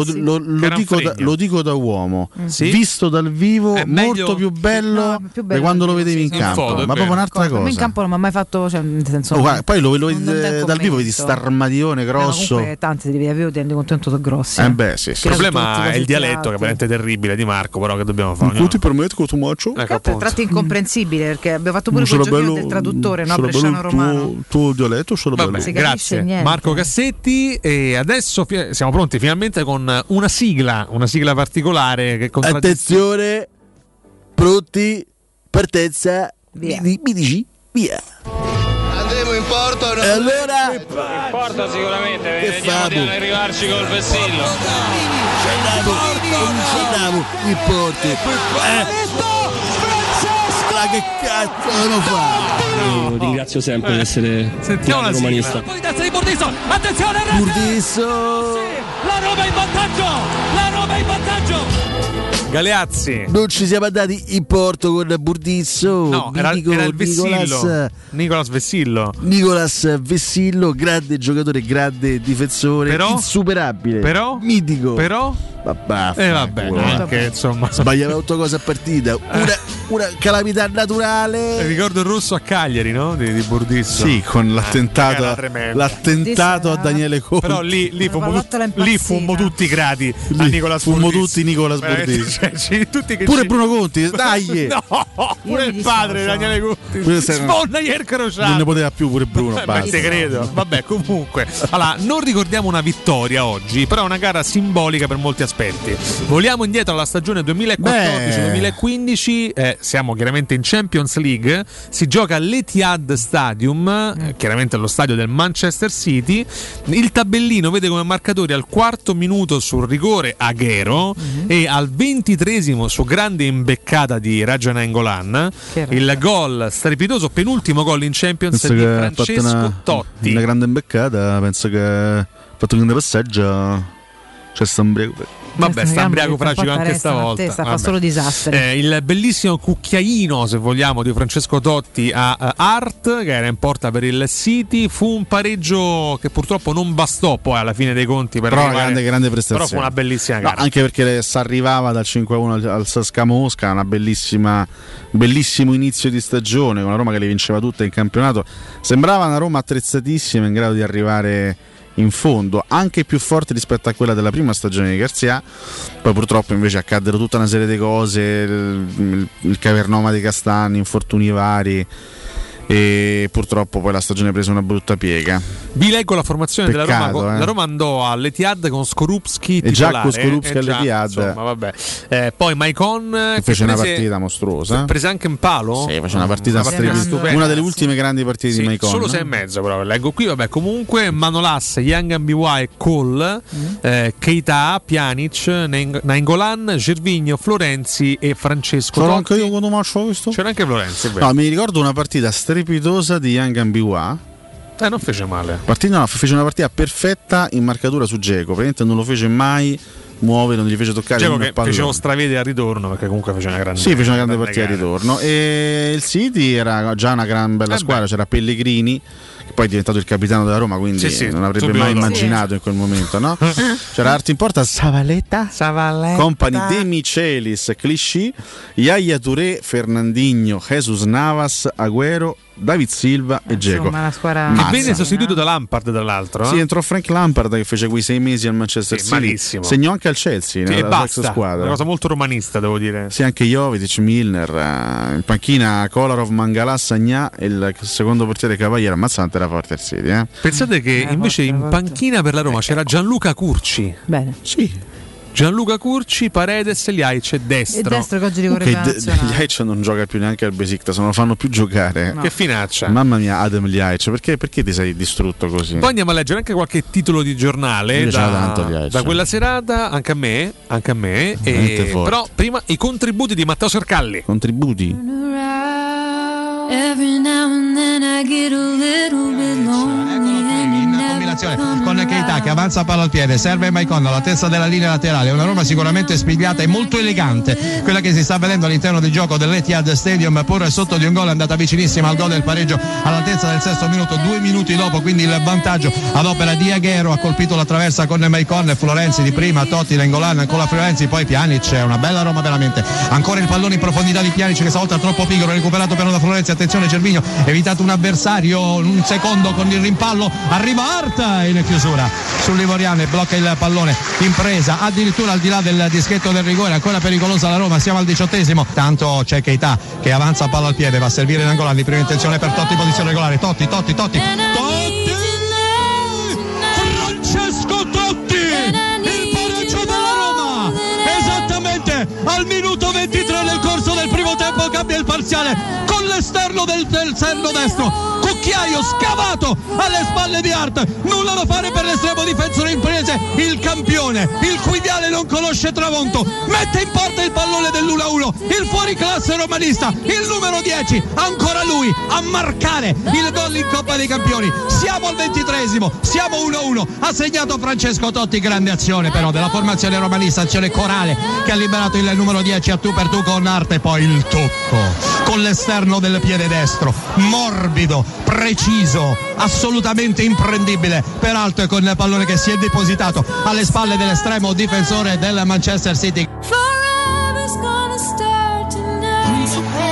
[SPEAKER 6] lo dico da uomo. Visto dal vivo, molto più bello di quando lo vedevi in campo. Ma proprio un'altra cosa.
[SPEAKER 5] In campo non mi ha mai fatto, nel senso.
[SPEAKER 6] Poi lo dal vivo vedi st'armadione grosso.
[SPEAKER 5] Comunque tanti ti rendi contento sono grossi.
[SPEAKER 6] Sì.
[SPEAKER 7] Il problema è il dialetto che è veramente terribile di Marco, però che dobbiamo fare?
[SPEAKER 6] Non ti permetto che tu maccio?
[SPEAKER 5] È tratto incomprensibile perché abbiamo fatto pure quel giochino del traduttore, no? Bresciano romano.
[SPEAKER 6] Tuo dialetto sono bello.
[SPEAKER 7] Grazie Marco Cassetti, e adesso siamo pronti finalmente con una sigla particolare che
[SPEAKER 6] attenzione, pronti, partenza, mi dici via.
[SPEAKER 19] Andremo in porto o no?
[SPEAKER 6] E allora?
[SPEAKER 1] In porto sicuramente, vediamo di arrivarci col vessillo.
[SPEAKER 6] Andiamo in porto. Che cazzo non fa?
[SPEAKER 1] Io ringrazio sempre di essere romanista.
[SPEAKER 10] Poi testa di Burdisso, attenzione
[SPEAKER 6] Burdisso!
[SPEAKER 10] La Roma in vantaggio!
[SPEAKER 7] Galeazzi.
[SPEAKER 6] Non ci siamo andati in porto con Burdisso.
[SPEAKER 7] No, era il Vessillo. Nicolas
[SPEAKER 6] Vessillo, grande giocatore, grande difensore,
[SPEAKER 7] però,
[SPEAKER 6] insuperabile,
[SPEAKER 7] però,
[SPEAKER 6] mitico.
[SPEAKER 7] Però
[SPEAKER 6] vabbè,
[SPEAKER 7] anche insomma
[SPEAKER 6] sbagliava 8 cose a partita, una calamità naturale.
[SPEAKER 7] Ricordo il rosso a Cagliari, no? Di Burdisso.
[SPEAKER 6] Sì, con l'attentato a Daniele Conte.
[SPEAKER 7] Però lì fummo tutti grati a Nicolas
[SPEAKER 6] Burdisso.
[SPEAKER 7] Tutti
[SPEAKER 6] Nicolas Burdisso.
[SPEAKER 7] Tutti che
[SPEAKER 6] pure Bruno Conti, dai.
[SPEAKER 7] No, pure il padre di Daniele Conti. Sfonda il crociato.
[SPEAKER 6] Non ne poteva più pure Bruno.
[SPEAKER 7] Te credo. Vabbè, comunque. Allora, non ricordiamo una vittoria oggi, però è una gara simbolica per molti aspetti. Voliamo indietro alla stagione 2014-2015, siamo chiaramente in Champions League, si gioca all'Etihad Stadium, chiaramente allo stadio del Manchester City. Il tabellino vede come marcatori al 4° minuto sul rigore Agüero e al 23° su grande imbeccata di Raja Nainggolan, il gol strepitoso, penultimo gol in Champions
[SPEAKER 6] penso
[SPEAKER 7] di Francesco Totti.
[SPEAKER 6] Una grande imbeccata, penso che ha fatto un grande passaggio, c'è Stambriaco.
[SPEAKER 7] Vabbè, sta Ambriaco Fragico anche stavolta.
[SPEAKER 5] Fa solo disastri.
[SPEAKER 7] Il bellissimo cucchiaino, se vogliamo, di Francesco Totti a Art, che era in porta per il City. Fu un pareggio che purtroppo non bastò poi alla fine dei conti per
[SPEAKER 6] grande prestazione.
[SPEAKER 7] Però fu una bellissima gara.
[SPEAKER 6] Anche perché si arrivava dal 5-1 al CSKA Mosca, una bellissimo inizio di stagione con la Roma che le vinceva tutte in campionato. Sembrava una Roma attrezzatissima, in grado di arrivare in fondo, anche più forte rispetto a quella della prima stagione di Garcia. Poi purtroppo invece accaddero tutta una serie di cose, il cavernoma di Castagni, infortuni vari, e purtroppo poi la stagione prese una brutta piega.
[SPEAKER 7] Vi leggo la formazione della Roma. La Roma andò all'Etihad con Skorupski titolare.
[SPEAKER 6] Già con Skorupski all'Etihad.
[SPEAKER 7] Insomma, vabbè. Poi Maicon
[SPEAKER 6] che fece una partita mostruosa.
[SPEAKER 7] Prese anche un palo.
[SPEAKER 6] Sì, fece una partita stupenda. Una delle ultime grandi partite di Maicon.
[SPEAKER 7] Solo 6,5 però leggo qui. Vabbè, comunque Manolas, Young MBY e Cole, Keita, Pjanic, Nainggolan, Gervinho, Florenzi e Francesco Totti.
[SPEAKER 6] Anche io quando ho visto.
[SPEAKER 7] C'era anche Florenzi.
[SPEAKER 6] No, mi ricordo una partita strepitosa di Young MBY.
[SPEAKER 7] Non fece male.
[SPEAKER 6] Fece una partita perfetta in marcatura su Dzeko. Praticamente non lo fece mai muovere, non gli fece toccare.
[SPEAKER 7] Dzeko che fece lo stravede al ritorno, perché comunque fece una grande
[SPEAKER 6] partita al ritorno. E il City era già una gran bella squadra. C'era Pellegrini, che poi è diventato il capitano della Roma, quindi non avrebbe mai immaginato in quel momento, no? C'era Arte in porta, Zavaleta, Company, De Michelis, Clichy, Yaya Touré, Fernandinho, Jesus Navas, Agüero, David Silva e Dzeko.
[SPEAKER 7] Che venne sostituito da Lampard, tra l'altro.
[SPEAKER 6] Sì, entrò Frank Lampard che fece quei 6 mesi al Manchester City.
[SPEAKER 7] Malissimo.
[SPEAKER 6] Segnò anche al Chelsea, nella sua squadra.
[SPEAKER 7] Una cosa molto romanista, devo dire.
[SPEAKER 6] Sì, anche Jovic, Milner, in panchina Kolarov, Mangala, Sagna e il secondo portiere Cavaliere. Ammazzante era forte il City.
[SPEAKER 7] Pensate che invece in panchina per la Roma c'era Gianluca Curci.
[SPEAKER 5] Bene.
[SPEAKER 6] Sì.
[SPEAKER 7] Gianluca Curci, Paredes, Ljajic e destro.
[SPEAKER 5] E destro che oggi ricorre
[SPEAKER 6] Ljajic non gioca più neanche al Besiktas, non lo fanno più giocare.
[SPEAKER 7] No. Che finaccia.
[SPEAKER 6] Mamma mia, Adem Ljajic, perché ti sei distrutto così?
[SPEAKER 7] Poi andiamo a leggere anche qualche titolo di giornale da quella serata, anche a me. Però prima i contributi di Matteo Sercalli.
[SPEAKER 6] Contributi.
[SPEAKER 2] Every now and then I get a little bit lonely.
[SPEAKER 18] Con Keita che avanza palla al piede, serve Maicon alla testa della linea laterale. Una Roma sicuramente spigliata e molto elegante, quella che si sta vedendo all'interno del gioco dell'Etihad Stadium, pur sotto di un gol, è andata vicinissima al gol del pareggio all'altezza del 6° minuto, 2 minuti dopo, quindi il vantaggio ad opera di Agüero. Ha colpito la traversa con Maicon, Florenzi di prima, Totti, Nainggolan con la Florenzi, poi Pjanic. È una bella Roma veramente. Ancora il pallone in profondità di Pjanic che stavolta è troppo piccolo, recuperato però da Florenzi. Attenzione Gervinho, evitato un avversario, un secondo con il rimpallo, arriva Art in chiusura sull'Ivoriano e blocca il pallone in presa addirittura al di là del dischetto del rigore. Ancora pericolosa la Roma, siamo al 18°. Tanto c'è Keita che avanza palla al piede, va a servire Nainggolan di prima intenzione per Totti, posizione regolare. Totti Francesco Totti, il pareggio della Roma esattamente al minuto 23 nel corso corso del primo tempo cambia il parziale con l'esterno del serno destro. Cucchiaio scavato alle spalle di Hart, nulla da fare per l'estremo difensore imprese, il campione, il cui viale non conosce tramonto, mette in porta il pallone dell'1-1, il fuoriclasse romanista, il numero 10, ancora lui a marcare il gol in Coppa dei Campioni. Siamo al 23esimo, siamo 1-1, ha segnato Francesco Totti, grande azione però della formazione romanista, azione corale che ha liberato il numero 10 a tu per tu con Hart, e poi il tocco con l'esterno del piede destro, morbido, preciso, assolutamente imprendibile, peraltro con il pallone che si è depositato alle spalle dell'estremo difensore del Manchester City.
[SPEAKER 2] Forever's gonna start tonight.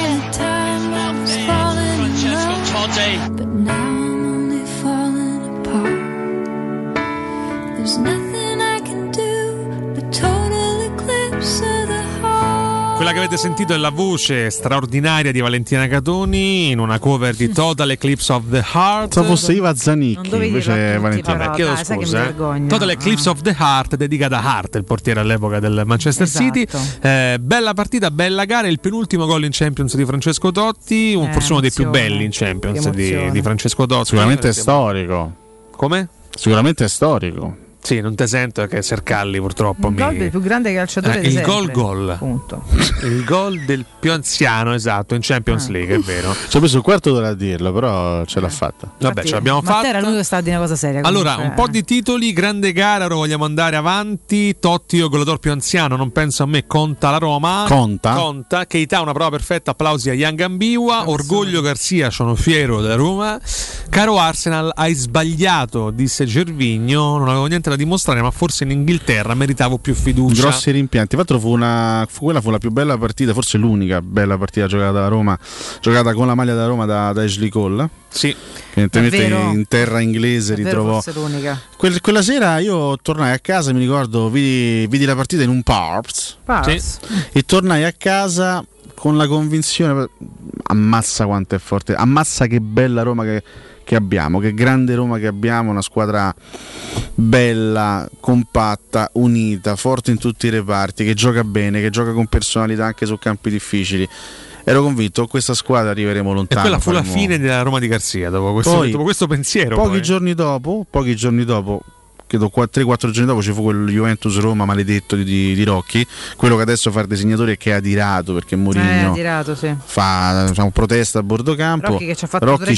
[SPEAKER 2] Time I was falling in love, but now I'm only falling apart. There's nothing I can do but total eclipse of the heart.
[SPEAKER 7] Quella che avete sentito è la voce straordinaria di Valentina Catoni in una cover di Total Eclipse of the Heart.
[SPEAKER 6] Se fosse Iva Zanicchi, invece Valentina.
[SPEAKER 7] Vabbè, chiedo scusa. Total Eclipse of the Heart, dedicata a Hart, il portiere all'epoca del Manchester City. Bella partita, bella gara. Il penultimo gol in Champions di Francesco Totti, forse uno dei più belli in Champions di Francesco Totti.
[SPEAKER 6] Sicuramente è storico.
[SPEAKER 7] Come?
[SPEAKER 6] Sicuramente è storico.
[SPEAKER 7] Sì, non te sento che Sercalli purtroppo
[SPEAKER 5] il gol del più grande calciatore di
[SPEAKER 7] il
[SPEAKER 5] sempre.
[SPEAKER 7] Gol punto. Il gol del più anziano, esatto, in Champions League, è vero.
[SPEAKER 6] Ci ho messo un quarto d'ora a dirlo, però ce l'ha fatta.
[SPEAKER 7] Vabbè, ce l'abbiamo fatta.
[SPEAKER 5] Ma era l'unico che stava di una cosa seria.
[SPEAKER 7] Allora, un po' di titoli, grande gara, ora vogliamo andare avanti. Totti, io goleador più anziano, non penso a me, conta la Roma. Conta. Keita, una prova perfetta, applausi a Young Ambiwa. Orgoglio Garcia, sono fiero della Roma. Caro Arsenal, hai sbagliato, disse Gervinho, non avevo niente da dimostrare, ma forse in Inghilterra meritavo più fiducia.
[SPEAKER 6] Grossi rimpianti. Tra l'altro quella fu la più bella partita, forse l'unica bella partita giocata da Roma, giocata con la maglia da Roma da Ashley Cole.
[SPEAKER 7] Sì.
[SPEAKER 6] Evidentemente in terra inglese ritrovò.
[SPEAKER 5] Forse l'unica.
[SPEAKER 6] Quella sera io tornai a casa, mi ricordo, vidi la partita in un pubs.
[SPEAKER 5] Sì.
[SPEAKER 6] E tornai a casa con la convinzione, ammazza quanto è forte, ammazza che bella Roma che abbiamo, che grande Roma che abbiamo, una squadra bella, compatta, unita, forte in tutti i reparti, che gioca bene, che gioca con personalità anche su campi difficili. Ero convinto, con questa squadra arriveremo lontano.
[SPEAKER 7] E quella fu la fine della Roma di Garcia dopo questo pensiero.
[SPEAKER 6] Pochi giorni dopo, credo 3-4 giorni dopo, ci fu quel Juventus Roma maledetto di Rocchi, quello che adesso fa il disegnatore, che è adirato perché Mourinho fa protesta a bordo campo.
[SPEAKER 5] Rocchi che ci ha fatto
[SPEAKER 6] Rocchi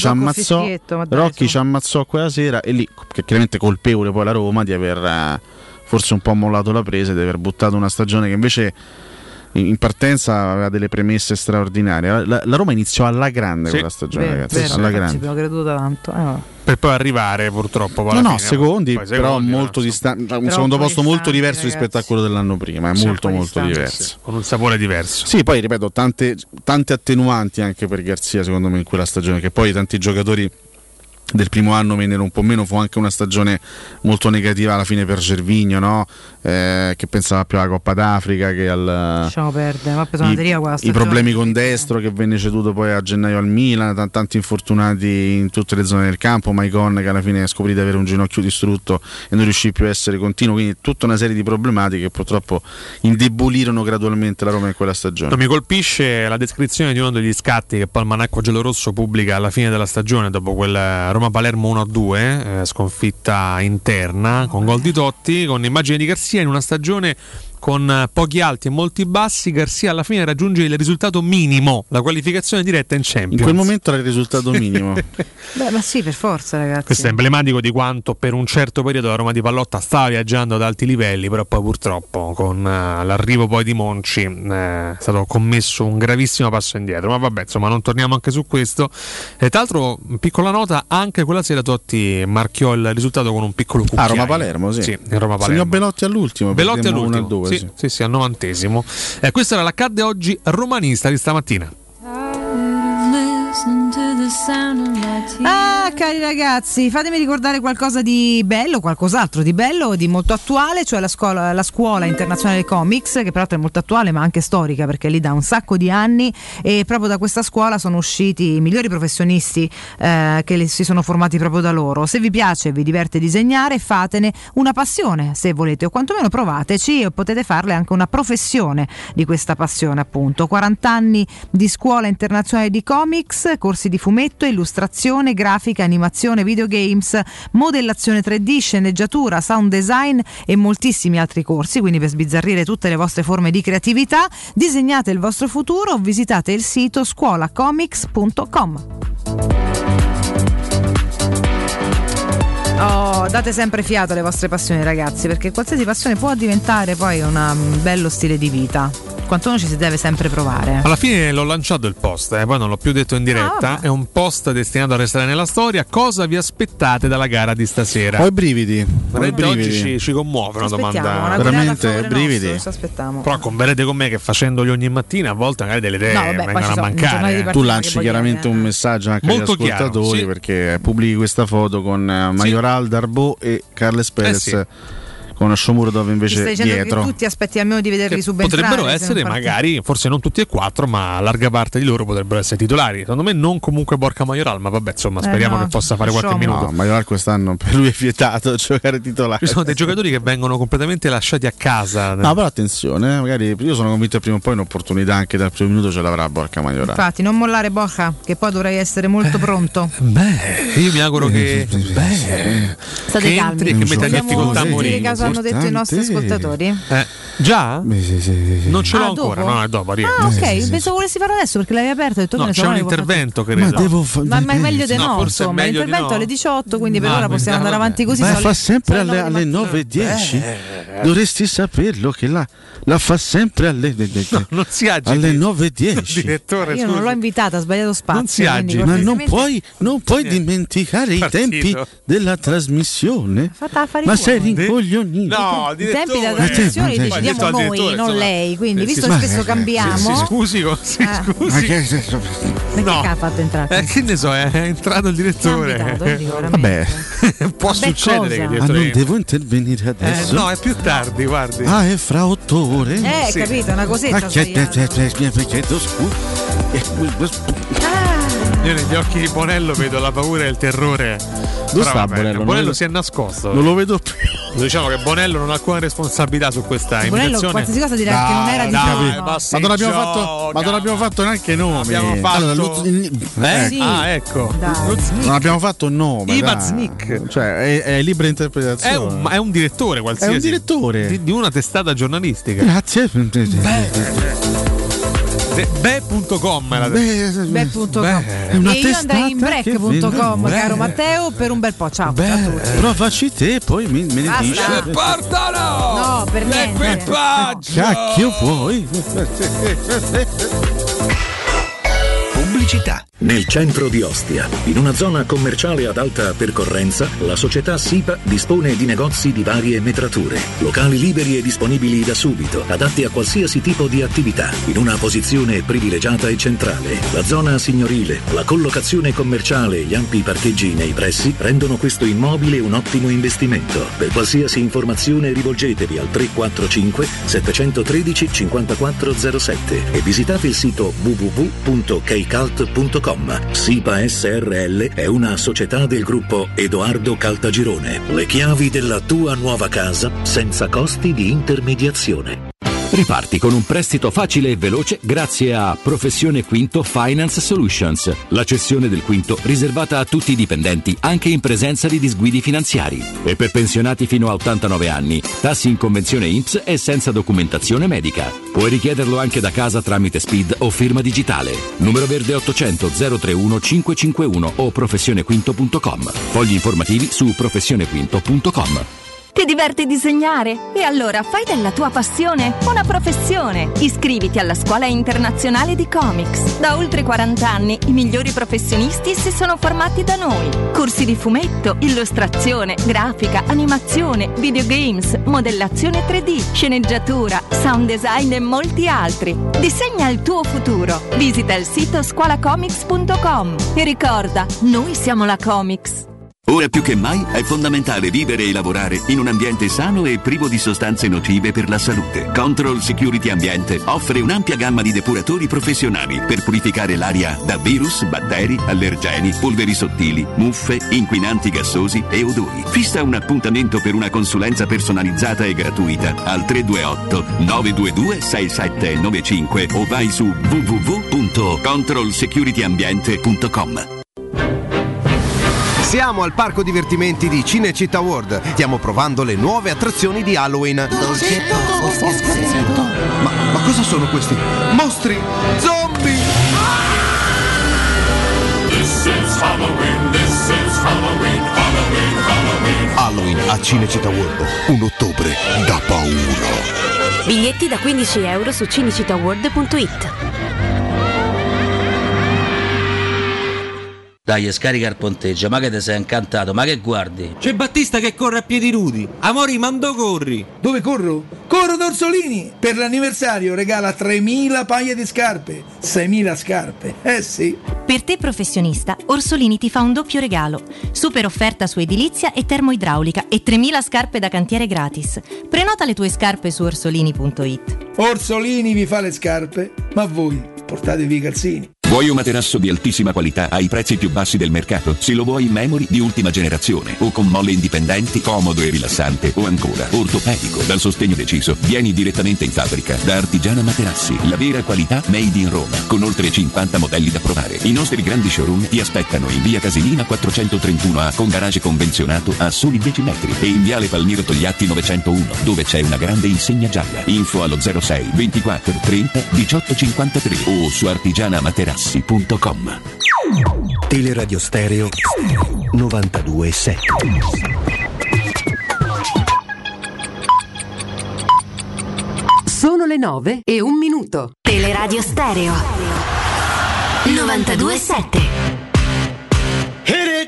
[SPEAKER 6] ci ammazzò quella sera, e lì, che chiaramente colpevole poi la Roma di aver forse un po' mollato la presa e di aver buttato una stagione che invece in partenza aveva delle premesse straordinarie. La Roma iniziò alla grande quella stagione, ragazzi, alla grande.
[SPEAKER 5] Ci abbiamo creduto tanto.
[SPEAKER 7] Per poi arrivare purtroppo
[SPEAKER 6] secondi, però molto distanti, un secondo posto molto diverso rispetto a quello dell'anno prima, è molto diverso,
[SPEAKER 7] sì, con un sapore diverso.
[SPEAKER 6] Sì, poi ripeto, tante attenuanti anche per Garcia secondo me in quella stagione, che poi tanti giocatori del primo anno vennero un po' meno, fu anche una stagione molto negativa alla fine per Gervinho, no? Che pensava più alla Coppa d'Africa che al
[SPEAKER 5] lasciamo perdere, ma pesanteria qua
[SPEAKER 6] i problemi con Destro, che venne ceduto poi a gennaio al Milan, tanti infortunati in tutte le zone del campo, Maicon che alla fine scoprì di avere un ginocchio distrutto e non riuscì più a essere continuo, quindi tutta una serie di problematiche che purtroppo indebolirono gradualmente la Roma in quella stagione.
[SPEAKER 7] Non mi colpisce la descrizione di uno degli scatti che poi Almanacco Giallorosso pubblica alla fine della stagione, dopo quel Roma-Palermo 1-2, sconfitta interna con gol di Totti, con immagini di Garcia in una stagione con pochi alti e molti bassi. Garcia alla fine raggiunge il risultato minimo, la qualificazione diretta in Champions.
[SPEAKER 6] In quel momento era il risultato minimo.
[SPEAKER 5] Beh, ma sì, per forza, ragazzi.
[SPEAKER 7] Questo è emblematico di quanto per un certo periodo la Roma di Pallotta stava viaggiando ad alti livelli, però poi purtroppo con l'arrivo poi di Monci è stato commesso un gravissimo passo indietro. Ma vabbè, insomma, non torniamo anche su questo. Tra l'altro, piccola nota, anche quella sera Totti marchiò il risultato con un piccolo cucchiaio.
[SPEAKER 6] A Roma-Palermo, sì.
[SPEAKER 7] Sì, in Roma-Palermo.
[SPEAKER 6] Segnò Belotti all'ultimo.
[SPEAKER 7] Belotti all'ultimo. Sì, al 90esimo. Questo era l'accadde oggi romanista di stamattina.
[SPEAKER 2] listen to the sound of my tears.
[SPEAKER 5] Ah, cari ragazzi, fatemi ricordare qualcosa di bello, qualcos'altro di bello, di molto attuale, cioè la scuola internazionale comics, che peraltro è molto attuale ma anche storica perché è lì da un sacco di anni, e proprio da questa scuola sono usciti i migliori professionisti che si sono formati proprio da loro. Se vi piace e vi diverte disegnare, fatene una passione se volete, o quantomeno provateci e potete farle anche una professione di questa passione, appunto. 40 anni di scuola internazionale di comics, corsi di fumetto, illustrazione, grafica, animazione, videogames, modellazione 3D, sceneggiatura, sound design e moltissimi altri corsi, quindi per sbizzarrire tutte le vostre forme di creatività. Disegnate il vostro futuro, visitate il sito scuolacomics.com. Oh, date sempre fiato alle vostre passioni, ragazzi, perché qualsiasi passione può diventare poi un bello stile di vita. Quanto ci si deve sempre provare.
[SPEAKER 7] Alla fine l'ho lanciato il post, poi non l'ho più detto in diretta. È un post destinato a restare nella storia. Cosa vi aspettate dalla gara di stasera?
[SPEAKER 6] Ho i brividi.
[SPEAKER 7] Oggi ci commuove una domanda.
[SPEAKER 6] Veramente brividi.
[SPEAKER 7] Però converrete con me che facendoli ogni mattina a volte magari delle idee vengono a mancare.
[SPEAKER 6] Tu lanci chiaramente un messaggio anche agli ascoltatori, chiaro, sì, perché pubblichi questa foto con Majoral, Darboe e Carles Perez. Con Shomurodov invece dietro.
[SPEAKER 5] Che tutti aspetti almeno di vederli subentrare.
[SPEAKER 7] Potrebbero essere magari, forse non tutti e quattro, ma larga parte di loro potrebbero essere titolari. Secondo me non comunque Borja Majoral, ma vabbè, insomma, speriamo che possa fare qualche minuto.
[SPEAKER 6] No, Majoral quest'anno per lui è vietato giocare titolare.
[SPEAKER 7] Ci sono dei giocatori che vengono completamente lasciati a casa.
[SPEAKER 6] No, però attenzione, magari io sono convinto che prima o poi un'opportunità anche dal primo minuto ce l'avrà Borja Majoral.
[SPEAKER 5] Infatti, non mollare Borja, che poi dovrai essere molto pronto.
[SPEAKER 7] Io mi auguro che
[SPEAKER 5] state calmi,
[SPEAKER 7] che metta in difficoltà Mourinho.
[SPEAKER 5] Cosa hanno detto i nostri ascoltatori?
[SPEAKER 7] Già?
[SPEAKER 6] Sì.
[SPEAKER 7] Non ce l'ho ancora,
[SPEAKER 5] dopo?
[SPEAKER 7] No, è dopo.
[SPEAKER 5] Ok, pensavo volessi farlo adesso perché l'avevi aperto e ho detto
[SPEAKER 7] no, c'è un intervento che
[SPEAKER 5] ma è meglio di no, insomma, l'intervento alle 18, quindi per ora possiamo andare avanti così.
[SPEAKER 6] Ma fa sempre alle 9:10. Dovresti saperlo che la fa sempre alle
[SPEAKER 7] non si agiti.
[SPEAKER 6] Alle 9:10.
[SPEAKER 7] Direttore,
[SPEAKER 5] io non l'ho invitata, ha sbagliato spazio.
[SPEAKER 7] Non si agiti.
[SPEAKER 6] Ma non puoi dimenticare i tempi della trasmissione. Ma sei rincoglionito.
[SPEAKER 7] No,
[SPEAKER 5] i tempi della trasmissione li decidiamo noi, non lei. Quindi, visto che spesso cambiamo.
[SPEAKER 7] Scusi.
[SPEAKER 5] Perché ha fatto entrare?
[SPEAKER 7] Che ne so, è entrato il direttore.
[SPEAKER 6] Vabbè,
[SPEAKER 7] può succedere che
[SPEAKER 6] ma non devo intervenire adesso?
[SPEAKER 7] No, è più tardi, guardi.
[SPEAKER 6] Ah, è fra 8 ore?
[SPEAKER 5] Sì. Capito, una cosetta.
[SPEAKER 6] Chiedo scusa.
[SPEAKER 7] Io negli occhi di Bonello vedo la paura e il terrore.
[SPEAKER 6] Dove sta Bonello?
[SPEAKER 7] Bonello si è nascosto.
[SPEAKER 6] Non lo vedo più.
[SPEAKER 7] Diciamo che Bonello non ha alcuna responsabilità su questa
[SPEAKER 5] Bonello
[SPEAKER 7] imitazione.
[SPEAKER 5] Qualsiasi cosa dirà che non era di
[SPEAKER 6] Ma non abbiamo fatto neanche nomi.
[SPEAKER 7] Abbiamo fatto
[SPEAKER 5] sì.
[SPEAKER 7] Ecco.
[SPEAKER 6] Non abbiamo fatto un nome.
[SPEAKER 7] Ivaznik.
[SPEAKER 6] Cioè è libera interpretazione.
[SPEAKER 7] È un direttore qualsiasi.
[SPEAKER 6] È un direttore
[SPEAKER 7] di una testata giornalistica.
[SPEAKER 6] Grazie.
[SPEAKER 7] Be.com
[SPEAKER 5] Be.com e io andrei in break.com, caro Matteo, per un bel po'. Ciao a tutti.
[SPEAKER 6] Provaci te, poi me ne dici.
[SPEAKER 10] Portalo!
[SPEAKER 5] No, per niente.
[SPEAKER 6] Cacchio vuoi?
[SPEAKER 21] Pubblicità. Nel centro di Ostia, in una zona commerciale ad alta percorrenza, la società SIPA dispone di negozi di varie metrature, locali liberi e disponibili da subito, adatti a qualsiasi tipo di attività, in una posizione privilegiata e centrale. La zona signorile, la collocazione commerciale e gli ampi parcheggi nei pressi rendono questo immobile un ottimo investimento. Per qualsiasi informazione rivolgetevi al 345 713 5407 e visitate il sito www.kcalt.com. SIPA SRL è una società del gruppo Edoardo Caltagirone. Le chiavi della tua nuova casa senza costi di intermediazione.
[SPEAKER 8] Riparti con un prestito facile e veloce grazie a Professione Quinto Finance Solutions. La cessione del quinto riservata a tutti i dipendenti, anche in presenza di disguidi finanziari. E per pensionati fino a 89 anni, tassi in convenzione INPS e senza documentazione medica. Puoi richiederlo anche da casa tramite SPID o firma digitale. Numero verde 800 031 551 o professionequinto.com. Fogli informativi su professionequinto.com.
[SPEAKER 12] Ti diverti disegnare? E allora fai della tua passione una professione. Iscriviti alla Scuola Internazionale di Comics. Da oltre 40 anni i migliori professionisti si sono formati da noi. Corsi di fumetto, illustrazione, grafica, animazione, videogames, modellazione 3D, sceneggiatura, sound design e molti altri. Disegna il tuo futuro. Visita il sito scuolacomics.com e ricorda, noi siamo la Comics.
[SPEAKER 8] Ora più che mai è fondamentale vivere e lavorare in un ambiente sano e privo di sostanze nocive per la salute. Control Security Ambiente offre un'ampia gamma di depuratori professionali per purificare l'aria da virus, batteri, allergeni, polveri sottili, muffe, inquinanti gassosi e odori. Fissa un appuntamento per una consulenza personalizzata e gratuita al 328 922 6795 o vai su www.controlsecurityambiente.com.
[SPEAKER 4] Siamo al parco divertimenti di Cinecittà World. Stiamo provando le nuove attrazioni di Halloween. Ma cosa sono questi? Mostri! Zombie!
[SPEAKER 2] This is Halloween, this is Halloween, Halloween, Halloween.
[SPEAKER 4] Halloween a Cinecittà World. 1 ottobre da paura.
[SPEAKER 11] Biglietti da €15 su cinecittàworld.it.
[SPEAKER 9] Dai, scarica il ponteggio, ma che ti sei incantato, ma che guardi?
[SPEAKER 17] C'è Battista che corre a piedi nudi. Amori, mando corri.
[SPEAKER 22] Dove corro? Corro da Orsolini. Per l'anniversario regala 3.000 paia di scarpe. 6.000 scarpe. Sì.
[SPEAKER 23] Per te professionista, Orsolini ti fa un doppio regalo. Super offerta su edilizia e termoidraulica e 3.000 scarpe da cantiere gratis. Prenota le tue scarpe su orsolini.it.
[SPEAKER 22] Orsolini vi fa le scarpe, ma voi portatevi i calzini.
[SPEAKER 8] Vuoi un materasso di altissima qualità ai prezzi più bassi del mercato? Se lo vuoi in memory di ultima generazione o con molle indipendenti, comodo e rilassante, o ancora ortopedico dal sostegno deciso, vieni direttamente in fabbrica da Artigiana Materassi, la vera qualità made in Roma, con oltre 50 modelli da provare. I nostri grandi showroom ti aspettano in via Casilina 431A con garage convenzionato a soli 10 metri e in viale Palmiro Togliatti 901 dove c'è una grande insegna gialla. Info allo 06 24 30 18 53 o su artigianamaterassi.com.
[SPEAKER 21] Teleradio Stereo 92.7.
[SPEAKER 11] Sono le 9:01. Teleradio Stereo 92.7.
[SPEAKER 2] Hit it!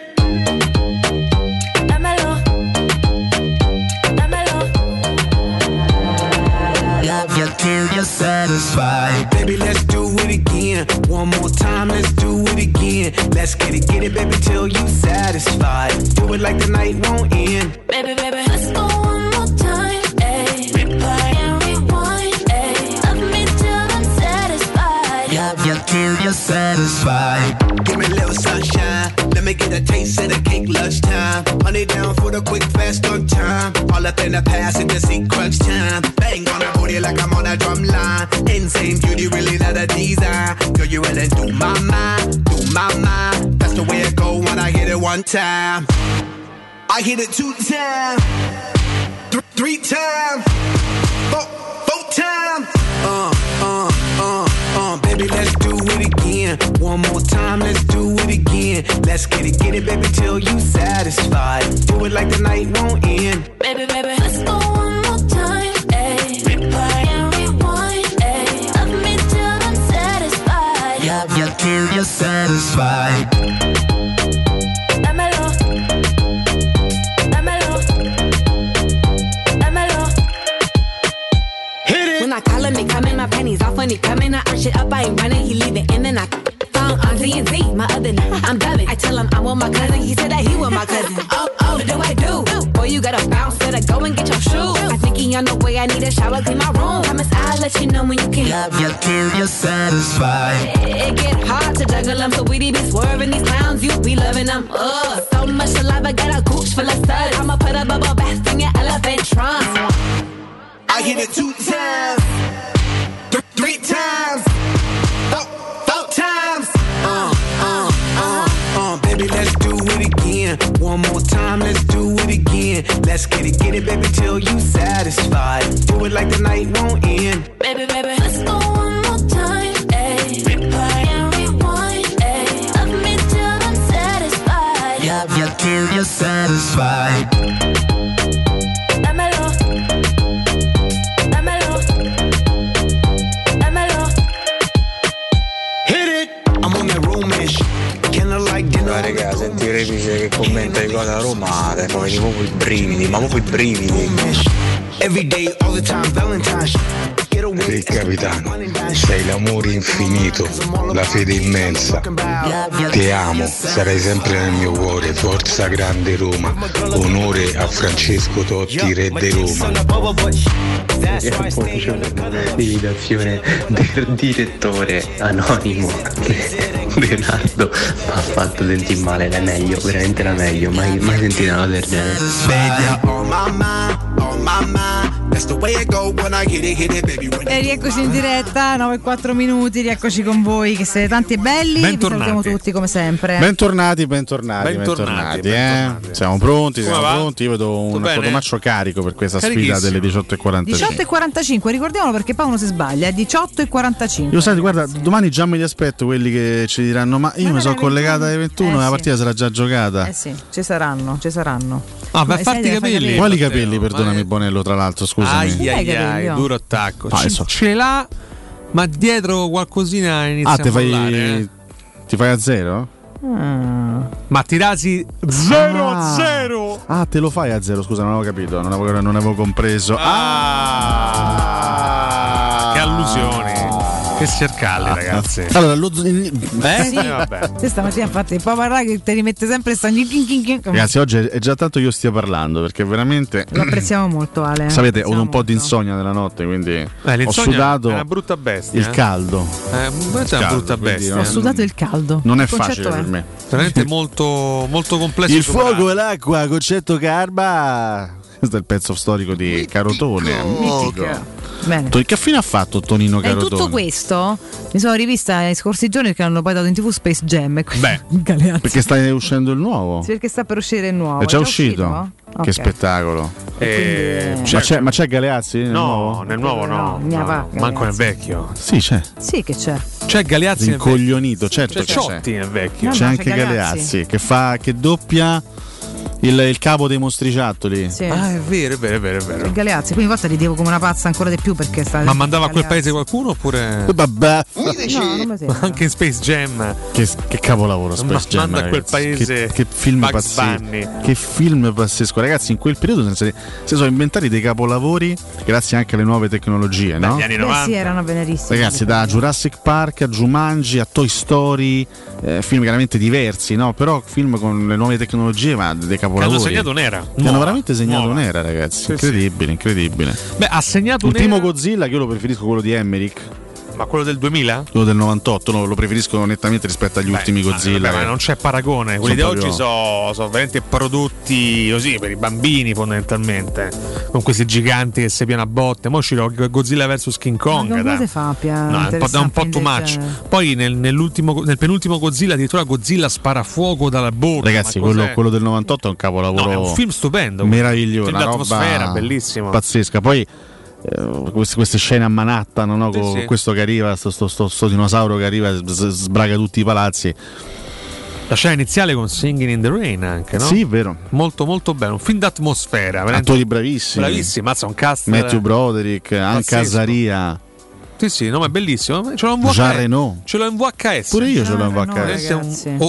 [SPEAKER 24] You till you're satisfied. Baby, let's do it again. One more time, let's do it again. Let's get it, baby, till you satisfied. Do it like the night won't end.
[SPEAKER 2] Baby, let's go one more time, ayy. Replay and rewind, ayy. Love me till I'm satisfied.
[SPEAKER 24] You till you're satisfied. Give me a little sunshine. Let me get a taste of the cake lunchtime. Honey down for the quick, fast on time. All up in the past, it just see crunch time. Bang on the booty like I'm on a drum line. Insane beauty, really not a design. Girl, you really do my mind, do my mind. That's the way it go when I hit it one time. I hit it 2 times, 3 times, 4 times. Baby, let's do it again. One more time, let's do it again. Let's get it, baby, till you satisfied. Do it like the night won't end.
[SPEAKER 2] Baby, let's go one more time, ayy. Replay and rewind, ayy. Love me till I'm satisfied.
[SPEAKER 24] You till you're satisfied.
[SPEAKER 2] Dámelo.
[SPEAKER 24] Hit it.
[SPEAKER 25] When I call him, they come in my panties off when he coming. I arch it up, I ain't running, he leave it in and I found on Z&Z, my other name. I'm dubbing. I tell him I want my cousin, he said that he want my cousin. Oh, what do I do? Boy, you gotta bounce, better go and get your shoes. I think he on the way, I need a shower, clean my room. Promise I'll let you know when you can.
[SPEAKER 24] You till you're satisfied.
[SPEAKER 25] It get hard to juggle them, so we be swerving these clowns, you be loving them. So much saliva, got a gooch full of suds. I'ma put a bubble bath in your elephant trunk.
[SPEAKER 24] I hit it 2 times, 3 times, 4 times. Baby, let's do it again. One more time, let's do it again. Let's get it, baby, till you satisfied. Do it like the night won't end.
[SPEAKER 2] Baby, let's go one more time, ayy. Replay and rewind, ayy. Love me till I'm satisfied.
[SPEAKER 24] You till you're satisfied.
[SPEAKER 1] Raga, sentire Repice che commenta i gol a Roma, te fa venire proprio i brividi, ma proprio i brividi.
[SPEAKER 3] Ehi capitano, sei l'amore infinito, la fede immensa. Ti amo, sarai sempre nel mio cuore. Forza grande Roma, onore a Francesco Totti, re di Roma.
[SPEAKER 1] E poi c'è una limitazione del direttore anonimo Leonardo mi ha fatto sentire male, la meglio, veramente la meglio, mai sentita una del genere.
[SPEAKER 5] E rieccoci in diretta, 9-4 minuti, rieccoci con voi che siete tanti e belli. Vi salutiamo tutti come sempre.
[SPEAKER 6] Bentornati. Siamo pronti. Io vedo un fotomaccio carico per questa sfida delle 18:45.
[SPEAKER 5] 18:45, ricordiamolo perché poi uno si sbaglia, è 18:45.
[SPEAKER 6] Io sai, guarda, domani già me li aspetto quelli che ci diranno ma io mi sono collegata alle 21 e la partita sarà già giocata.
[SPEAKER 5] Sì, ci saranno.
[SPEAKER 7] Ah, per farti i capelli.
[SPEAKER 6] Quali capelli, perdonami Bonello, tra l'altro, scusami.
[SPEAKER 7] Ai, duro attacco. Ce l'ha, ma dietro qualcosina inizia a mollare.
[SPEAKER 6] Ti fai a zero?
[SPEAKER 7] Ma tirasi 0-0.
[SPEAKER 6] Ah, te lo fai a zero, scusa, non avevo capito, non avevo compreso.
[SPEAKER 7] Che allusioni. Che cercale, ragazzi.
[SPEAKER 6] Allora,
[SPEAKER 5] sì.
[SPEAKER 7] Vabbè.
[SPEAKER 5] Se stamattina infatti il Paparà che ti rimette sempre
[SPEAKER 6] ragazzi, oggi è già tanto che io stia parlando, perché veramente
[SPEAKER 5] lo apprezziamo molto, Ale.
[SPEAKER 6] Sapete, ho un po' di insonnia nella notte, quindi ho sudato
[SPEAKER 7] è una brutta bestia,
[SPEAKER 6] il caldo.
[SPEAKER 7] È una brutta bestia.
[SPEAKER 5] Ho sudato il caldo.
[SPEAKER 6] Non è facile per me.
[SPEAKER 7] Veramente molto, molto complesso.
[SPEAKER 6] Il fuoco e l'acqua, concetto Carba. Questo è il pezzo storico di Carotone. Mitico.
[SPEAKER 5] Bene.
[SPEAKER 6] Che fine ha fatto Tonino Carotone?
[SPEAKER 5] E tutto questo mi sono rivista nei scorsi giorni che hanno poi dato in TV Space Jam.
[SPEAKER 6] Perché sta uscendo il nuovo?
[SPEAKER 5] Sì, perché sta per uscire il nuovo.
[SPEAKER 6] È già uscito? Che
[SPEAKER 5] Okay.
[SPEAKER 6] spettacolo. Ma c'è Galeazzi?
[SPEAKER 7] Nel nuovo no. Manco nel vecchio.
[SPEAKER 6] Sì, c'è.
[SPEAKER 5] Sì, che c'è.
[SPEAKER 7] C'è Galeazzi
[SPEAKER 6] incoglionito, certo.
[SPEAKER 7] C'è Ciotti nel vecchio.
[SPEAKER 6] C'è anche Galeazzi che doppia il capo dei mostriciattoli.
[SPEAKER 5] Sì.
[SPEAKER 7] Ah, è vero.
[SPEAKER 5] Il Galeazzi, quindi a volte li devo come una pazza ancora di più perché sta.
[SPEAKER 7] Ma mandava a quel paese qualcuno oppure?
[SPEAKER 6] Vabbè.
[SPEAKER 5] No, non mi sembra.
[SPEAKER 7] Anche in Space Jam.
[SPEAKER 6] Che capolavoro Space Jam.
[SPEAKER 7] Manda a quel paese.
[SPEAKER 6] Che film pazzesco. Che film pazzesco. Ragazzi, in quel periodo si sono inventati dei capolavori grazie anche alle nuove tecnologie, no?
[SPEAKER 7] Negli anni 90.
[SPEAKER 5] Sì, erano venerissimi.
[SPEAKER 6] Ragazzi, da Jurassic Park a Jumanji a Toy Story, film chiaramente diversi, no? Però film con le nuove tecnologie, ma dei capolavori.
[SPEAKER 7] Hanno segnato un'era.
[SPEAKER 6] Hanno veramente segnato un'era, ragazzi. Incredibile.
[SPEAKER 7] Beh, ha segnato
[SPEAKER 6] il primo Godzilla, che io lo preferisco quello di Emmerich.
[SPEAKER 7] Ma quello del 2000?
[SPEAKER 6] Quello del 98, no, lo preferisco nettamente rispetto agli ultimi Godzilla.
[SPEAKER 7] Ma non c'è paragone. Quelli di oggi sono veramente prodotti così per i bambini, fondamentalmente. Con questi giganti che si piano a botte. Mo' uscirò Godzilla vs King Kong.
[SPEAKER 5] Ma come si fa,
[SPEAKER 7] è un po' too much. Poi nel penultimo Godzilla, addirittura Godzilla spara fuoco dalla bocca.
[SPEAKER 6] Ragazzi, quello del 98 è un capolavoro.
[SPEAKER 7] No, è un film stupendo.
[SPEAKER 6] Meraviglioso. Una
[SPEAKER 7] atmosfera bellissima.
[SPEAKER 6] Pazzesca. Poi queste scene a Manhattan, no? Con questo che arriva, sto dinosauro che arriva e sbraga tutti i palazzi.
[SPEAKER 7] La scena iniziale con Singing in the Rain anche, no?
[SPEAKER 6] Sì, vero.
[SPEAKER 7] Molto molto bello, un film d'atmosfera.
[SPEAKER 6] Attori bravissimi.
[SPEAKER 7] Mazza, un cast.
[SPEAKER 6] Matthew Broderick, anche Azaria.
[SPEAKER 7] Sì, no, ma è bellissimo. Ce l'ho in VHS.
[SPEAKER 6] Jean Reno.
[SPEAKER 7] Ce l'ho in VHS.
[SPEAKER 6] Pure io ce l'ho in VHS.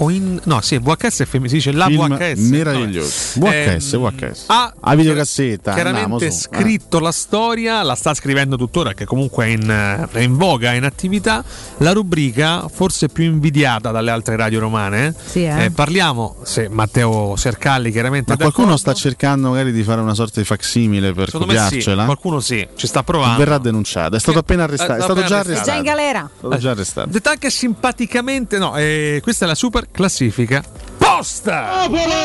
[SPEAKER 7] Sì, VHS si dice la
[SPEAKER 6] film
[SPEAKER 7] VHS.
[SPEAKER 6] Meraviglioso. VHS. A videocassetta.
[SPEAKER 7] Chiaramente scritto la storia, la sta scrivendo tuttora, che comunque è in voga, è in attività. La rubrica forse più invidiata dalle altre radio romane.
[SPEAKER 5] Sì,
[SPEAKER 7] parliamo, se Matteo Sercalli chiaramente.
[SPEAKER 6] Ma qualcuno sta cercando magari di fare una sorta di facsimile per copiarcela?
[SPEAKER 7] Sì, qualcuno ci sta provando.
[SPEAKER 6] Verrà denunciato. È stato appena arrestato. È stato già arrestato.
[SPEAKER 5] È già in galera.
[SPEAKER 6] È stato già arrestato.
[SPEAKER 7] Detta anche simpaticamente, no, questa è la super classifica posta.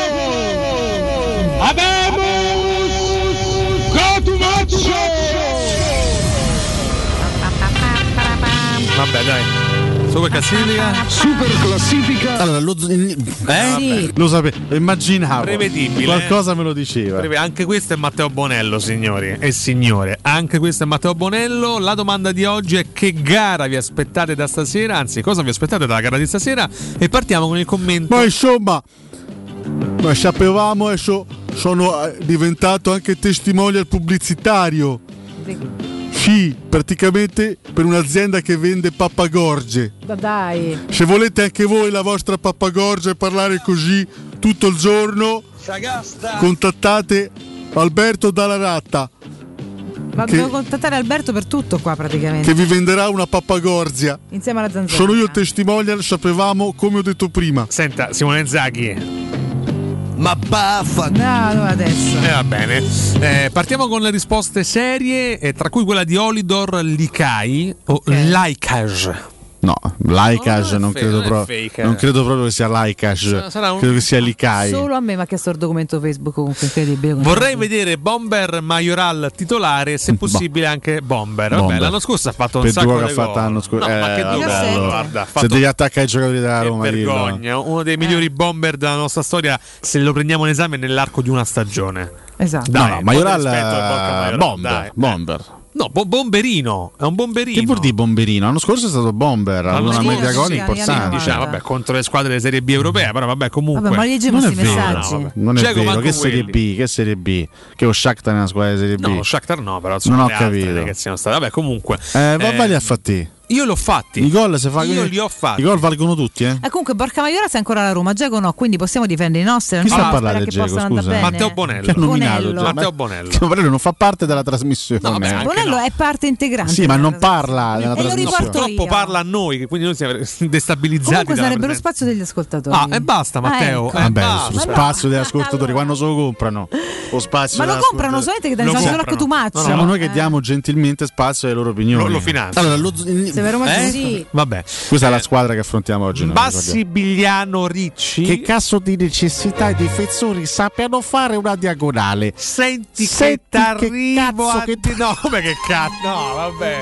[SPEAKER 7] Vabbè, dai. Super classifica.
[SPEAKER 6] Allora, lo sapevo, immaginavo.
[SPEAKER 7] Prevedibile.
[SPEAKER 6] Qualcosa me lo diceva.
[SPEAKER 7] Anche questo è Matteo Bonello, signori e signore. Anche questo è Matteo Bonello. La domanda di oggi è: che gara vi aspettate da stasera? Anzi, cosa vi aspettate dalla gara di stasera? E partiamo con il commento.
[SPEAKER 6] Ma insomma, ma sapevamo e sono diventato anche testimonial pubblicitario. Sì, praticamente per un'azienda che vende pappagorge.
[SPEAKER 5] Dai.
[SPEAKER 6] Se volete anche voi la vostra pappagorgia e parlare così tutto il giorno, contattate Alberto Dalla Ratta.
[SPEAKER 5] Ma devo contattare Alberto per tutto qua praticamente.
[SPEAKER 6] Che vi venderà una pappagorzia.
[SPEAKER 5] Insieme alla zanzara.
[SPEAKER 6] Sono io il testimonial, sapevamo come ho detto prima.
[SPEAKER 7] Senta, Simone Zaghi.
[SPEAKER 22] Ma baffa!
[SPEAKER 5] No, adesso.
[SPEAKER 7] Va bene. Partiamo con le risposte serie, tra cui quella di Olidor Likai o Laikaj.
[SPEAKER 6] No, Laikaj non credo proprio che sia Laikaj. Credo che sia Likai.
[SPEAKER 5] Solo a me mi ha chiesto il documento Facebook, comunque incredibile.
[SPEAKER 7] Vorrei vedere Bomber Majoral titolare, se possibile anche Bomber. Vabbè, l'anno scorso ha fatto un sacco di gol.
[SPEAKER 6] L'anno scorso.
[SPEAKER 7] No, ma che
[SPEAKER 6] guarda, se devi attaccare i giocatori della Roma,
[SPEAKER 7] vergogna, uno dei migliori bomber della nostra storia, se lo prendiamo in esame nell'arco di una stagione.
[SPEAKER 5] Esatto.
[SPEAKER 6] No, Majoral Bomber.
[SPEAKER 7] No, bomberino, è un bomberino.
[SPEAKER 6] Che vuol dire bomberino? L'anno scorso è stato bomber, ha una media gol importante.
[SPEAKER 7] Vabbè, contro le squadre delle Serie B europea, però vabbè, comunque.
[SPEAKER 5] Vabbè, ma leggiamo questi messaggi.
[SPEAKER 6] Non è vero, che Serie B? Che Serie B? Che lo Shakhtar è una squadra di Serie B?
[SPEAKER 7] No, lo Shakhtar no, però
[SPEAKER 6] non ho capito.
[SPEAKER 7] Che siano state. Vabbè, comunque.
[SPEAKER 6] Vai a fatti.
[SPEAKER 7] Io l'ho fatti.
[SPEAKER 6] I gol se fa
[SPEAKER 7] Io li ho fatti.
[SPEAKER 6] I gol valgono tutti,
[SPEAKER 5] comunque Borca Maiora sei ancora alla Roma, Geco no, quindi possiamo difendere i nostri.
[SPEAKER 6] Chi sta a parlare di Geco, scusa?
[SPEAKER 7] Matteo Bonello.
[SPEAKER 6] Che ha nominato
[SPEAKER 7] Matteo Bonello.
[SPEAKER 6] Matteo Bonello non fa parte della trasmissione.
[SPEAKER 7] No,
[SPEAKER 5] Bonello è parte integrante.
[SPEAKER 6] Sì, ma non parla della trasmissione.
[SPEAKER 7] Purtroppo parla a noi, che quindi noi siamo destabilizzati.
[SPEAKER 5] Comunque sarebbe lo spazio degli ascoltatori.
[SPEAKER 7] E basta, Matteo.
[SPEAKER 6] Lo spazio degli ascoltatori quando se lo comprano. Lo spazio.
[SPEAKER 5] Ma lo comprano solamente che danno solo a Cotumaccio.
[SPEAKER 6] Siamo noi che diamo gentilmente spazio alle loro opinioni.
[SPEAKER 7] Lo finanziano.
[SPEAKER 5] Allora,
[SPEAKER 7] vabbè,
[SPEAKER 6] questa è la squadra che affrontiamo oggi.
[SPEAKER 7] Bassibiliano Ricci.
[SPEAKER 6] Che cazzo di necessità i difensori sappiano fare una diagonale?
[SPEAKER 7] Senti che t'arrivo no, come che cazzo? No, vabbè.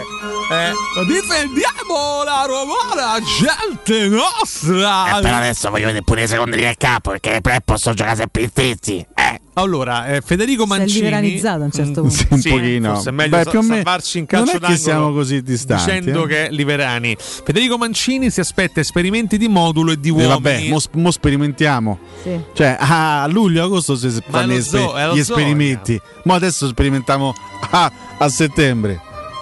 [SPEAKER 7] Difendiamo la romana, gente nostra.
[SPEAKER 6] Però adesso voglio vedere pure i secondi del campo, perché posso giocare sempre in stessi.
[SPEAKER 7] Allora, Federico Mancini.
[SPEAKER 5] Si è liberalizzato a un certo punto.
[SPEAKER 6] Sì, un pochino.
[SPEAKER 7] Forse è meglio salvarci in calcio
[SPEAKER 6] d'angolo. Non è che siamo così distanti.
[SPEAKER 7] Dicendo che Liverani. Federico Mancini si aspetta esperimenti di modulo e di uomini.
[SPEAKER 6] Vabbè, mo sperimentiamo.
[SPEAKER 5] Sì.
[SPEAKER 6] Cioè, a luglio-agosto si fanno gli esperimenti. Mo adesso sperimentiamo a settembre.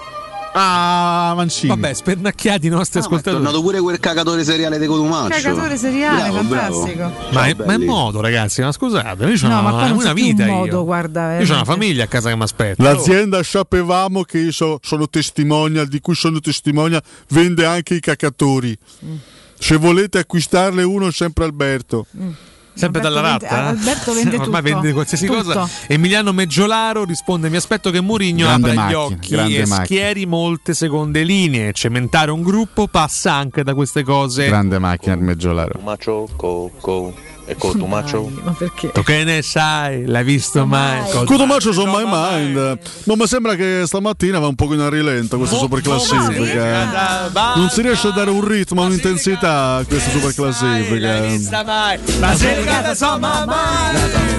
[SPEAKER 6] Mancini.
[SPEAKER 7] Vabbè, spernacchiati i nostri ascoltatori.
[SPEAKER 13] È tornato pure quel cagatore seriale di Cotumaccio.
[SPEAKER 5] Cagatore seriale, fantastico.
[SPEAKER 7] Ma è modo, ragazzi, ma scusate, io c'ho una vita.
[SPEAKER 5] Modo, guarda,
[SPEAKER 7] io c'ho una famiglia a casa che mi aspetta.
[SPEAKER 6] L'azienda sapevamo che io sono testimonial, di cui sono testimonial, vende anche i cacatori. Se volete acquistarne uno, sempre Alberto.
[SPEAKER 7] Sempre Alberto dalla Ratta?
[SPEAKER 5] Alberto vende tutto.
[SPEAKER 7] Ormai vende qualsiasi cosa. Emiliano Meggiolaro risponde: mi aspetto che Mourinho apra gli occhi e schieri molte seconde linee. Cementare un gruppo passa anche da queste cose.
[SPEAKER 6] Grande macchina il Meggiolaro.
[SPEAKER 13] E Cotumaccio?
[SPEAKER 5] Ma perché?
[SPEAKER 7] Tu che ne sai? L'hai visto mai?
[SPEAKER 6] Cotumaccio sono my mind. Ma mi sembra che stamattina va un pochino a rilento questa superclassifica. Non si riesce a dare un ritmo, un'intensità a questa superclassifica.
[SPEAKER 7] Ma sei legata insomma mai.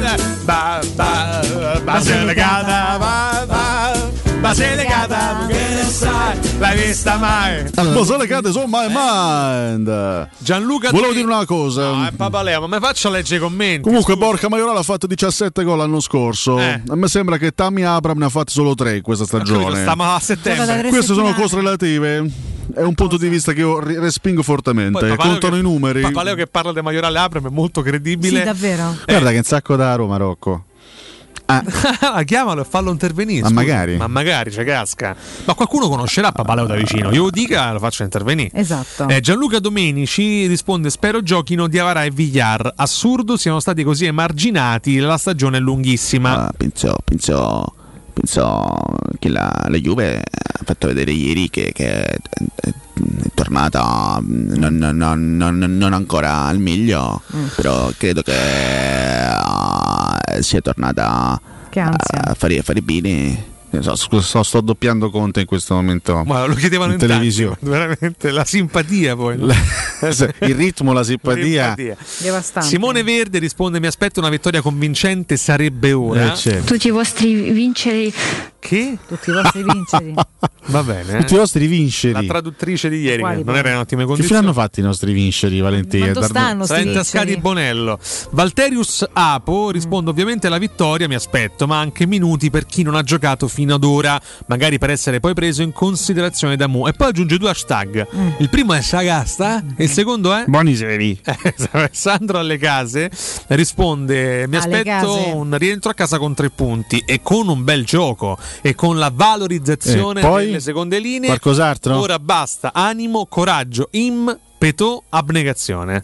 [SPEAKER 7] Ma sei legata ma sei legata, che ne sai, l'hai vista mai?
[SPEAKER 6] Ma sei legata su my mind.
[SPEAKER 7] Gianluca
[SPEAKER 6] volevo dire una cosa.
[SPEAKER 7] No, è Papaleo, ma mi faccia leggere i commenti.
[SPEAKER 6] Comunque Borca Maiorale ha fatto 17 gol l'anno scorso. A me sembra che Tammy Abraham ne ha fatti solo 3 questa stagione.
[SPEAKER 7] Stiamo a settembre.
[SPEAKER 6] Queste sono cose relative. È un punto di vista che io respingo fortemente. Contano i numeri.
[SPEAKER 7] Papaleo che parla di Maiorale Abraham è molto credibile.
[SPEAKER 5] Sì, davvero.
[SPEAKER 6] Guarda che è un sacco da Roma, Rocco.
[SPEAKER 7] Chiamalo e fallo intervenire.
[SPEAKER 6] Ma
[SPEAKER 7] magari c'è casca. Ma qualcuno conoscerà Papaleo da vicino. Io lo dica e lo faccio intervenire.
[SPEAKER 5] Esatto.
[SPEAKER 7] Gianluca Domenici risponde: spero giochino Diawara e Villar. Assurdo siano stati così emarginati. La stagione è lunghissima.
[SPEAKER 6] Penso che la Juve ha fatto vedere ieri che è tornata non ancora al meglio, però credo che sia tornata a fare bene. Sto doppiando Conte in questo momento.
[SPEAKER 7] Ma lo chiedevano in televisione. Veramente la simpatia poi.
[SPEAKER 6] Il ritmo, la simpatia.
[SPEAKER 5] Devastante.
[SPEAKER 7] Simone Verde risponde: mi aspetto una vittoria convincente, sarebbe ora.
[SPEAKER 14] Tutti i vostri vinceri
[SPEAKER 7] Che?
[SPEAKER 5] Tutti i vostri vinceri.
[SPEAKER 7] Va bene.
[SPEAKER 6] Tutti i vostri vinceri.
[SPEAKER 7] La traduttrice di ieri,
[SPEAKER 5] Quali
[SPEAKER 7] che non
[SPEAKER 5] poi?
[SPEAKER 7] era in ottime
[SPEAKER 6] Che
[SPEAKER 7] condizioni.
[SPEAKER 6] fine hanno fatto i nostri vinceri, Valentina?
[SPEAKER 5] Quanto stanno
[SPEAKER 7] Sarà
[SPEAKER 5] sti
[SPEAKER 7] intascati
[SPEAKER 5] vinceri?
[SPEAKER 7] Bonello. Valterius Apo risponde ovviamente alla vittoria, mi aspetto, ma anche minuti per chi non ha giocato fino ad ora, magari per essere poi preso in considerazione da Mu. E poi aggiunge 2 hashtag. Il primo è Sagasta e il secondo è
[SPEAKER 6] Buoniseri.
[SPEAKER 7] Sandro alle case risponde: mi
[SPEAKER 5] Alle
[SPEAKER 7] aspetto
[SPEAKER 5] case.
[SPEAKER 7] un rientro a casa con 3 punti e con un bel gioco e con la valorizzazione
[SPEAKER 6] poi?
[SPEAKER 7] delle seconde linee.
[SPEAKER 6] Qualcos'altro?
[SPEAKER 7] Ora basta, animo, coraggio, impeto, abnegazione.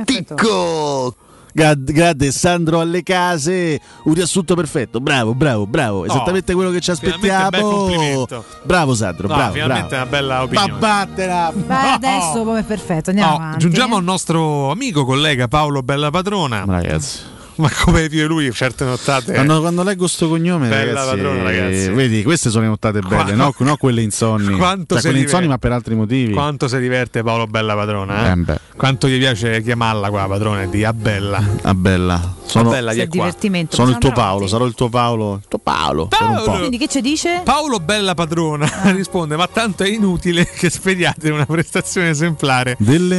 [SPEAKER 6] Mitico! Grande Sandro alle case, un riassunto perfetto, bravo, esattamente quello che ci
[SPEAKER 7] finalmente bel
[SPEAKER 6] aspettiamo.
[SPEAKER 7] complimento.
[SPEAKER 6] Bravo Sandro,
[SPEAKER 7] No,
[SPEAKER 6] bravo.
[SPEAKER 7] finalmente una bella opinione.
[SPEAKER 6] Ma vattela!
[SPEAKER 5] Ma adesso come è perfetto, andiamo avanti.
[SPEAKER 7] Giungiamo al nostro amico collega Paolo Bellapadrona.
[SPEAKER 6] Ragazzi,
[SPEAKER 7] Ma come vive lui certe nottate?
[SPEAKER 6] quando leggo sto cognome,
[SPEAKER 7] Bella
[SPEAKER 6] ragazzi,
[SPEAKER 7] padrona, ragazzi.
[SPEAKER 6] vedi, queste sono le nottate belle, no quelle insonni.
[SPEAKER 7] Quanto
[SPEAKER 6] Cioè,
[SPEAKER 7] si
[SPEAKER 6] quelle insonni,
[SPEAKER 7] diverte.
[SPEAKER 6] ma per altri motivi.
[SPEAKER 7] Quanto si diverte Paolo Bellapadrona, eh?
[SPEAKER 6] Beh.
[SPEAKER 7] Quanto gli piace chiamarla qua padrone di Abella.
[SPEAKER 6] Bella. Sono,
[SPEAKER 7] Abella
[SPEAKER 5] C'è
[SPEAKER 7] che è qua.
[SPEAKER 5] divertimento.
[SPEAKER 6] sono il tuo
[SPEAKER 5] Possiamo
[SPEAKER 6] Paolo,
[SPEAKER 5] andare
[SPEAKER 6] sarò il tuo Paolo. Il tuo Paolo. per un po'.
[SPEAKER 5] Quindi che ci dice?
[SPEAKER 7] Paolo Bellapadrona risponde: ma tanto è inutile che speriate una prestazione esemplare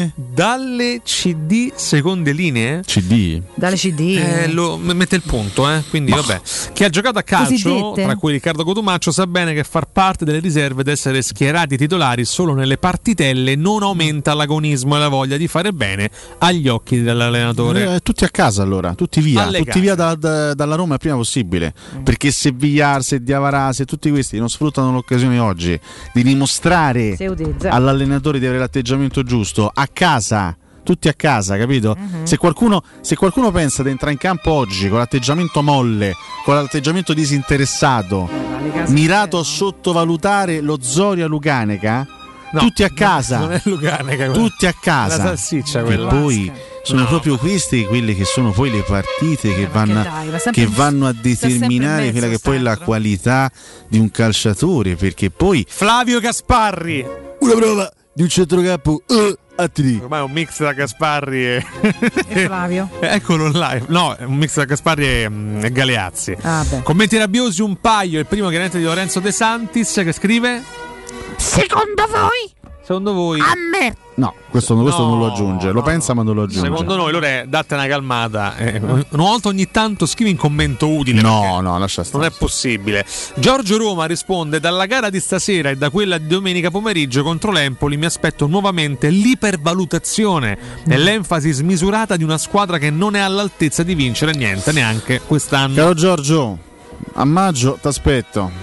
[SPEAKER 7] dalle CD seconde linee?
[SPEAKER 6] CD?
[SPEAKER 5] Dalle CD.
[SPEAKER 7] Mette il punto, quindi vabbè. Chi ha giocato a calcio,
[SPEAKER 5] Cosiddette.
[SPEAKER 7] tra cui Riccardo Cotumaccio, sa bene che far parte delle riserve ed essere schierati titolari solo nelle partitelle non aumenta l'agonismo e la voglia di fare bene agli occhi dell'allenatore.
[SPEAKER 6] Tutti a casa allora, tutti via,
[SPEAKER 7] Alle
[SPEAKER 6] tutti
[SPEAKER 7] case.
[SPEAKER 6] via dalla Roma il prima possibile. Perché se Villar, se Diavara, se tutti questi non sfruttano l'occasione oggi di dimostrare
[SPEAKER 5] Se utilizza.
[SPEAKER 6] all'allenatore di avere l'atteggiamento giusto a casa, tutti a casa, capito? Se qualcuno pensa di entrare in campo oggi con l'atteggiamento molle, con l'atteggiamento disinteressato, mirato a sottovalutare lo Zoria Lucaneca,
[SPEAKER 7] No,
[SPEAKER 6] tutti a casa,
[SPEAKER 7] non è Lucaneca quella.
[SPEAKER 6] tutti a casa,
[SPEAKER 7] La salsiccia
[SPEAKER 6] che
[SPEAKER 7] quella.
[SPEAKER 6] poi sono proprio questi quelli che sono poi le partite che vanno,
[SPEAKER 5] dai, ma sempre-
[SPEAKER 6] che vanno a
[SPEAKER 5] sta sempre in
[SPEAKER 6] determinare
[SPEAKER 5] mezzo,
[SPEAKER 6] quella che poi è la
[SPEAKER 5] Sandro.
[SPEAKER 6] qualità di un calciatore, perché poi
[SPEAKER 7] Flavio Gasparri,
[SPEAKER 6] una prova di un centrocampo a tri.
[SPEAKER 7] ormai è un mix da Gasparri e
[SPEAKER 5] Flavio.
[SPEAKER 7] eccolo live. No, è un mix da Gasparri e Galeazzi.
[SPEAKER 5] Ah, beh.
[SPEAKER 7] Commenti rabbiosi un paio. Il primo chiaramente di Lorenzo De Santis che scrive:
[SPEAKER 14] Secondo voi?
[SPEAKER 7] secondo voi?
[SPEAKER 14] A me.
[SPEAKER 6] No, questo non lo aggiunge, lo pensa ma non lo aggiunge.
[SPEAKER 7] Secondo noi, Lore, date una calmata. Una volta ogni tanto scrivi un commento utile.
[SPEAKER 6] No, lascia stare.
[SPEAKER 7] Non è possibile. Giorgio Roma risponde: dalla gara di stasera e da quella di domenica pomeriggio contro l'Empoli mi aspetto nuovamente l'ipervalutazione e l'enfasi smisurata di una squadra che non è all'altezza di vincere niente, neanche quest'anno.
[SPEAKER 6] Caro Giorgio, a maggio t'aspetto.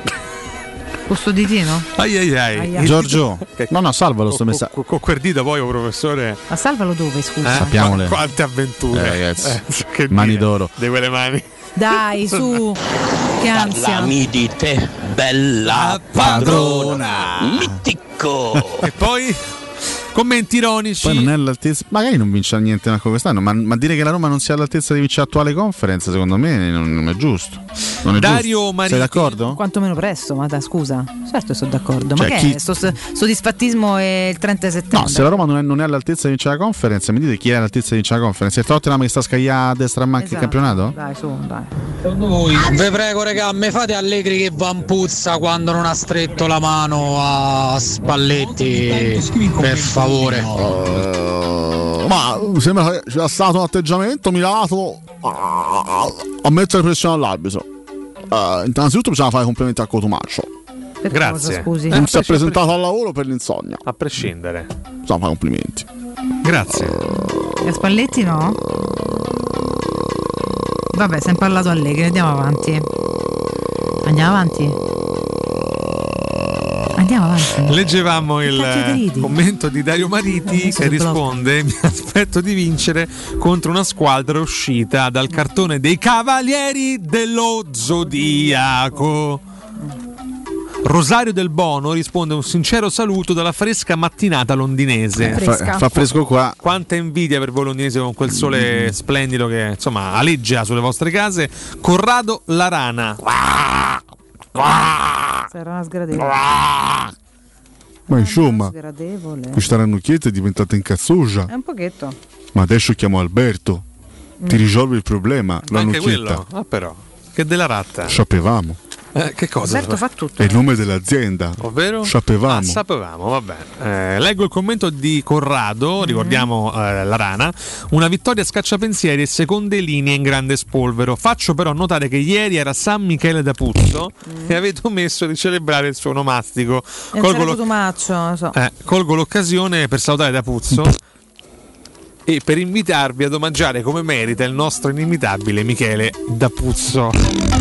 [SPEAKER 5] Custoditino?
[SPEAKER 7] Ai.
[SPEAKER 6] Giorgio, no, salvalo sto messaggio.
[SPEAKER 7] Con quel dito poi, professore.
[SPEAKER 5] Ma salvalo dove, scusa?
[SPEAKER 6] Sappiamole.
[SPEAKER 7] Quante avventure,
[SPEAKER 6] ragazzi.
[SPEAKER 7] Che
[SPEAKER 6] Mani
[SPEAKER 7] dire,
[SPEAKER 6] d'oro.
[SPEAKER 7] di quelle mani.
[SPEAKER 5] Dai, su. Che ansia.
[SPEAKER 9] Parlami di te, bella padrona. Mitico.
[SPEAKER 7] E poi commenti ironici.
[SPEAKER 6] Poi non è all'altezza, magari non vince niente anche quest'anno, ma dire che la Roma non sia all'altezza di vincere l'attuale conference, secondo me non è giusto. Non è
[SPEAKER 7] Dario
[SPEAKER 6] giusto.
[SPEAKER 7] Mariti.
[SPEAKER 6] Sei d'accordo?
[SPEAKER 5] Quanto meno presto, ma dai, scusa. Certo sono d'accordo.
[SPEAKER 6] Cioè,
[SPEAKER 5] ma che
[SPEAKER 6] chi-
[SPEAKER 5] è? Sto soddisfattismo è il 30 settembre.
[SPEAKER 6] No, se la Roma non è all'altezza di vincere la conference, mi dite chi è all'altezza di vincere la conference? È il Tottenham che sta scagliando a destra a manca il
[SPEAKER 5] Esatto.
[SPEAKER 6] campionato?
[SPEAKER 5] Dai, su, dai.
[SPEAKER 15] Vi prego regà, me fate Allegri che vampuzza quando non ha stretto la mano a Spalletti, per favore.
[SPEAKER 6] Ma mi sembra che c'era stato un atteggiamento mirato a mettere pressione all'arbitro. Innanzitutto bisogna fare complimenti a Cotumaccio.
[SPEAKER 5] Per
[SPEAKER 7] Grazie.
[SPEAKER 5] cosa, scusi?
[SPEAKER 6] Non si è presentato al lavoro per l'insonnia.
[SPEAKER 7] A prescindere.
[SPEAKER 6] Bisogna fare complimenti.
[SPEAKER 7] Grazie.
[SPEAKER 5] E a Spalletti no? Vabbè, si è parlato Allegri, andiamo avanti. Andiamo avanti.
[SPEAKER 7] Leggevamo
[SPEAKER 5] cacchio
[SPEAKER 7] il
[SPEAKER 5] ridi?
[SPEAKER 7] commento di Dario Mariti
[SPEAKER 5] Adesso
[SPEAKER 7] che
[SPEAKER 5] ti blocco.
[SPEAKER 7] risponde: mi aspetto di vincere contro una squadra uscita dal cartone dei Cavalieri dello Zodiaco. Rosario Del Bono risponde: un sincero saluto dalla fresca mattinata londinese.
[SPEAKER 6] Fa fresco qua.
[SPEAKER 7] Quanta invidia per voi londinesi con quel sole splendido che insomma aleggia sulle vostre case. Corrado Larana.
[SPEAKER 5] Sarà una sgradevole.
[SPEAKER 6] Ma insomma,
[SPEAKER 5] Sgradevole.
[SPEAKER 6] questa rannucchietta è diventata incazzosa.
[SPEAKER 5] È un pochetto.
[SPEAKER 6] Ma adesso chiamo Alberto. Ti risolve il problema.
[SPEAKER 7] Anche
[SPEAKER 6] Rannucchietta.
[SPEAKER 7] quello. Ah, però. Che della ratta.
[SPEAKER 6] Sapevamo.
[SPEAKER 7] Che cosa?
[SPEAKER 5] Roberto fa tutto.
[SPEAKER 3] È il nome dell'azienda.
[SPEAKER 7] Ovvero?
[SPEAKER 3] Sapevamo.
[SPEAKER 7] Sapevamo, vabbè. Leggo il commento di Corrado, ricordiamo la rana. Una vittoria scacciapensieri e seconde linee in grande spolvero. Faccio però notare che ieri era San Michele d'Apuzzo e avete omesso di celebrare il suo onomastico. Colgo l'occasione per salutare D'Apuzzo e per invitarvi ad omaggiare come merita il nostro inimitabile Michele D'Apuzzo.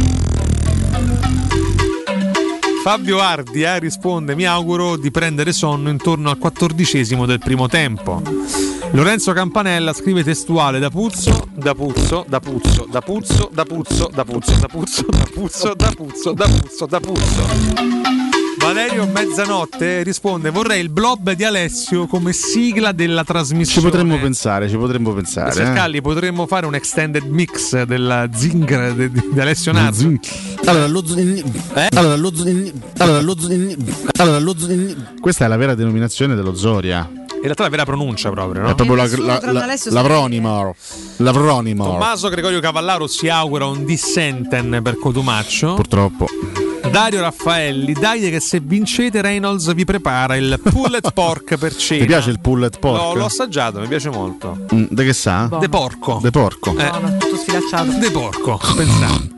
[SPEAKER 7] Fabio Ardia risponde: mi auguro di prendere sonno intorno al 14° del primo tempo. Lorenzo Campanella scrive testuale: D'Apuzzo, D'Apuzzo, D'Apuzzo, D'Apuzzo, D'Apuzzo, D'Apuzzo, D'Apuzzo, D'Apuzzo, D'Apuzzo, D'Apuzzo, D'Apuzzo. Valerio Mezzanotte risponde: vorrei il blob di Alessio come sigla della trasmissione.
[SPEAKER 6] Ci potremmo pensare.
[SPEAKER 7] Se Calli potremmo fare un extended mix della Zingr di Alessio Nardo.
[SPEAKER 6] Questa è la vera denominazione dello Zoria.
[SPEAKER 7] In realtà la vera pronuncia proprio, no?
[SPEAKER 6] È proprio l'avronimo.
[SPEAKER 7] Tommaso Gregorio Cavallaro si augura un dissenten per Cotumaccio.
[SPEAKER 6] Purtroppo.
[SPEAKER 7] Dario Raffaelli: dai che se vincete Reynolds vi prepara il pulled pork per cena.
[SPEAKER 6] Ti piace il pulled pork?
[SPEAKER 7] L'ho assaggiato, mi piace molto.
[SPEAKER 6] De che sa?
[SPEAKER 7] De porco.
[SPEAKER 5] Buono, tutto sfilacciato.
[SPEAKER 7] De porco, pensate.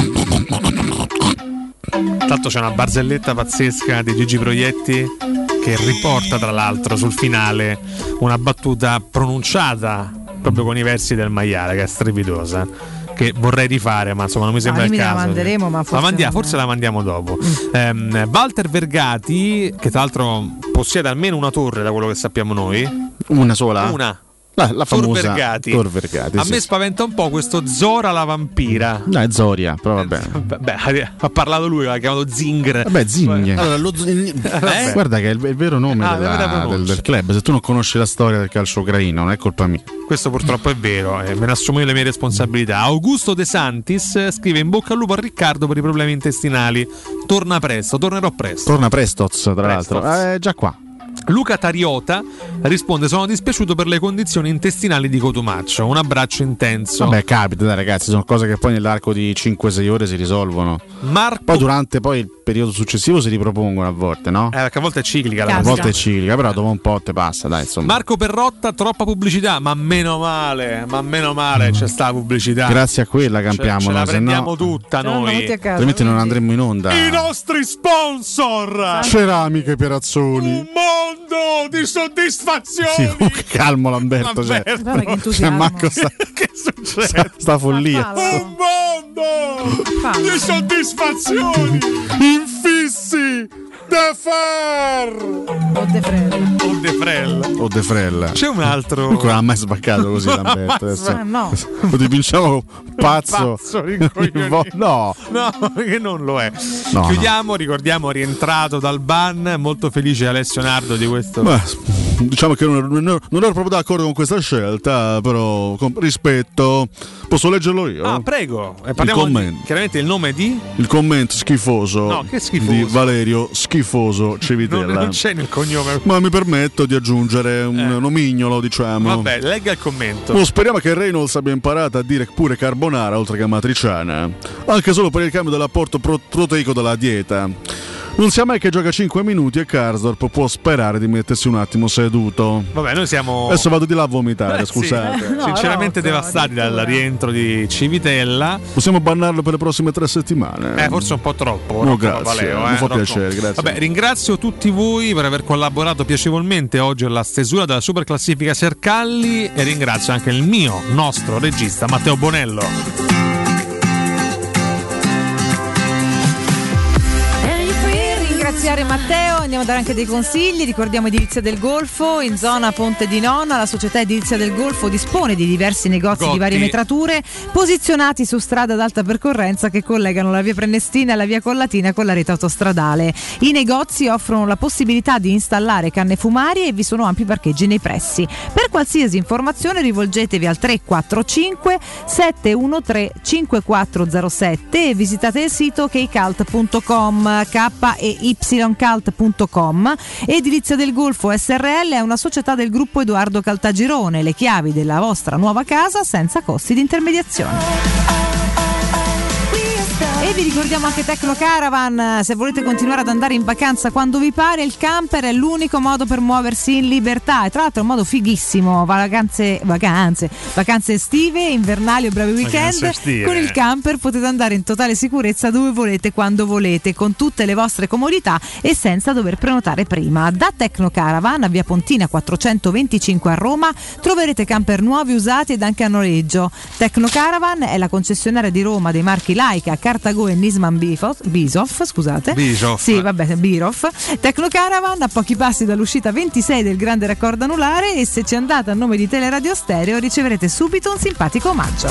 [SPEAKER 7] Tanto c'è una barzelletta pazzesca di Gigi Proietti che riporta tra l'altro sul finale una battuta pronunciata proprio con i versi del maiale, che è strepitosa, che vorrei rifare, ma insomma non mi sembra il caso.
[SPEAKER 5] La manderemo, ma
[SPEAKER 7] forse la mandiamo dopo. Walter Vergati, che tra l'altro possiede almeno una torre da quello che sappiamo noi.
[SPEAKER 6] Una sola?
[SPEAKER 7] Una.
[SPEAKER 6] La famosa
[SPEAKER 7] Tor Vergati. A me spaventa un po' questo Zora la vampira.
[SPEAKER 6] No, è Zoria, però vabbè.
[SPEAKER 7] Ha parlato lui, l'ha chiamato Zingr.
[SPEAKER 6] Vabbè, Zingr. Allora, guarda che è il vero nome del club. Se tu non conosci la storia del calcio ucraino, non è colpa mia.
[SPEAKER 7] Questo purtroppo è vero, me ne assumo le mie responsabilità. Augusto De Santis scrive: in bocca al lupo a Riccardo per i problemi intestinali. Tornerò presto.
[SPEAKER 6] Torna Prestoz, tra l'altro. Già qua.
[SPEAKER 7] Luca Tariota risponde: sono dispiaciuto per le condizioni intestinali di Cotumaccio, un abbraccio intenso.
[SPEAKER 6] Vabbè, capita, dai ragazzi, sono cose che poi nell'arco di 5-6 ore si risolvono. Poi durante il periodo successivo si ripropongono a volte, no?
[SPEAKER 7] Perché a volte è ciclica.
[SPEAKER 6] A volte è ciclica, però dopo un po' te passa, dai, insomma.
[SPEAKER 7] Marco Perrotta: troppa pubblicità, ma meno male c'è sta pubblicità.
[SPEAKER 6] Grazie a quella campiamo,
[SPEAKER 7] ce la prendiamo tutta noi.
[SPEAKER 6] Altrimenti non andremmo in onda.
[SPEAKER 7] I nostri sponsor:
[SPEAKER 6] Ceramiche Perazzoni.
[SPEAKER 7] Un mondo di soddisfazioni.
[SPEAKER 6] Sì, calmo Lamberto.
[SPEAKER 5] Che entusiasmo.
[SPEAKER 7] Che succede?
[SPEAKER 6] Sta follia.
[SPEAKER 7] Un mondo di soddisfazioni infissi da far
[SPEAKER 6] o De Frella.
[SPEAKER 7] C'è un altro.
[SPEAKER 6] Comunque non ha mai sbaccato così Lamberto. Adesso
[SPEAKER 5] no.
[SPEAKER 6] Lo dipingiamo pazzo.
[SPEAKER 7] No, che non lo è. No, chiudiamo, ricordiamo, rientrato dal ban, molto felice Alessio Nardo di questo.
[SPEAKER 6] Diciamo che non ero proprio d'accordo con questa scelta, però con rispetto. Posso leggerlo io?
[SPEAKER 7] Prego. Parliamo chiaramente il nome di?
[SPEAKER 6] Il commento schifoso.
[SPEAKER 7] No, che schifoso?
[SPEAKER 6] Di Valerio Schifoso Civitella.
[SPEAKER 7] Non c'è nel cognome.
[SPEAKER 6] Ma mi permetto di aggiungere un nomignolo, diciamo.
[SPEAKER 7] Vabbè, legga il commento.
[SPEAKER 6] Speriamo che Reynolds abbia imparato a dire pure carbonara oltre che matriciana, anche solo per il cambio dell'apporto proteico della dieta. Non sia mai che gioca 5 minuti e Karsdorp può sperare di mettersi un attimo seduto.
[SPEAKER 7] Vabbè, noi siamo.
[SPEAKER 6] Adesso vado di là a vomitare, scusate.
[SPEAKER 7] Sì. Sinceramente devastati dal rientro di Civitella.
[SPEAKER 6] Possiamo bannarlo per le prossime 3 settimane?
[SPEAKER 7] Forse un po' troppo.
[SPEAKER 6] No, grazie. Mi fa piacere, grazie.
[SPEAKER 7] Vabbè, ringrazio tutti voi per aver collaborato piacevolmente oggi alla stesura della super classifica Sercalli e ringrazio anche il nostro regista Matteo Bonello.
[SPEAKER 5] Matteo, andiamo a dare anche dei consigli. Ricordiamo Edilizia del Golfo in zona Ponte di Nonna. La società Edilizia del Golfo dispone di diversi negozi di varie metrature posizionati su strada ad alta percorrenza che collegano la via Prenestina e la via Collatina con la rete autostradale. I negozi offrono la possibilità di installare canne fumarie e vi sono ampi parcheggi nei pressi. Per qualsiasi informazione rivolgetevi al 345 713 5407 e visitate il sito keycult.com KEYCult.com. Edilizia del Golfo SRL è una società del gruppo Edoardo Caltagirone. Le chiavi della vostra nuova casa senza costi di intermediazione. E vi ricordiamo anche Tecno Caravan, se volete continuare ad andare in vacanza quando vi pare, il camper è l'unico modo per muoversi in libertà, e tra l'altro è un modo fighissimo, vacanze estive, invernali o brevi weekend, con il camper potete andare in totale sicurezza dove volete, quando volete, con tutte le vostre comodità e senza dover prenotare prima. Da Tecno Caravan a Via Pontina 425 a Roma troverete camper nuovi, usati ed anche a noleggio. Tecno Caravan è la concessionaria di Roma dei marchi Laika, Cartago e Nisman Bisoff. Sì, vabbè, Biroff. Tecno Caravan a pochi passi dall'uscita 26 del grande raccordo anulare, e se ci andate a nome di Teleradio Stereo riceverete subito un simpatico omaggio.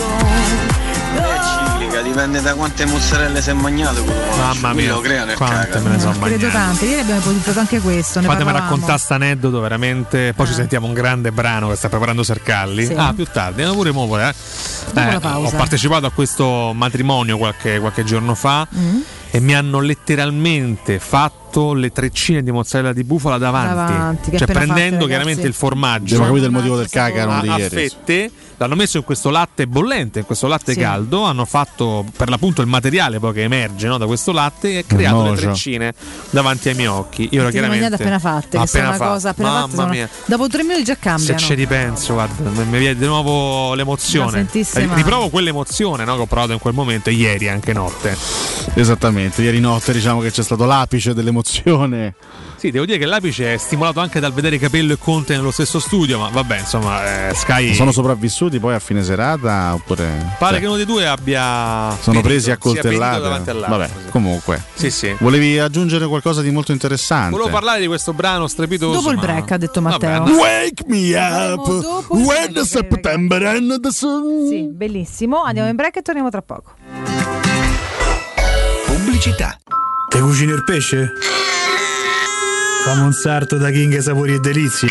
[SPEAKER 13] Dipende da quante mozzarelle si è mangiato.
[SPEAKER 7] Mamma mia, quante me ne sono mangiate.
[SPEAKER 5] Credo tante. Ieri abbiamo ipotizzato anche questo.
[SPEAKER 7] Fatemi raccontare sto aneddoto veramente. Poi ci sentiamo un grande brano che sta preparando Sercalli.
[SPEAKER 5] Sì.
[SPEAKER 7] Più tardi, pure dopo la pausa. Ho partecipato a questo matrimonio qualche giorno fa e mi hanno letteralmente fatto le treccine di mozzarella di bufala davanti. Cioè prendendo chiaramente il formaggio.
[SPEAKER 6] Abbiamo capito il motivo del cacaro di ieri.
[SPEAKER 7] Fette, l'hanno messo in questo latte bollente, in questo latte caldo, hanno fatto per l'appunto il materiale poi che emerge, no, da questo latte, e creato le treccine davanti ai miei occhi. Io chiaramente
[SPEAKER 5] appena fatte, che sono una cosa appena fatta,
[SPEAKER 7] mia.
[SPEAKER 5] Dopo 3 minuti già cambiano.
[SPEAKER 7] Se ci ripenso, guarda, mi viene di nuovo l'emozione. Riprovo quell'emozione, no, che ho provato in quel momento, e ieri anche notte.
[SPEAKER 6] Esattamente, ieri notte diciamo che c'è stato l'apice dell'emozione.
[SPEAKER 7] Sì, devo dire che l'apice è stimolato anche dal vedere Capello e Conte nello stesso studio, ma vabbè, insomma, Sky.
[SPEAKER 6] Sono sopravvissuti poi a fine serata oppure?
[SPEAKER 7] Pare che uno dei due
[SPEAKER 6] sono presi a coltellate. Vabbè, comunque.
[SPEAKER 7] Sì.
[SPEAKER 6] Volevi aggiungere qualcosa di molto interessante?
[SPEAKER 7] Volevo parlare di questo brano strepitoso.
[SPEAKER 5] Dopo il break, ha detto Matteo.
[SPEAKER 6] Wake me up when September and the sun.
[SPEAKER 5] Sì, bellissimo. Andiamo in break e torniamo tra poco.
[SPEAKER 21] Pubblicità.
[SPEAKER 10] Te cucini il pesce? Fammi un sarto da King Sapori e Delizie.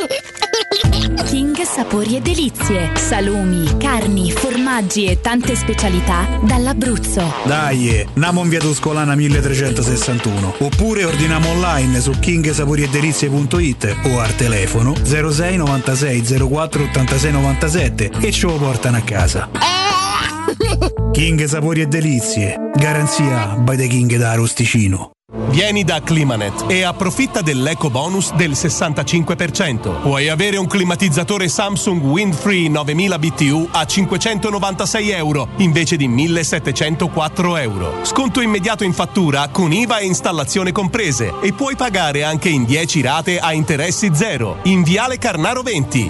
[SPEAKER 16] King Sapori e Delizie. Salumi, carni, formaggi e tante specialità dall'Abruzzo.
[SPEAKER 10] Dai, namo in via Tuscolana 1361. Oppure ordiniamo online su kingsaporiedelizie.it o al telefono 06 96 04 86 97 e ce lo portano a casa. King Sapori e Delizie. Garanzia by the King da Arosticino.
[SPEAKER 18] Vieni da Climanet e approfitta dell'eco bonus del 65%. Puoi avere un climatizzatore Samsung Windfree 9000 BTU a 596 euro invece di 1704 euro. Sconto immediato in fattura con IVA e installazione comprese, e puoi pagare anche in 10 rate a interessi zero. In Viale Carnaro 20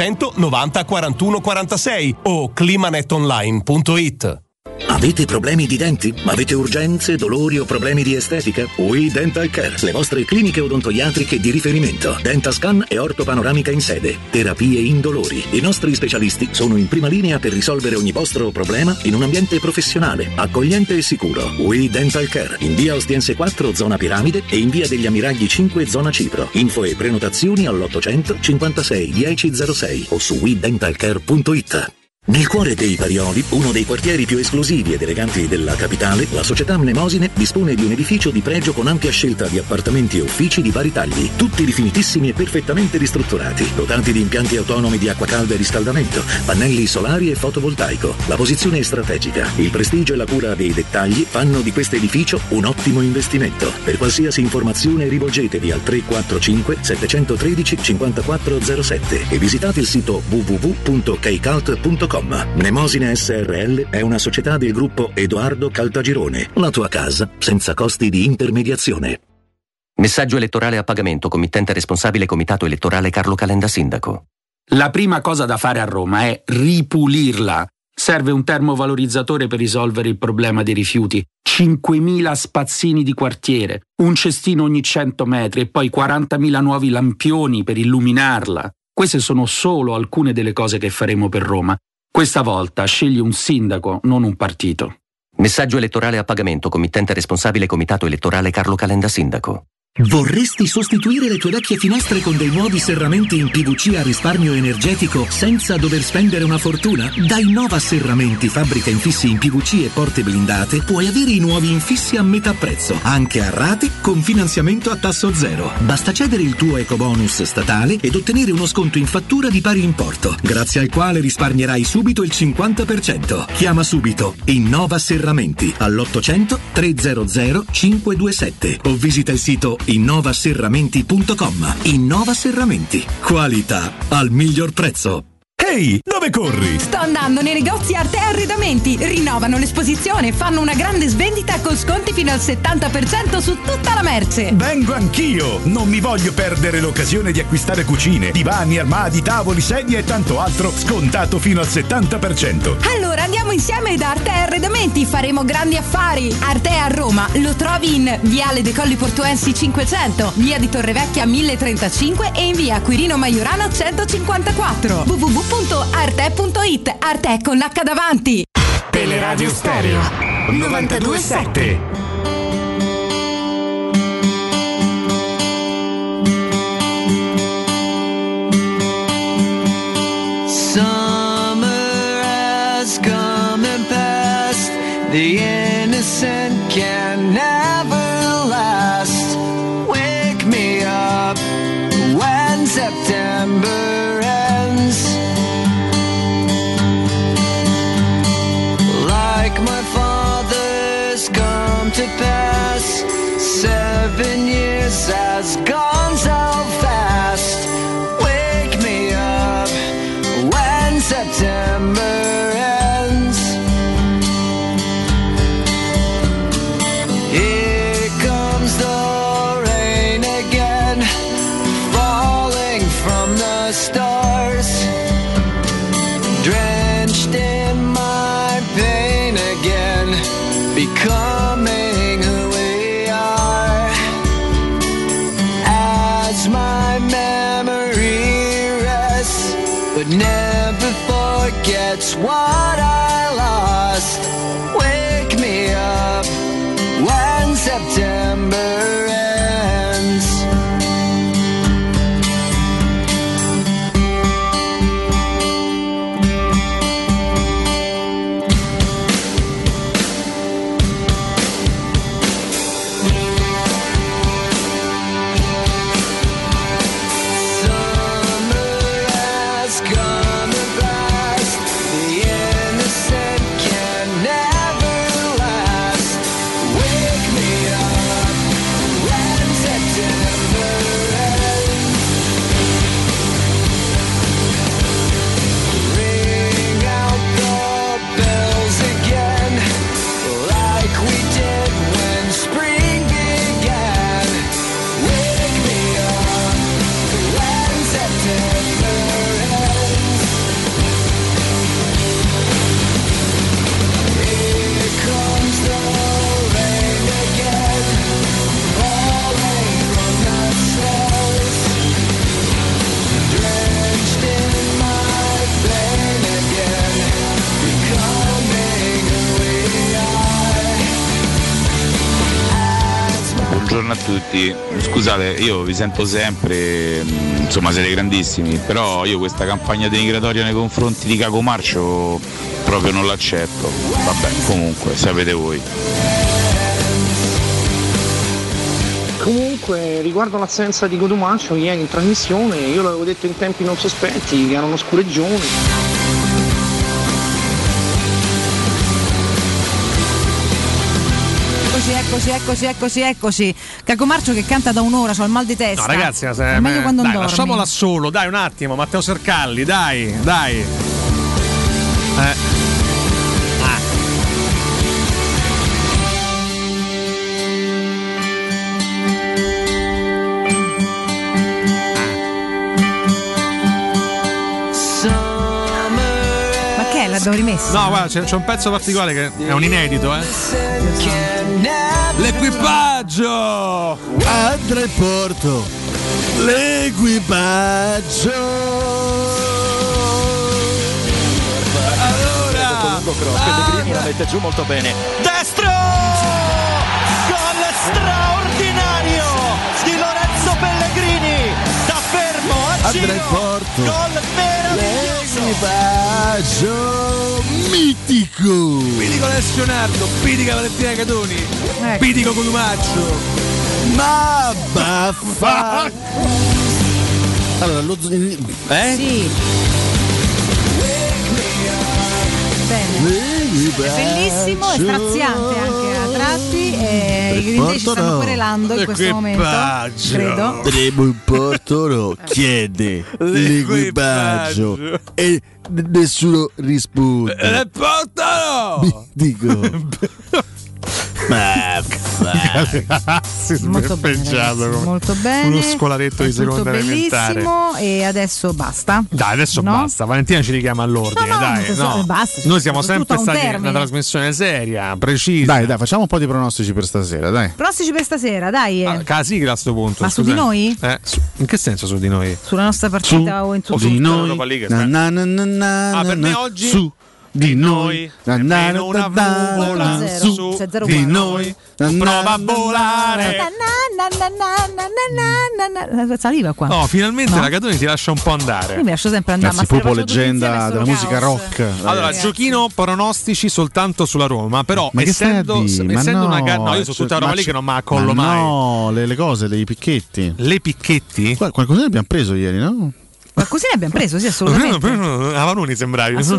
[SPEAKER 18] 890 41 46 o climanetonline.it.
[SPEAKER 21] Avete problemi di denti? Avete urgenze, dolori o problemi di estetica? We Dental Care, le vostre cliniche odontoiatriche di riferimento. Dentascan e ortopanoramica in sede. Terapie indolori. I nostri specialisti sono in prima linea per risolvere ogni vostro problema in un ambiente professionale, accogliente e sicuro. We Dental Care, in via Ostiense 4, zona Piramide, e in via degli Ammiragli 5, zona Cipro. Info e prenotazioni all'800 56 1006 o su wedentalcare.it. Nel cuore dei Parioli, uno dei quartieri più esclusivi ed eleganti della capitale, la società Mnemosine dispone di un edificio di pregio con ampia scelta di appartamenti e uffici di vari tagli, tutti rifinitissimi e perfettamente ristrutturati, dotati di impianti autonomi di acqua calda e riscaldamento, pannelli solari e fotovoltaico. La posizione è strategica, il prestigio e la cura dei dettagli fanno di questo edificio un ottimo investimento. Per qualsiasi informazione rivolgetevi al 345 713 5407 e visitate il sito www.kcult.com. Mnemosine SRL è una società del gruppo Edoardo Caltagirone. La tua casa senza costi di intermediazione.
[SPEAKER 19] Messaggio elettorale a pagamento. Committente responsabile Comitato Elettorale Carlo Calenda Sindaco.
[SPEAKER 20] La prima cosa da fare a Roma è ripulirla. Serve un termovalorizzatore per risolvere il problema dei rifiuti, 5.000 spazzini di quartiere, un cestino ogni 100 metri e poi 40.000 nuovi lampioni per illuminarla. Queste sono solo alcune delle cose che faremo per Roma. Questa volta scegli un sindaco, non un partito.
[SPEAKER 19] Messaggio elettorale a pagamento. Committente responsabile Comitato Elettorale Carlo Calenda Sindaco.
[SPEAKER 4] Vorresti sostituire le tue vecchie finestre con dei nuovi serramenti in PVC a risparmio energetico senza dover spendere una fortuna? Da Innova Serramenti, fabbrica infissi in PVC e porte blindate, puoi avere i nuovi infissi a metà prezzo, anche a rate con finanziamento a tasso zero. Basta cedere il tuo ecobonus statale ed ottenere uno sconto in fattura di pari importo, grazie al quale risparmierai subito il 50%. Chiama subito Innova Serramenti all'800 300 527 o visita il sito innovaserramenti.com. Innova Serramenti, qualità al miglior prezzo.
[SPEAKER 8] Ehi, dove corri?
[SPEAKER 12] Sto andando nei negozi Arte Arredamenti. Rinnovano l'esposizione e fanno una grande svendita con sconti fino al 70% su tutta la merce.
[SPEAKER 8] Vengo anch'io! Non mi voglio perdere l'occasione di acquistare cucine, divani, armadi, tavoli, sedie e tanto altro scontato fino al 70%.
[SPEAKER 12] Allora andiamo insieme da Arte Arredamenti, faremo grandi affari. Arte a Roma lo trovi in Viale dei Colli Portuensi 500, Via di Torrevecchia 1035 e in Via Quirino Maiorana 154. www.arte.it. Arte con l'H davanti.
[SPEAKER 21] Teleradio Stereo 92.7.
[SPEAKER 24] Summer has come and passed. The innocent can never last. Wake me up when September ends. Like my father's come to pass. 7 years has gone so fast. Wake me up when September ends. Here comes the rain again, falling from the stars, drenched in my pain again, becoming who we are. As my memory rests, but never forgets what I lost. Wake me up when September ends.
[SPEAKER 17] Buongiorno a tutti, scusate, io vi sento sempre, insomma siete grandissimi, però io questa campagna denigratoria nei confronti di Caco Marcio proprio non l'accetto. Vabbè, comunque, sapete voi.
[SPEAKER 23] Comunque, riguardo l'assenza di Cotumaccio ieri in trasmissione, io l'avevo detto in tempi non sospetti che era uno scureggione.
[SPEAKER 5] Eccoci. Caco Marcio che canta da un'ora, c'ho il mal di testa.
[SPEAKER 7] No, ragazzi,
[SPEAKER 5] è meglio quando
[SPEAKER 7] dai,
[SPEAKER 5] dormi.
[SPEAKER 7] lasciamola solo, dai un attimo, Matteo Sercalli, dai.
[SPEAKER 5] Ma che è? L'abbiamo rimesso?
[SPEAKER 7] No, guarda, c'è un pezzo particolare che è un inedito, L'equipaggio!
[SPEAKER 6] Andrà in porto. L'equipaggio.
[SPEAKER 7] Allora,
[SPEAKER 26] Pellegrini la mette giù molto bene. Destro! Gol straordinario di
[SPEAKER 6] Andrà in porto.
[SPEAKER 1] Gol meraviglioso.
[SPEAKER 6] Mitico.
[SPEAKER 7] Pitico Alessio Nardo, Pitica Valentina Catoni, Pitico Cotumaccio.
[SPEAKER 6] Ma baffa. Allora,
[SPEAKER 5] Sì. Bene. È bellissimo, è straziante anche a tratti e i Green Day ci stanno querelando in questo momento, credo.
[SPEAKER 6] Andremo in porto, no? Chiede l'equipaggio e nessuno risponde.
[SPEAKER 7] Le portano!
[SPEAKER 6] Dico.
[SPEAKER 5] Molto bene, molto bene.
[SPEAKER 7] Uno scolaretto di seconda elementare.
[SPEAKER 5] Bellissimo. E adesso basta.
[SPEAKER 7] Dai, adesso basta. Valentina ci richiama all'ordine.
[SPEAKER 5] Basta.
[SPEAKER 7] Noi siamo sempre stati una trasmissione seria, precisa.
[SPEAKER 6] Dai, facciamo un po' di pronostici per stasera, dai.
[SPEAKER 5] Pronostici per stasera, dai.
[SPEAKER 7] La sigla a sto punto.
[SPEAKER 5] Ma su di noi?
[SPEAKER 7] In che senso su di noi?
[SPEAKER 5] Sulla nostra partita o in tutto?
[SPEAKER 6] Su di noi.
[SPEAKER 7] Per me oggi
[SPEAKER 6] su di noi,
[SPEAKER 7] una nuvola su di noi, prova a volare.
[SPEAKER 5] Saliva qua.
[SPEAKER 7] No, finalmente la Catoni ti lascia un po' andare.
[SPEAKER 5] Io mi lascio sempre andare.
[SPEAKER 6] Ragazzi, proprio leggenda della musica rock.
[SPEAKER 7] Allora, giochino pronostici soltanto sulla Roma, però
[SPEAKER 6] ma
[SPEAKER 7] essendo una gara, no, io sono tutta Roma lì che non mi accollo mai.
[SPEAKER 6] No, le cose, i picchetti.
[SPEAKER 7] Le picchetti?
[SPEAKER 6] Qualcosa ne abbiamo preso ieri, no?
[SPEAKER 5] Qualcosina abbiamo preso, sì, assolutamente.
[SPEAKER 7] A Vanoni sembravi. A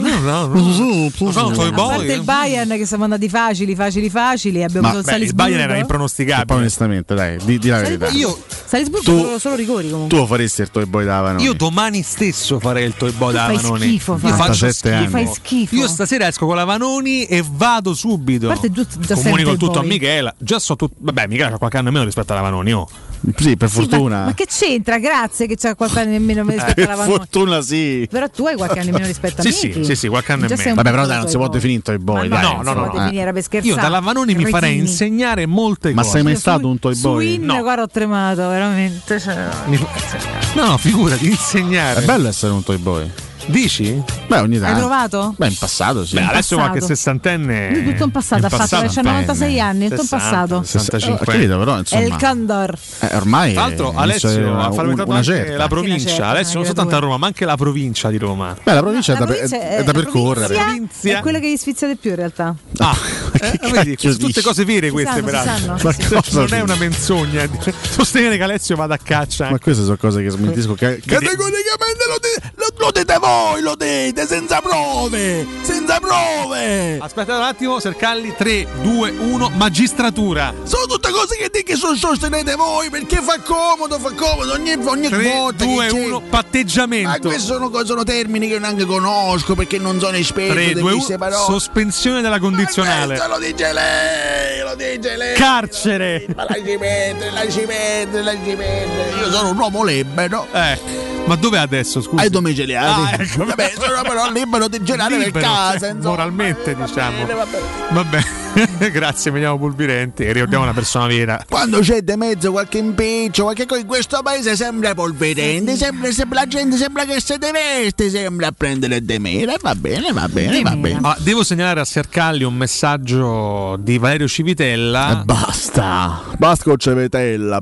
[SPEAKER 5] parte il Bayern che siamo andati facili. Abbiamo preso il Salisburgo.
[SPEAKER 7] Il Bayern era impronosticabile.
[SPEAKER 6] Poi onestamente, dai, di la verità.
[SPEAKER 5] Salisburgo solo rigori comunque.
[SPEAKER 6] Tu lo faresti il Toy Boy da Vanoni?
[SPEAKER 7] Io domani stesso farei il Toy Boy da Vanoni.
[SPEAKER 5] Io faccio schifo. Fai schifo.
[SPEAKER 7] Io stasera esco con la Vanoni e vado subito.
[SPEAKER 5] A parte già
[SPEAKER 7] comunico tutto a Michela. Già so tutto. Vabbè, Michela c'ha qualche anno in meno rispetto alla Vanoni, oh.
[SPEAKER 6] Sì, per fortuna.
[SPEAKER 5] Ma che c'entra? Grazie che c'ha qualche anno in meno rispetto alla Vanoni.
[SPEAKER 6] Per fortuna sì.
[SPEAKER 5] Però tu hai qualche anno in meno rispetto a me.
[SPEAKER 7] Sì, qualche anno in meno.
[SPEAKER 6] Vabbè, però dai, non si può definire Toy Boy.
[SPEAKER 7] No.
[SPEAKER 5] Era per scherzare.
[SPEAKER 7] Io dalla Vanoni mi farei insegnare molte cose.
[SPEAKER 6] Ma sei mai stato un Toy Boy?
[SPEAKER 5] No. Guarda, ho tremato, veramente.
[SPEAKER 7] No, figurati, insegnare.
[SPEAKER 6] È bello essere un Toy Boy.
[SPEAKER 7] Dici?
[SPEAKER 6] Beh, ogni tanto.
[SPEAKER 5] Hai provato?
[SPEAKER 6] Beh, in passato sì.
[SPEAKER 7] Beh, adesso qualche sessantenne.
[SPEAKER 5] Lui tutto in passato ha fatto, c'ha 96 anni, tutto in passato.
[SPEAKER 7] 65.
[SPEAKER 6] Credo, però, insomma.
[SPEAKER 5] È il Condor.
[SPEAKER 6] Ormai.
[SPEAKER 7] Tra l'altro Alessio ha frequentato anche
[SPEAKER 6] certa.
[SPEAKER 7] la provincia. Alessio non soltanto a Roma, ma anche la provincia di Roma.
[SPEAKER 6] Beh, la provincia è da percorrere.
[SPEAKER 5] È quella che gli sfizia di più in realtà.
[SPEAKER 7] Vedi, sono tutte cose vere queste, peraltro. Non è una menzogna sostenere che Alessio vada a caccia.
[SPEAKER 6] Ma queste sono cose che smentisco.
[SPEAKER 1] Categoricamente lo dite voi, lo dite senza prove.
[SPEAKER 7] Aspettate un attimo, Sercalli, 3, 2, 1, magistratura.
[SPEAKER 1] Sono tutte cose che sostenete voi perché fa comodo ogni
[SPEAKER 7] 3,
[SPEAKER 1] volta.
[SPEAKER 7] 2, 1, patteggiamento.
[SPEAKER 1] Ma questi sono termini che neanche conosco perché non sono esperto
[SPEAKER 7] 3,
[SPEAKER 1] di
[SPEAKER 7] 2, 1,
[SPEAKER 1] queste parole.
[SPEAKER 7] sospensione della condizionale.
[SPEAKER 1] Ma lo dice lei.
[SPEAKER 7] Carcere.
[SPEAKER 1] Ma lasci mettere. Io sono un uomo libero.
[SPEAKER 7] Ma dov'è adesso, scusa?
[SPEAKER 1] Ai domiciliari.
[SPEAKER 7] Ecco.
[SPEAKER 1] Vabbè, sono però libero di girare per casa, insomma.
[SPEAKER 7] Moralmente, diciamo. Vabbè. Grazie, mi chiamo Pulvirenti e ricordiamo una persona vera.
[SPEAKER 1] Quando c'è di mezzo qualche impiccio, qualche cosa in questo paese sembra Polverenti, la gente sembra che si diverte, sembra prendere de mera. Va bene.
[SPEAKER 7] Devo segnalare a Sercalli un messaggio di Valerio Civitella.
[SPEAKER 6] Basta con Civitella.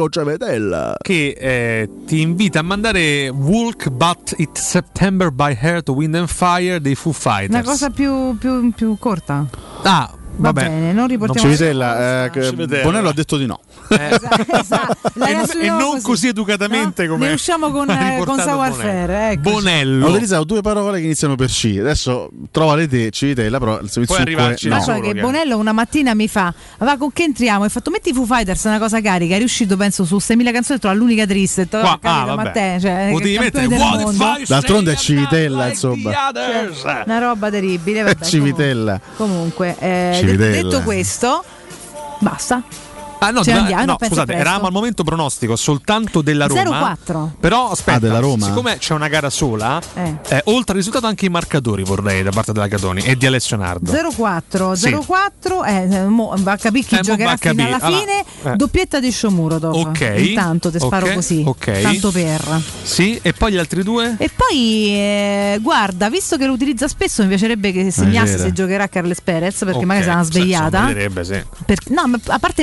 [SPEAKER 7] Che ti invita a mandare Walk But It September by Earth, Wind and Fire dei Foo Fighters.
[SPEAKER 5] Una cosa più corta.
[SPEAKER 7] Va
[SPEAKER 5] bene, non riportiamo.
[SPEAKER 6] Civitella, Bonello ha detto di no.
[SPEAKER 5] Esatto.
[SPEAKER 7] E non così educatamente come
[SPEAKER 5] ne usciamo con savoir-faire.
[SPEAKER 7] Bonello.
[SPEAKER 6] Ho utilizzato due parole che iniziano per C. Adesso trovate te, Civitella, però il
[SPEAKER 7] puoi arrivarci
[SPEAKER 5] no. So che Bonello una mattina mi fa: va, con che entriamo? Hai fatto metti i Foo Fighters, una cosa carica. È riuscito, penso, su 6.000 canzoni, trovo l'unica triste.
[SPEAKER 7] Potevi mettere
[SPEAKER 6] d'altronde è Civitella, insomma.
[SPEAKER 5] Una roba terribile. Vabbè,
[SPEAKER 6] Civitella.
[SPEAKER 5] Comunque, detto questo, basta.
[SPEAKER 7] Scusate, eravamo al momento pronostico soltanto della Roma.
[SPEAKER 5] 0-4.
[SPEAKER 7] Però aspetta,
[SPEAKER 6] della Roma?
[SPEAKER 7] Siccome c'è una gara sola, oltre al risultato anche i marcatori vorrei da parte della Catoni e di Alessio Nardo.
[SPEAKER 5] 0-4,
[SPEAKER 7] sì.
[SPEAKER 5] 0-4, va a capire chi giocherà fino alla fine. Doppietta di Shomurodov.
[SPEAKER 7] Ok.
[SPEAKER 5] Intanto te sparo così.
[SPEAKER 7] Ok.
[SPEAKER 5] Tanto per.
[SPEAKER 7] Sì, e poi gli altri due?
[SPEAKER 5] E poi guarda, visto che lo utilizza spesso, mi piacerebbe che segnasse se giocherà Carles Perez, perché magari sarà una svegliata.
[SPEAKER 7] Meriterebbe, sì.
[SPEAKER 5] No, ma a parte meriterebbe il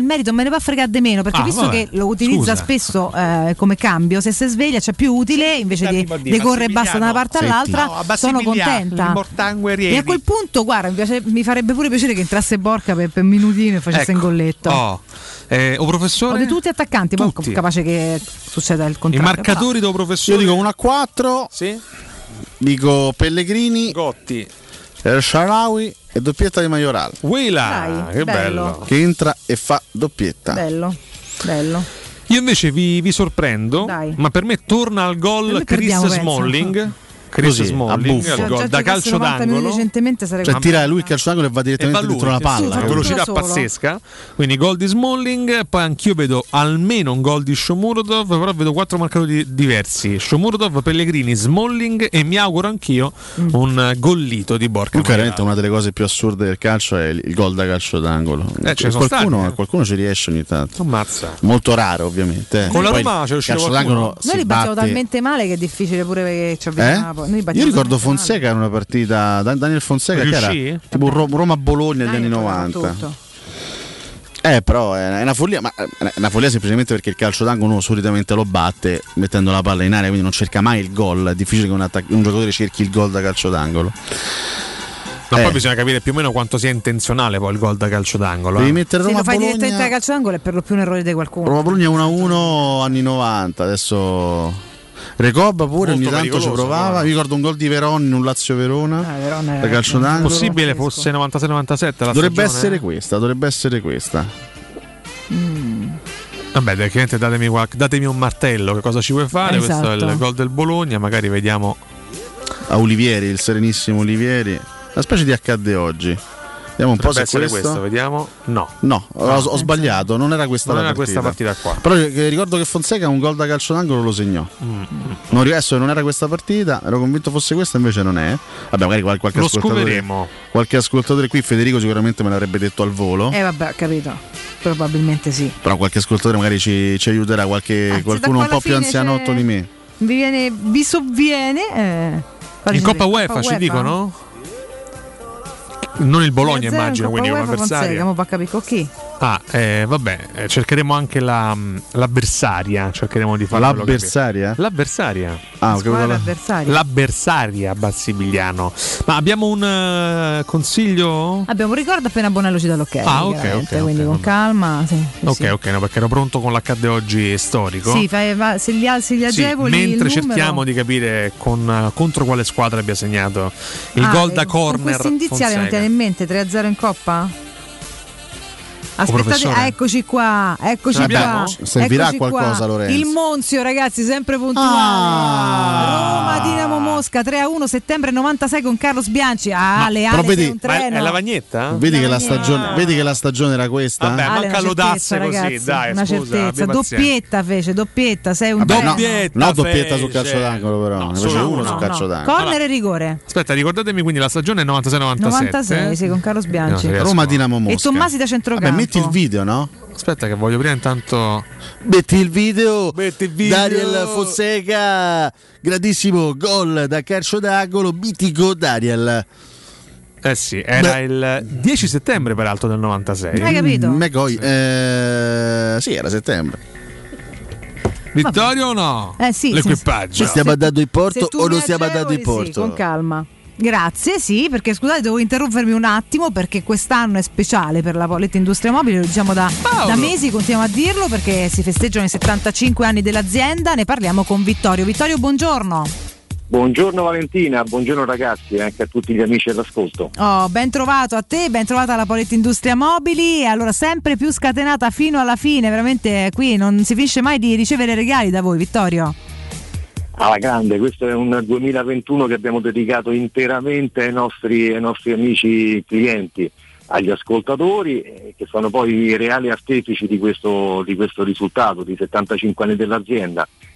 [SPEAKER 5] merito me ne va a fregare di meno, perché visto che lo utilizza spesso come cambio, se si sveglia c'è più utile invece di correre e basta da una parte all'altra, sono contenta. E a quel punto, guarda, mi farebbe pure piacere che entrasse Borca per un minutino e facesse un golletto.
[SPEAKER 7] O professore?
[SPEAKER 5] O di tutti attaccanti, poi capace che succeda il contrario.
[SPEAKER 7] I marcatori do professore?
[SPEAKER 6] Io dico 1-4.
[SPEAKER 7] Sì.
[SPEAKER 6] Dico Pellegrini,
[SPEAKER 7] Gotti,
[SPEAKER 6] El Shaarawy e doppietta di Majoral.
[SPEAKER 7] Dai, che bello.
[SPEAKER 6] Che entra e fa doppietta.
[SPEAKER 5] Bello.
[SPEAKER 7] Io invece vi sorprendo, ma per me torna al gol Chris Smalling.
[SPEAKER 6] Così,
[SPEAKER 7] Smalling, gol da calcio d'angolo,
[SPEAKER 6] cioè tira lui il calcio d'angolo e va direttamente dentro la palla,
[SPEAKER 7] velocità pazzesca. Quindi gol di Smalling. Poi anch'io vedo almeno un gol di Shomurodov, però vedo 4 marcatori diversi: Shomurodov, Pellegrini, Smalling, e mi auguro anch'io un gollito di Borca.
[SPEAKER 6] Veramente una delle cose più assurde del calcio è il gol da calcio d'angolo. Qualcuno ci riesce ogni tanto.
[SPEAKER 7] Ammazza.
[SPEAKER 6] Molto raro, ovviamente.
[SPEAKER 7] Con la Roma c'è uscito
[SPEAKER 5] qualcuno. Noi li battiamo talmente male che è difficile pure che ci avviciniamo.
[SPEAKER 6] Io ricordo Fonseca in una partita, Daniel Fonseca, che era tipo Roma-Bologna negli anni 90. Però è una follia, ma è una follia semplicemente perché il calcio d'angolo uno solitamente lo batte mettendo la palla in aria, quindi non cerca mai il gol. È difficile che un giocatore cerchi il gol da calcio d'angolo.
[SPEAKER 7] Ma poi bisogna capire più o meno quanto sia intenzionale poi il gol da calcio d'angolo.
[SPEAKER 6] Devi mettere
[SPEAKER 5] se lo fai direttamente da calcio d'angolo è per lo più un errore di qualcuno.
[SPEAKER 6] Roma-Bologna 1-1 anni 90, adesso Recoba pure molto ogni tanto ci provava. Mi ricordo un gol di Verón in un Lazio-Verona da calcio d'angolo.
[SPEAKER 7] Possibile fosse 96-97
[SPEAKER 6] dovrebbe essere questa.
[SPEAKER 7] Vabbè, tecnicamente datemi un martello, che cosa ci vuoi fare? Questo è il gol del Bologna, magari vediamo
[SPEAKER 6] a Olivieri, il serenissimo Olivieri, una specie di accadde oggi. Vediamo un po' se questo.
[SPEAKER 7] Vediamo. No,
[SPEAKER 6] ho sbagliato, non era questa la partita.
[SPEAKER 7] Questa partita qua.
[SPEAKER 6] Però ricordo che Fonseca un gol da calcio d'angolo lo segnò. Non era questa partita, ero convinto fosse questa, invece non è. Vabbè, magari qualche
[SPEAKER 7] lo
[SPEAKER 6] ascoltatore.
[SPEAKER 7] Scoveremo.
[SPEAKER 6] Qualche ascoltatore qui, Federico sicuramente me l'avrebbe detto al volo.
[SPEAKER 5] Vabbè, capito. Probabilmente sì.
[SPEAKER 6] Però qualche ascoltatore magari ci aiuterà, qualcuno un po' più anzianotto di me.
[SPEAKER 5] Vi sovviene.
[SPEAKER 7] In Coppa UEFA ci dicono? Non il Bologna, immagino, quindi come avversario. Vabbè, cercheremo anche l'avversaria. Cercheremo di fare
[SPEAKER 6] l'avversaria?
[SPEAKER 7] L'avversaria.
[SPEAKER 5] L'avversaria
[SPEAKER 7] Bassigliano. Ma abbiamo un consiglio?
[SPEAKER 5] Abbiamo un ricordo appena Bonello ci dà l'ok.
[SPEAKER 7] Ok,
[SPEAKER 5] quindi con calma.
[SPEAKER 7] Ok, no, perché ero pronto con l'accadde oggi storico.
[SPEAKER 5] Sì, se gli agevoli.
[SPEAKER 7] Mentre cerchiamo di capire contro quale squadra abbia segnato il gol da corner.
[SPEAKER 5] Questi indizi avevano in mente 3-0 in Coppa? Aspettate, eccoci qua.
[SPEAKER 6] Servirà qualcosa, Lorenzo.
[SPEAKER 5] Il Monzio, ragazzi, sempre puntuale. Roma Dinamo Mosca 3-1 settembre 96 con Carlos Bianchi. Leale, un treno.
[SPEAKER 7] È la Vagnetta?
[SPEAKER 6] Vedi che la stagione era questa?
[SPEAKER 7] Vabbè, manca lodasse così,
[SPEAKER 5] ragazzi,
[SPEAKER 7] dai,
[SPEAKER 5] una certezza. Doppietta, sei un
[SPEAKER 6] doppietta sul calcio d'angolo, però. Ne fece uno sul calcio d'angolo.
[SPEAKER 5] Corner e rigore.
[SPEAKER 7] Aspetta, ricordatemi quindi la stagione è 96-97.
[SPEAKER 5] 96, sì, con Carlos Bianchi.
[SPEAKER 6] Roma Dinamo Mosca.
[SPEAKER 5] E Tommasi da centrocampo.
[SPEAKER 6] Metti il video, no?
[SPEAKER 7] Aspetta che voglio prima intanto.
[SPEAKER 6] Metti il video. Dariel Fonseca, grandissimo gol da calcio d'angolo, mitico Dariel.
[SPEAKER 7] Sì, era il 10 settembre peraltro del 96.
[SPEAKER 5] Hai capito?
[SPEAKER 6] Sì, era settembre.
[SPEAKER 7] Vittorio o no?
[SPEAKER 5] Sì.
[SPEAKER 7] L'equipaggio.
[SPEAKER 6] Ci stiamo andando in porto o non stiamo andando in porto?
[SPEAKER 5] Sì, con calma. Grazie, sì, perché scusate, devo interrompermi un attimo perché quest'anno è speciale per la Poletti Industria Mobile, lo diciamo da mesi, continuiamo a dirlo perché si festeggiano i 75 anni dell'azienda, ne parliamo con Vittorio. Vittorio, buongiorno.
[SPEAKER 2] Buongiorno Valentina, buongiorno ragazzi e anche a tutti gli amici all'ascolto.
[SPEAKER 5] Ben trovato a te, ben trovata la Poletti Industria Mobili, allora sempre più scatenata fino alla fine, veramente qui non si finisce mai di ricevere regali da voi, Vittorio.
[SPEAKER 2] Alla grande, questo è un 2021 che abbiamo dedicato interamente ai nostri amici clienti, agli ascoltatori che sono poi i reali artefici di questo risultato di 75 anni dell'azienda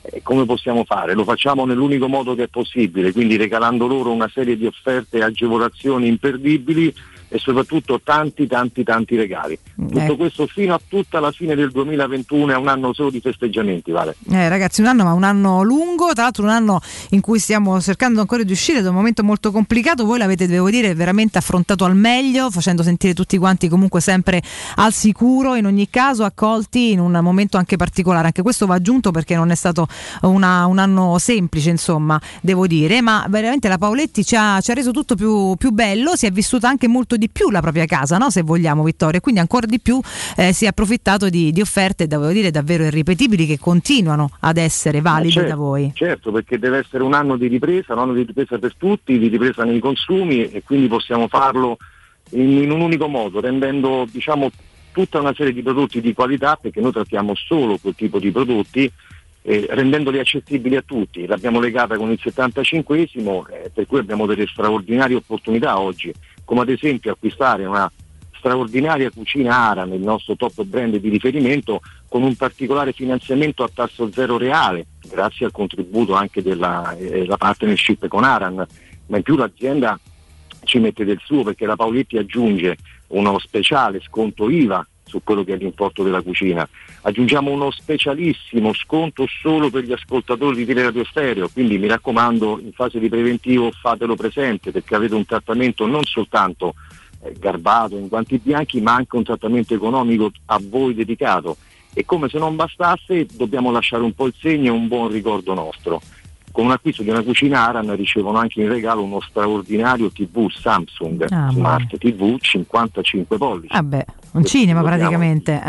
[SPEAKER 2] Come possiamo fare? Lo facciamo nell'unico modo che è possibile, quindi regalando loro una serie di offerte e agevolazioni imperdibili e soprattutto tanti regali. Tutto questo fino a tutta la fine del 2021, è un anno solo di festeggiamenti, Vale.
[SPEAKER 5] Ragazzi, un anno lungo, tra l'altro un anno in cui stiamo cercando ancora di uscire da un momento molto complicato. Voi l'avete, devo dire, veramente affrontato al meglio, facendo sentire tutti quanti comunque sempre al sicuro, in ogni caso accolti in un momento anche particolare. Anche questo va aggiunto perché non è stato un anno semplice, insomma, devo dire, ma veramente la Paoletti ci ha reso tutto più bello, si è vissuta anche molto di più la propria casa, no? Se vogliamo, Vittorio, e quindi ancora di più si è approfittato di offerte, devo dire, davvero irripetibili, che continuano ad essere valide da voi.
[SPEAKER 2] Certo, perché deve essere un anno di ripresa per tutti, di ripresa nei consumi, e quindi possiamo farlo in un unico modo, rendendo, diciamo, tutta una serie di prodotti di qualità, perché noi trattiamo solo quel tipo di prodotti, rendendoli accessibili a tutti. L'abbiamo legata con il 75esimo, per cui abbiamo delle straordinarie opportunità oggi, come ad esempio acquistare una straordinaria cucina Aran, il nostro top brand di riferimento, con un particolare finanziamento a tasso zero reale, grazie al contributo anche della partnership con Aran, ma in più l'azienda ci mette del suo, perché la Paoletti aggiunge uno speciale sconto IVA su quello che è l'importo della cucina. Aggiungiamo uno specialissimo sconto solo per gli ascoltatori di Teleradio Stereo, quindi mi raccomando, in fase di preventivo fatelo presente, perché avete un trattamento non soltanto garbato in guanti bianchi, ma anche un trattamento economico a voi dedicato, e come se non bastasse dobbiamo lasciare un po' il segno e un buon ricordo nostro. Con un acquisto di una cucina Aran ricevono anche in regalo uno straordinario TV Samsung Smart TV 55 pollici.
[SPEAKER 5] Un cinema praticamente.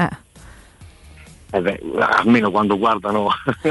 [SPEAKER 2] Almeno quando guardano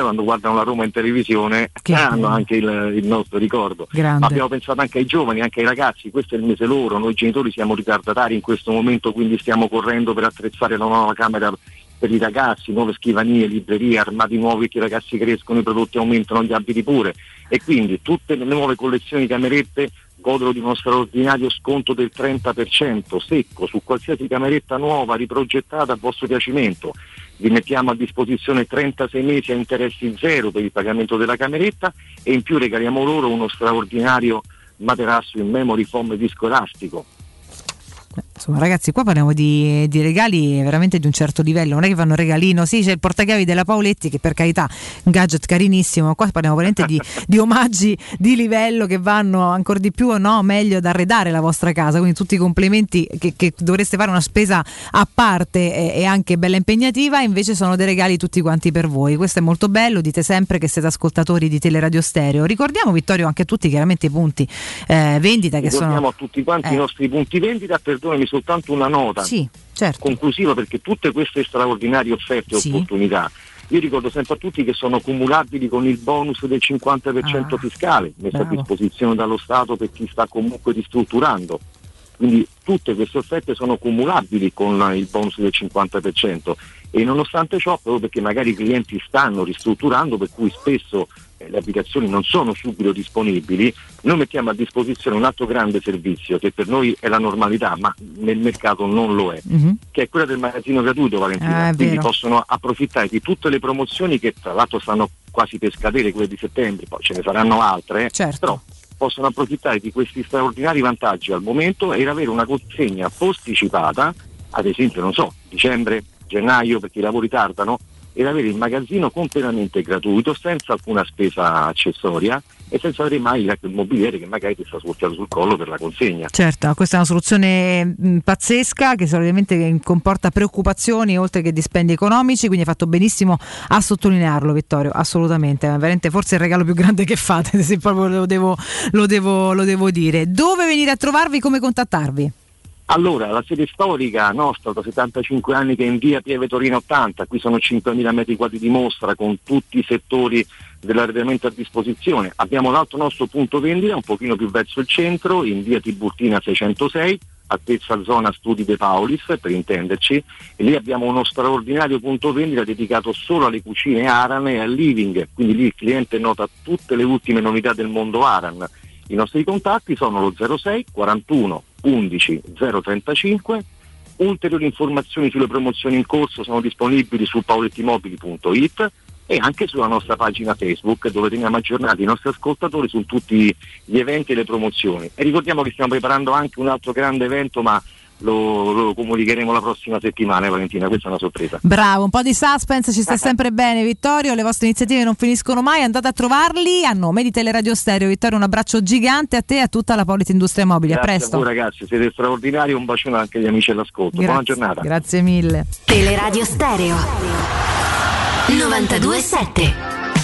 [SPEAKER 2] la Roma in televisione hanno anche il nostro ricordo. Ma abbiamo pensato anche ai giovani, anche ai ragazzi, questo è il mese loro, noi genitori siamo ritardatari in questo momento, quindi stiamo correndo per attrezzare la nuova camera per i ragazzi, nuove scrivanie, librerie, armadi nuovi, che i ragazzi crescono, i prodotti aumentano, gli abiti pure, e quindi tutte le nuove collezioni di camerette godono di uno straordinario sconto del 30% secco su qualsiasi cameretta nuova riprogettata a vostro piacimento. Vi mettiamo a disposizione 36 mesi a interessi zero per il pagamento della cameretta, e in più regaliamo loro uno straordinario materasso in memory foam viscoelastico.
[SPEAKER 5] Insomma, ragazzi, qua parliamo di regali veramente di un certo livello, non è che fanno regalino, sì, c'è il portachiavi della Paoletti, che per carità un gadget carinissimo, ma qua parliamo veramente di omaggi di livello che vanno ancora di più, no, meglio ad arredare la vostra casa, quindi tutti i complimenti, che dovreste fare una spesa a parte e anche bella impegnativa, invece sono dei regali tutti quanti per voi. Questo è molto bello, dite sempre che siete ascoltatori di Teleradio Stereo. Ricordiamo, Vittorio, anche a tutti chiaramente i punti vendita che sono...
[SPEAKER 2] Ricordiamo a tutti quanti i nostri punti vendita. Perdonami, soltanto una nota conclusiva, perché tutte queste straordinarie offerte e opportunità, io ricordo sempre a tutti che sono cumulabili con il bonus del 50% fiscale messo a disposizione dallo Stato per chi sta comunque ristrutturando. Quindi tutte queste offerte sono cumulabili con il bonus del 50%, e nonostante ciò, proprio perché magari i clienti stanno ristrutturando, per cui spesso le applicazioni non sono subito disponibili, noi mettiamo a disposizione un altro grande servizio che per noi è la normalità, ma nel mercato non lo è, che è quella del magazzino gratuito, Valentina. Quindi possono approfittare di tutte le promozioni, che tra l'altro stanno quasi per scadere, quelle di settembre, poi ce ne saranno altre, però possono approfittare di questi straordinari vantaggi al momento e avere una consegna posticipata, ad esempio, non so, dicembre, gennaio, perché i lavori tardano, ed avere il magazzino completamente gratuito, senza alcuna spesa accessoria e senza avere mai il mobiliere che magari ti sta svoltato sul collo per la consegna.
[SPEAKER 5] Certo, questa è una soluzione pazzesca, che solitamente comporta preoccupazioni oltre che dispendi economici, quindi hai fatto benissimo a sottolinearlo, Vittorio, assolutamente, veramente forse il regalo più grande che fate, se proprio lo devo dire. Dove venire a trovarvi, come contattarvi?
[SPEAKER 2] Allora, la sede storica nostra da 75 anni, che è in via Pieve Torino 80, qui sono 5.000 metri quadri di mostra con tutti i settori dell'arredamento a disposizione. Abbiamo l'altro nostro punto vendita un pochino più verso il centro, in via Tiburtina 606, altezza zona Studi De Paulis, per intenderci, e lì abbiamo uno straordinario punto vendita dedicato solo alle cucine Aran e al living, quindi lì il cliente nota tutte le ultime novità del mondo Aran. I nostri contatti sono lo 06 41 11 035. Ulteriori informazioni sulle promozioni in corso sono disponibili su paolettimobili.it, e anche sulla nostra pagina Facebook, dove teniamo aggiornati i nostri ascoltatori su tutti gli eventi e le promozioni. E ricordiamo che stiamo preparando anche un altro grande evento, ma lo comunicheremo la prossima settimana, Valentina, questa è una sorpresa.
[SPEAKER 5] Bravo, un po' di suspense ci sta sempre bene, Vittorio, le vostre iniziative non finiscono mai, andate a trovarli. A nome di Teleradio Stereo, Vittorio, un abbraccio gigante a te e a tutta la Politi Industria Mobili.
[SPEAKER 2] Grazie
[SPEAKER 5] a presto.
[SPEAKER 2] A voi ragazzi, siete straordinari, un bacione anche agli amici all'ascolto. Buona giornata.
[SPEAKER 5] Grazie mille.
[SPEAKER 16] Teleradio Stereo 92.7.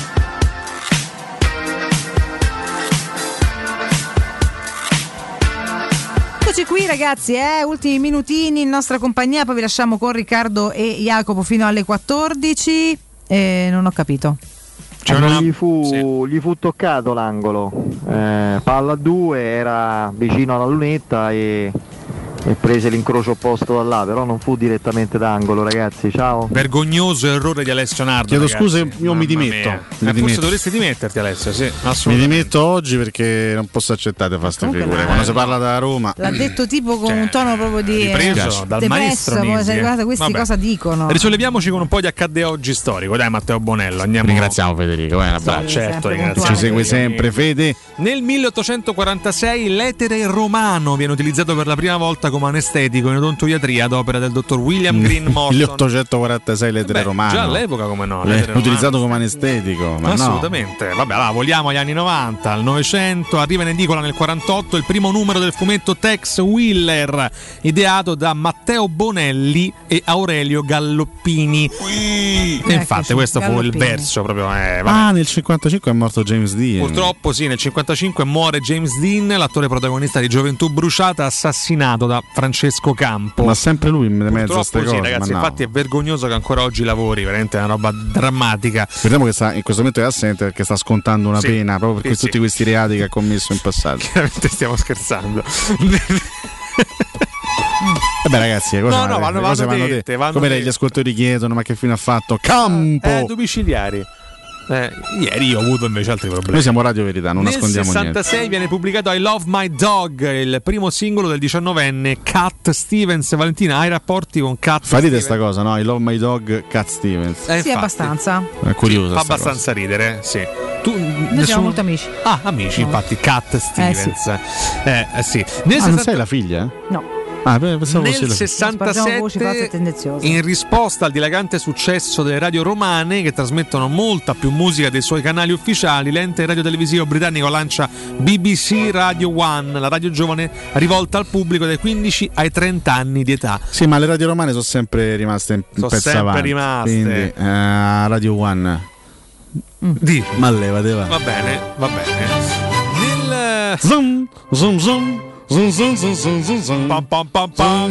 [SPEAKER 5] Eccoci qui ragazzi, ultimi minutini in nostra compagnia, poi vi lasciamo con Riccardo e Jacopo fino alle 14. Non ho capito.
[SPEAKER 9] Gli fu toccato l'angolo, palla a 2, era vicino alla lunetta e prese l'incrocio opposto da là, però non fu direttamente d'angolo, ragazzi. Ciao.
[SPEAKER 7] Vergognoso errore di Alessio Nardo.
[SPEAKER 6] Chiedo
[SPEAKER 7] ragazzi.
[SPEAKER 6] Scusa, io mi dimetto.
[SPEAKER 7] Forse dovresti dimetterti, Alessio, sì,
[SPEAKER 6] mi dimetto oggi perché non posso accettare di fare queste figure. Quando si parla da Roma.
[SPEAKER 5] L'ha detto tipo con un tono proprio di
[SPEAKER 7] ripreso dal maestro Nisi,
[SPEAKER 5] guarda questi cosa dicono.
[SPEAKER 7] Risolleviamoci con un po' di accadde oggi storico. Dai, Matteo Bonello, andiamo.
[SPEAKER 6] Ringraziamo Federico, un abbraccio.
[SPEAKER 7] Certo,
[SPEAKER 6] ci segue sempre, Fede.
[SPEAKER 7] Nel 1846 l'etere romano viene utilizzato per la prima volta come anestetico in odontoiatria ad opera del dottor William Green Morton.
[SPEAKER 6] 1846 l'etere romano.
[SPEAKER 7] Già all'epoca come no?
[SPEAKER 6] Utilizzato come anestetico. Ma
[SPEAKER 7] assolutamente. Vabbè, allora voliamo agli anni 90, al 900, arriva in edicola nel 48 il primo numero del fumetto Tex Willer, ideato da Matteo Bonelli e Aurelio Galloppini. E infatti questo fu il verso proprio.
[SPEAKER 6] Nel 55 è morto James Dean.
[SPEAKER 7] Purtroppo sì, nel 55 muore James Dean, l'attore protagonista di Gioventù Bruciata, assassinato da Francesco Campo.
[SPEAKER 6] Ma sempre lui in mezzo a queste cose.
[SPEAKER 7] Ragazzi, infatti è vergognoso che ancora oggi lavori, veramente è una roba drammatica.
[SPEAKER 6] Vediamo che in questo momento è assente perché sta scontando una pena proprio per tutti questi reati che ha commesso in passato.
[SPEAKER 7] Chiaramente stiamo scherzando.
[SPEAKER 6] Vabbè ragazzi, vanno dette. Come gli ascoltatori chiedono, ma che fine ha fatto Campo?
[SPEAKER 7] Domiciliari. Ieri io ho avuto invece altri problemi.
[SPEAKER 6] Noi siamo Radio Verità, non nascondiamo niente.
[SPEAKER 7] Nel 66 viene pubblicato I Love My Dog, il primo singolo del 19enne Cat Stevens. Valentina, hai rapporti con Cat
[SPEAKER 6] Stevens? Fai questa cosa, no? I Love My Dog, Cat Stevens.
[SPEAKER 5] Sì, infatti, abbastanza.
[SPEAKER 6] È curioso.
[SPEAKER 7] Fa abbastanza ridere, sì.
[SPEAKER 5] Noi siamo molto amici.
[SPEAKER 7] Amici, infatti, Cat Stevens. Sì.
[SPEAKER 6] Non sei la figlia?
[SPEAKER 5] No.
[SPEAKER 7] Nel 67, in risposta al dilagante successo delle radio romane che trasmettono molta più musica dei suoi canali ufficiali, l'ente radiotelevisivo britannico lancia BBC Radio One, la radio giovane rivolta al pubblico dai 15 ai 30 anni di età.
[SPEAKER 6] Sì, ma le radio romane sono sempre rimaste un pezzo avanti. Quindi, Radio One. Ma leva.
[SPEAKER 7] Va bene. Nel
[SPEAKER 6] zoom zoom zoom. Zum zum zum zum zum zum
[SPEAKER 7] pam pam pam pam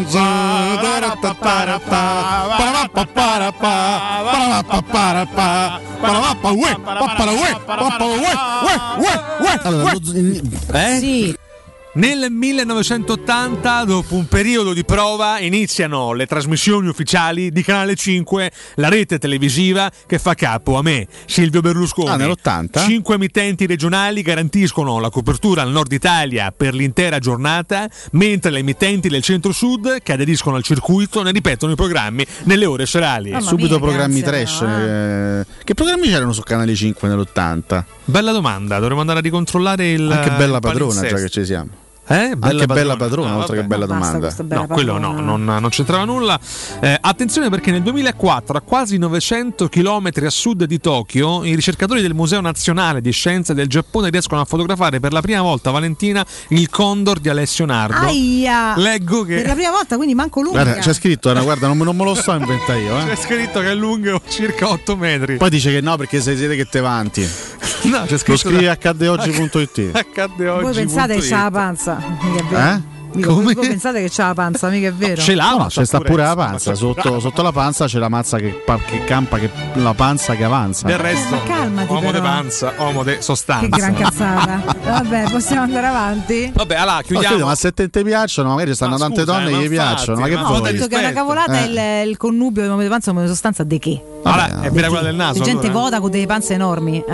[SPEAKER 5] Sì.
[SPEAKER 7] Nel 1980, dopo un periodo di prova, iniziano le trasmissioni ufficiali di Canale 5, la rete televisiva che fa capo a me, Silvio Berlusconi.
[SPEAKER 6] Nell'80?
[SPEAKER 7] 5 emittenti regionali garantiscono la copertura al nord Italia per l'intera giornata, mentre le emittenti del centro-sud, che aderiscono al circuito, ne ripetono i programmi nelle ore serali.
[SPEAKER 6] Subito programmi trash. Che programmi c'erano su Canale 5 nell'80?
[SPEAKER 7] Bella domanda, dovremmo andare a ricontrollare il.
[SPEAKER 6] Anche Bella Padrona, già che ci siamo. Bella padrona, oltre che bella domanda.
[SPEAKER 7] No, quello no, non c'entrava nulla. Attenzione perché nel 2004, a quasi 900 km a sud di Tokyo, i ricercatori del Museo Nazionale di Scienze del Giappone riescono a fotografare per la prima volta, Valentina, il condor di Alessio Nardo.
[SPEAKER 5] Aia!
[SPEAKER 7] Leggo che
[SPEAKER 5] per la prima volta, quindi manco lunga.
[SPEAKER 6] Guarda, c'è scritto, guarda, non me lo sto a inventare io.
[SPEAKER 7] C'è scritto che è lungo circa 8 metri.
[SPEAKER 6] Poi dice che no, perché se siete che te vanti.
[SPEAKER 7] No, c'è scritto.
[SPEAKER 6] Lo scrivi a accaddeoggi.it.
[SPEAKER 5] Voi pensate che c'ha la panza? Mica è vero. Voi pensate che c'ha la panza, mica è vero?
[SPEAKER 6] Ce l'ha, no, c'è sta pure la panza. Sotto la panza c'è la mazza che campa, la panza che avanza.
[SPEAKER 7] Del resto,
[SPEAKER 5] calmati,
[SPEAKER 7] uomo
[SPEAKER 5] però.
[SPEAKER 7] di panza, uomo di sostanza.
[SPEAKER 5] Che gran cazzata. Vabbè, possiamo andare avanti.
[SPEAKER 7] Vabbè, allora chiudiamo.
[SPEAKER 6] Ma se te piacciono, magari stanno tante donne che gli piacciono. Ma che
[SPEAKER 5] ho detto che è una cavolata il connubio di uomo di panza come sostanza di che?
[SPEAKER 7] Allora, è vera quella del naso.
[SPEAKER 5] La gente vota con delle panze enormi.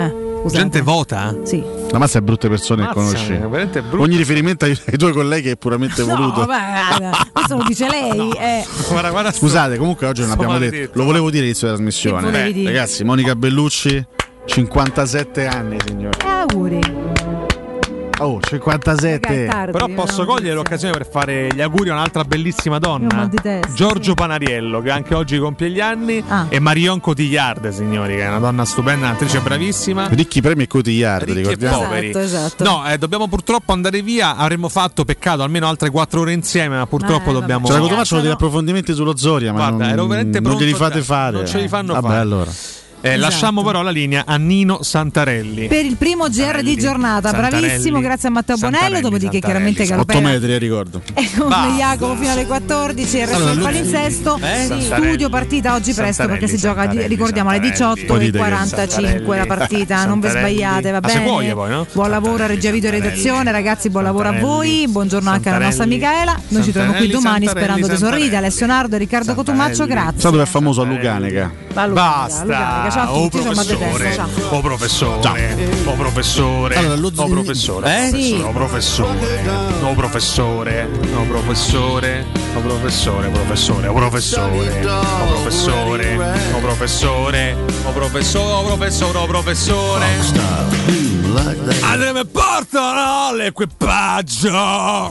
[SPEAKER 5] Scusate.
[SPEAKER 7] Gente vota?
[SPEAKER 5] Sì.
[SPEAKER 6] La mazza è brutte persone che conosci. Ogni riferimento ai tuoi colleghi è puramente voluto.
[SPEAKER 5] Questo lo dice lei.
[SPEAKER 7] Guarda,
[SPEAKER 6] scusate, comunque oggi non abbiamo detto. Lo volevo dire all'inizio della trasmissione. Ragazzi, Monica Bellucci, 57 anni, signore.
[SPEAKER 5] Auguri.
[SPEAKER 6] Oh, 57.
[SPEAKER 5] Tardi,
[SPEAKER 7] però posso cogliere l'occasione per fare gli auguri a un'altra bellissima donna, Giorgio Panariello, che anche oggi compie gli anni, e Marion Cotillard, signori, che è una donna stupenda, un'attrice bravissima.
[SPEAKER 6] Ricchi premi e Cotillard,
[SPEAKER 7] ricchi
[SPEAKER 6] ricordiamo.
[SPEAKER 7] E poveri.
[SPEAKER 5] Esatto.
[SPEAKER 7] No, dobbiamo purtroppo andare via. Avremmo fatto, peccato, almeno altre 4 ore insieme, ma purtroppo dobbiamo.
[SPEAKER 6] Cioè, Cotumaccio degli approfondimenti sullo Zoria, ma
[SPEAKER 7] guarda, ero veramente
[SPEAKER 6] non glieli fate
[SPEAKER 7] già.
[SPEAKER 6] fare.
[SPEAKER 7] Non ce li fanno
[SPEAKER 6] Vabbè,
[SPEAKER 7] fare.
[SPEAKER 6] Allora.
[SPEAKER 7] Lasciamo però la linea a Nino Santarelli
[SPEAKER 5] per il primo GR di giornata. Bravissimo, grazie a Matteo Bonello. Dopodiché chiaramente Galopera
[SPEAKER 6] 8 metri, ricordo.
[SPEAKER 5] Con Jacopo fino alle 14. Il resto del palinsesto. Studio partita oggi presto perché si gioca, ricordiamo, alle 18:45 la partita. Non vi sbagliate, va bene.
[SPEAKER 7] Poi, no?
[SPEAKER 5] Buon lavoro a regia video e redazione, ragazzi. Buon lavoro a voi. Buongiorno anche alla nostra Michaela. Noi ci troviamo qui domani sperando di sorridere. Alessio Nardo e Riccardo Cotumaccio, grazie.
[SPEAKER 6] Sai dove è famoso a Lucanica?
[SPEAKER 7] Basta. Ciao a tutti, professore, o professore, o professore,
[SPEAKER 6] allora,
[SPEAKER 7] o professore,
[SPEAKER 5] sì.
[SPEAKER 7] o professore, o professore, o professore, o professore, professore, o professore, o professore, o professore, o professore, o professore, o professore. Andremo e portano l'equipaggio.